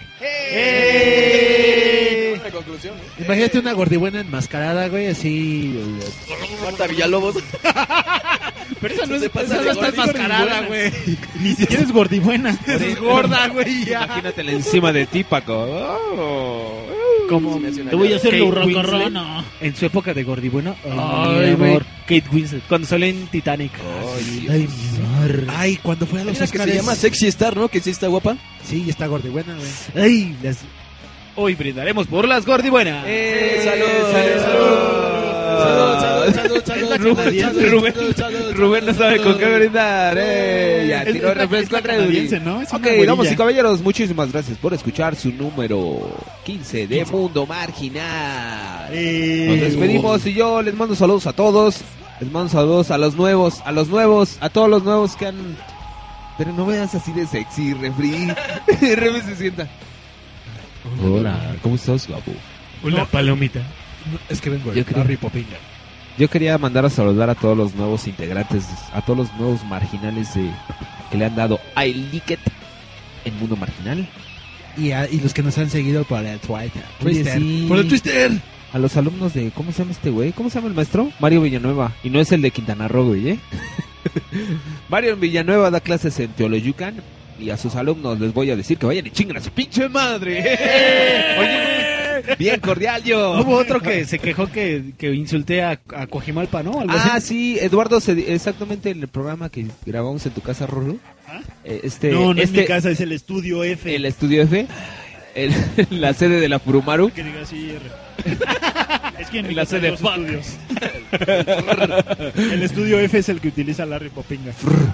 Buena conclusión, ¿eh? Imagínate una gordibuena enmascarada, güey, así. Marta Villalobos. Pero esa no es, Se pasa Esa de no está gordi- enmascarada, güey. Ni siquiera es gordibuena. Es gorda, güey. ya. Imagínatela encima de ti, Paco. Oh. Como Te voy a hacer Kate la Winslet hurracarrana. en su época de gordibuena. Ay, Ay, güey. amor. Kate Winslet, cuando salió en Titanic. Ay, mi amor. Ay, cuando fue a Hay los una que Oscars. se llama Sexy Star, ¿no? Que sí está guapa. Sí, y está gordibuena, güey. Ay, las... Hoy brindaremos por las gordibuenas. Eh, salud, salud, salud, salud, salud, salud, Rubén, salud, Rubén, salud, salud, Rubén no sabe con qué brindar. Eh, ya Es- tiró es la- refresco es al la Reduli. canadiense, ¿no? Es una Ok, güerilla. damas y caballeros, muchísimas gracias por escuchar su número quince de Mundo Marginal. Eh, Nos despedimos y yo les mando saludos a todos. Les mando saludos a los nuevos, a los nuevos, a todos los nuevos que han... Pero no veas así de sexy, refri. Refri se sienta. Hola, ¿cómo estás, Gabo? Una palomita. Es que vengo Yo de creo- Harry Popinga. Yo quería mandar a saludar a todos los nuevos integrantes, a todos los nuevos marginales de, que le han dado I Like It en Mundo Marginal. Y, a- y los que nos han seguido por el Twitter. Oye, Twister. sí. Por el Twister. A los alumnos de, ¿cómo se llama este güey? ¿Cómo se llama el maestro? Mario Villanueva. Y no es el de Quintana Roo, güey, ¿eh? Mario Villanueva da clases en Teoloyucan. Y a sus alumnos les voy a decir que vayan y chinguen a su pinche madre. Oye, bien cordial yo. Hubo otro que se quejó que, que insulté a, a Coajimalpa, ¿no? Algo Ah, así. sí, Eduardo, se- exactamente en el programa que grabamos en tu casa, Rolo. Eh, este, no, no este, es mi casa, es el estudio F. el estudio F, el- la sede de la Furumaru. Que diga así, R. Es que en mi La casa hay sede dos Fuck. estudios. El estudio F es el que utiliza Larry Popinga.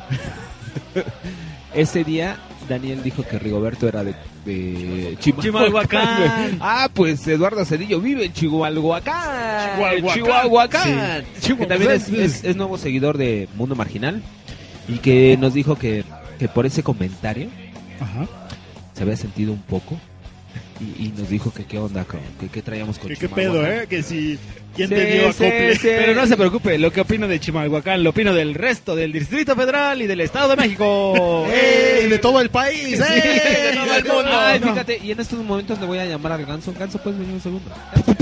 Ese día Daniel dijo que Rigoberto era de, de Chimalhuacán. Chimalhuacán. Ah, pues Eduardo Cedillo vive en Chihuahuacán. Chihuahuacán. Chihuahuacán. Sí. Que también es, es- es nuevo seguidor de Mundo Marginal. Y que nos dijo que, que por ese comentario Ajá. se había sentido un poco. Y, y nos dijo que qué onda, con, que qué traíamos con ¿Qué, qué Chimalhuacán. pedo, eh? Que si... ¿Quién Sí, te dio sí, acople? sí. Pero no se preocupe, lo que opino de Chimalhuacán, lo opino del resto del Distrito Federal y del Estado de México. ¡Eh! De todo el país. Sí, ¡Eh! de todo el mundo. Ay, No. fíjate, y en estos momentos le voy a llamar al Ganso. Ganso, ¿puedes venir un segundo?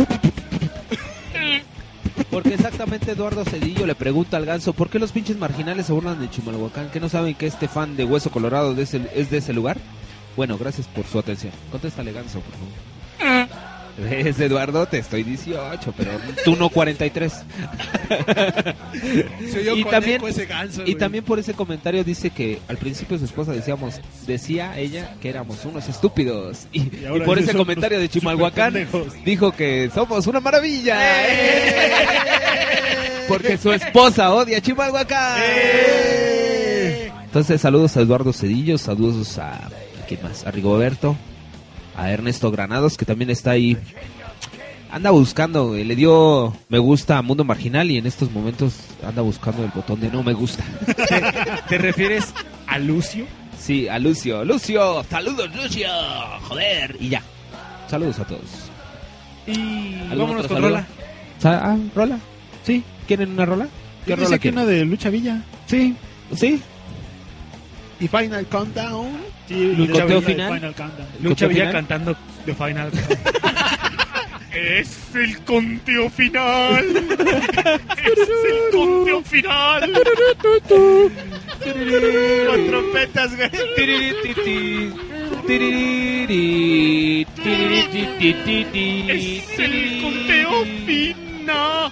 Porque exactamente Eduardo Cedillo le pregunta al Ganso, ¿por qué los pinches marginales se burlan de Chimalhuacán? ¿Que no saben que este fan de Hueso Colorado de ese- es de ese lugar? Bueno, gracias por su atención. Contéstale, Ganso, por favor. ¿Ves, Eduardo? Te estoy dieciocho, pero tú no cuarenta y tres. Se oyó y con también, eco ese ganso, y güey. también por ese comentario dice que al principio su esposa decíamos, decía ella que éramos unos estúpidos. Y, y ahora por dice, ese somos comentario de Chimalhuacán superpendejos. dijo que somos una maravilla. Porque su esposa odia a Chimalhuacán. Entonces, saludos a Eduardo Cedillo, saludos a, ¿a quién más? A Rigoberto, a Ernesto Granados, que también está ahí. Anda buscando, eh, le dio me gusta a Mundo Marginal y en estos momentos anda buscando el botón de no me gusta. ¿Te, te refieres a Lucio? Sí, a Lucio. Lucio, saludos Lucio, joder, y ya. Saludos a todos. Y ¿Algún vámonos otro con saludo? rola. Sa- Ah, rola. Sí. ¿Quieren una rola? ¿Qué Dice rola que quieren? una de Lucha Villa. Sí. ¿Sí? Y Final Countdown. Sí, ¿El Lucha conteo Villa, final? Final Countdown. ¿El Lucha conteo Villa final? cantando The Final Countdown. Es el conteo final. Es el conteo final. Con trompetas, güey. Es el conteo final.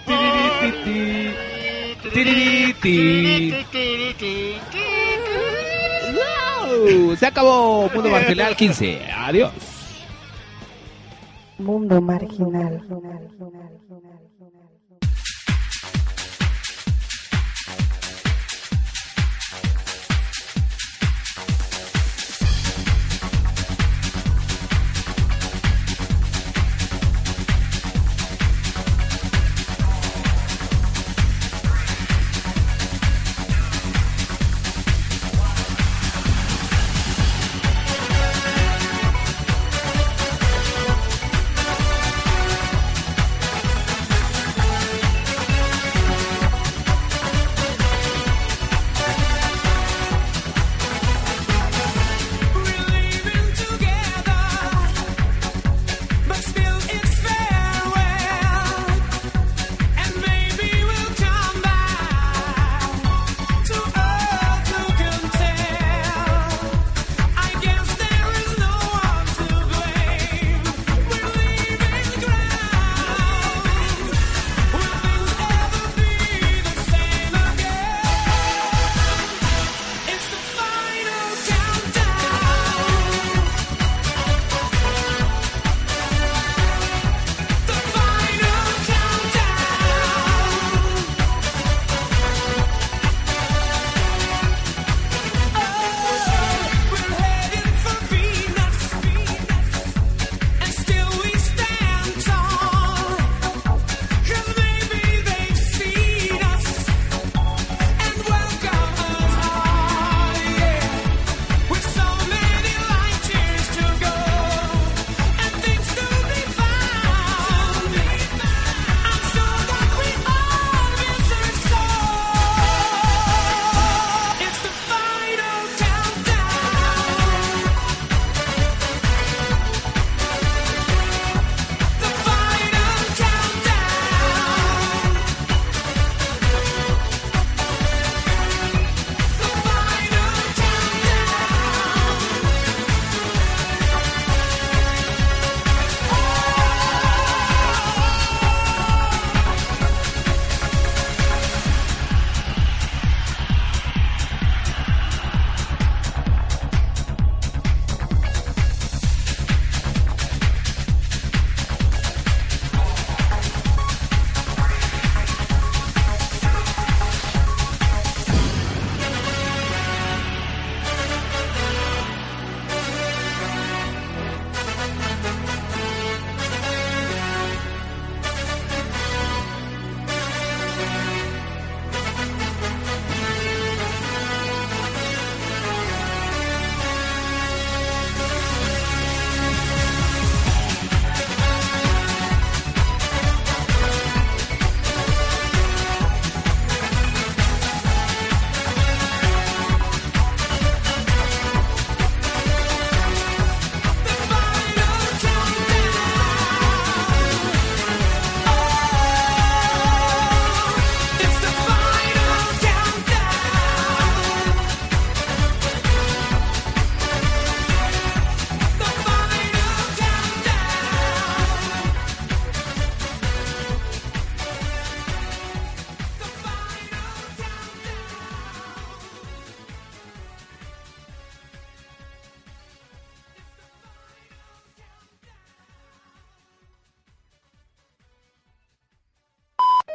¡Wow! Se acabó Mundo Marginal quince. Adiós. Mundo marginal. Thank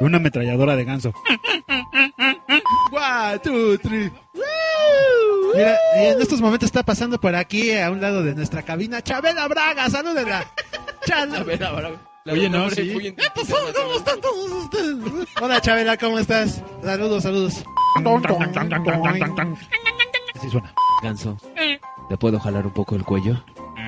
Una ametralladora de ganso. One, two, three. Mira, en estos momentos está pasando por aquí a un lado de nuestra cabina Chabela Braga, salúdenla. Chabela Braga. Oye, no, sí. ¿Qué pasó? ¿Cómo están todos ustedes? Hola Chabela, ¿cómo estás? Saludos, saludos. Así suena. Ganso, ¿te puedo jalar un poco el cuello?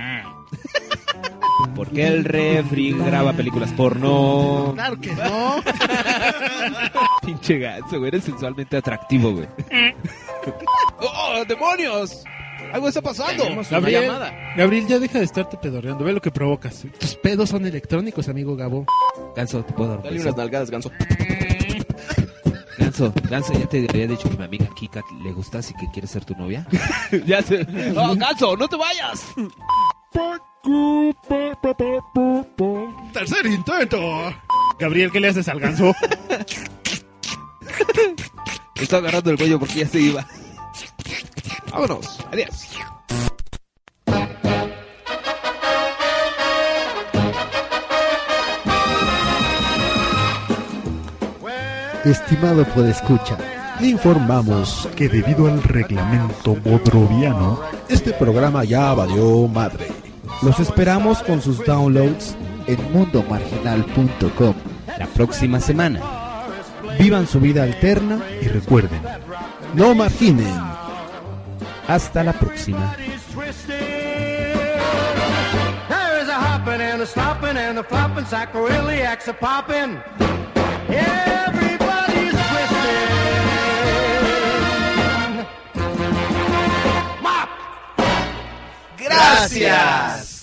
¿Por qué el refri graba películas porno? Claro que no. Pinche ganso, güey, eres sensualmente atractivo, güey. ¡Oh, demonios! Algo está pasando. Gabriel, Gabriel, ya deja de estarte pedorreando. Ve lo que provocas. Tus pedos son electrónicos, amigo Gabo. Ganso, te puedo dar un Dale beso? unas nalgadas, Ganso. Ganso, Ganso, ya te había dicho que mi amiga Kika le gustas y que quiere ser tu novia. Ya se... ¡Oh, Ganso, no te vayas! Tercer intento. Gabriel, ¿qué le haces al ganso? Me está agarrando el cuello porque ya se iba. Vámonos, adiós. Estimado podescucha, le informamos que debido al reglamento bodroviano, este programa ya valió madre. Los esperamos con sus downloads en mundo marginal punto com la próxima semana. Vivan su vida alterna y recuerden, no marginen. Hasta la próxima. There's a hopping and a stopping and a flopping, sacroiliacs a popping. Everybody's twisting. Gracias.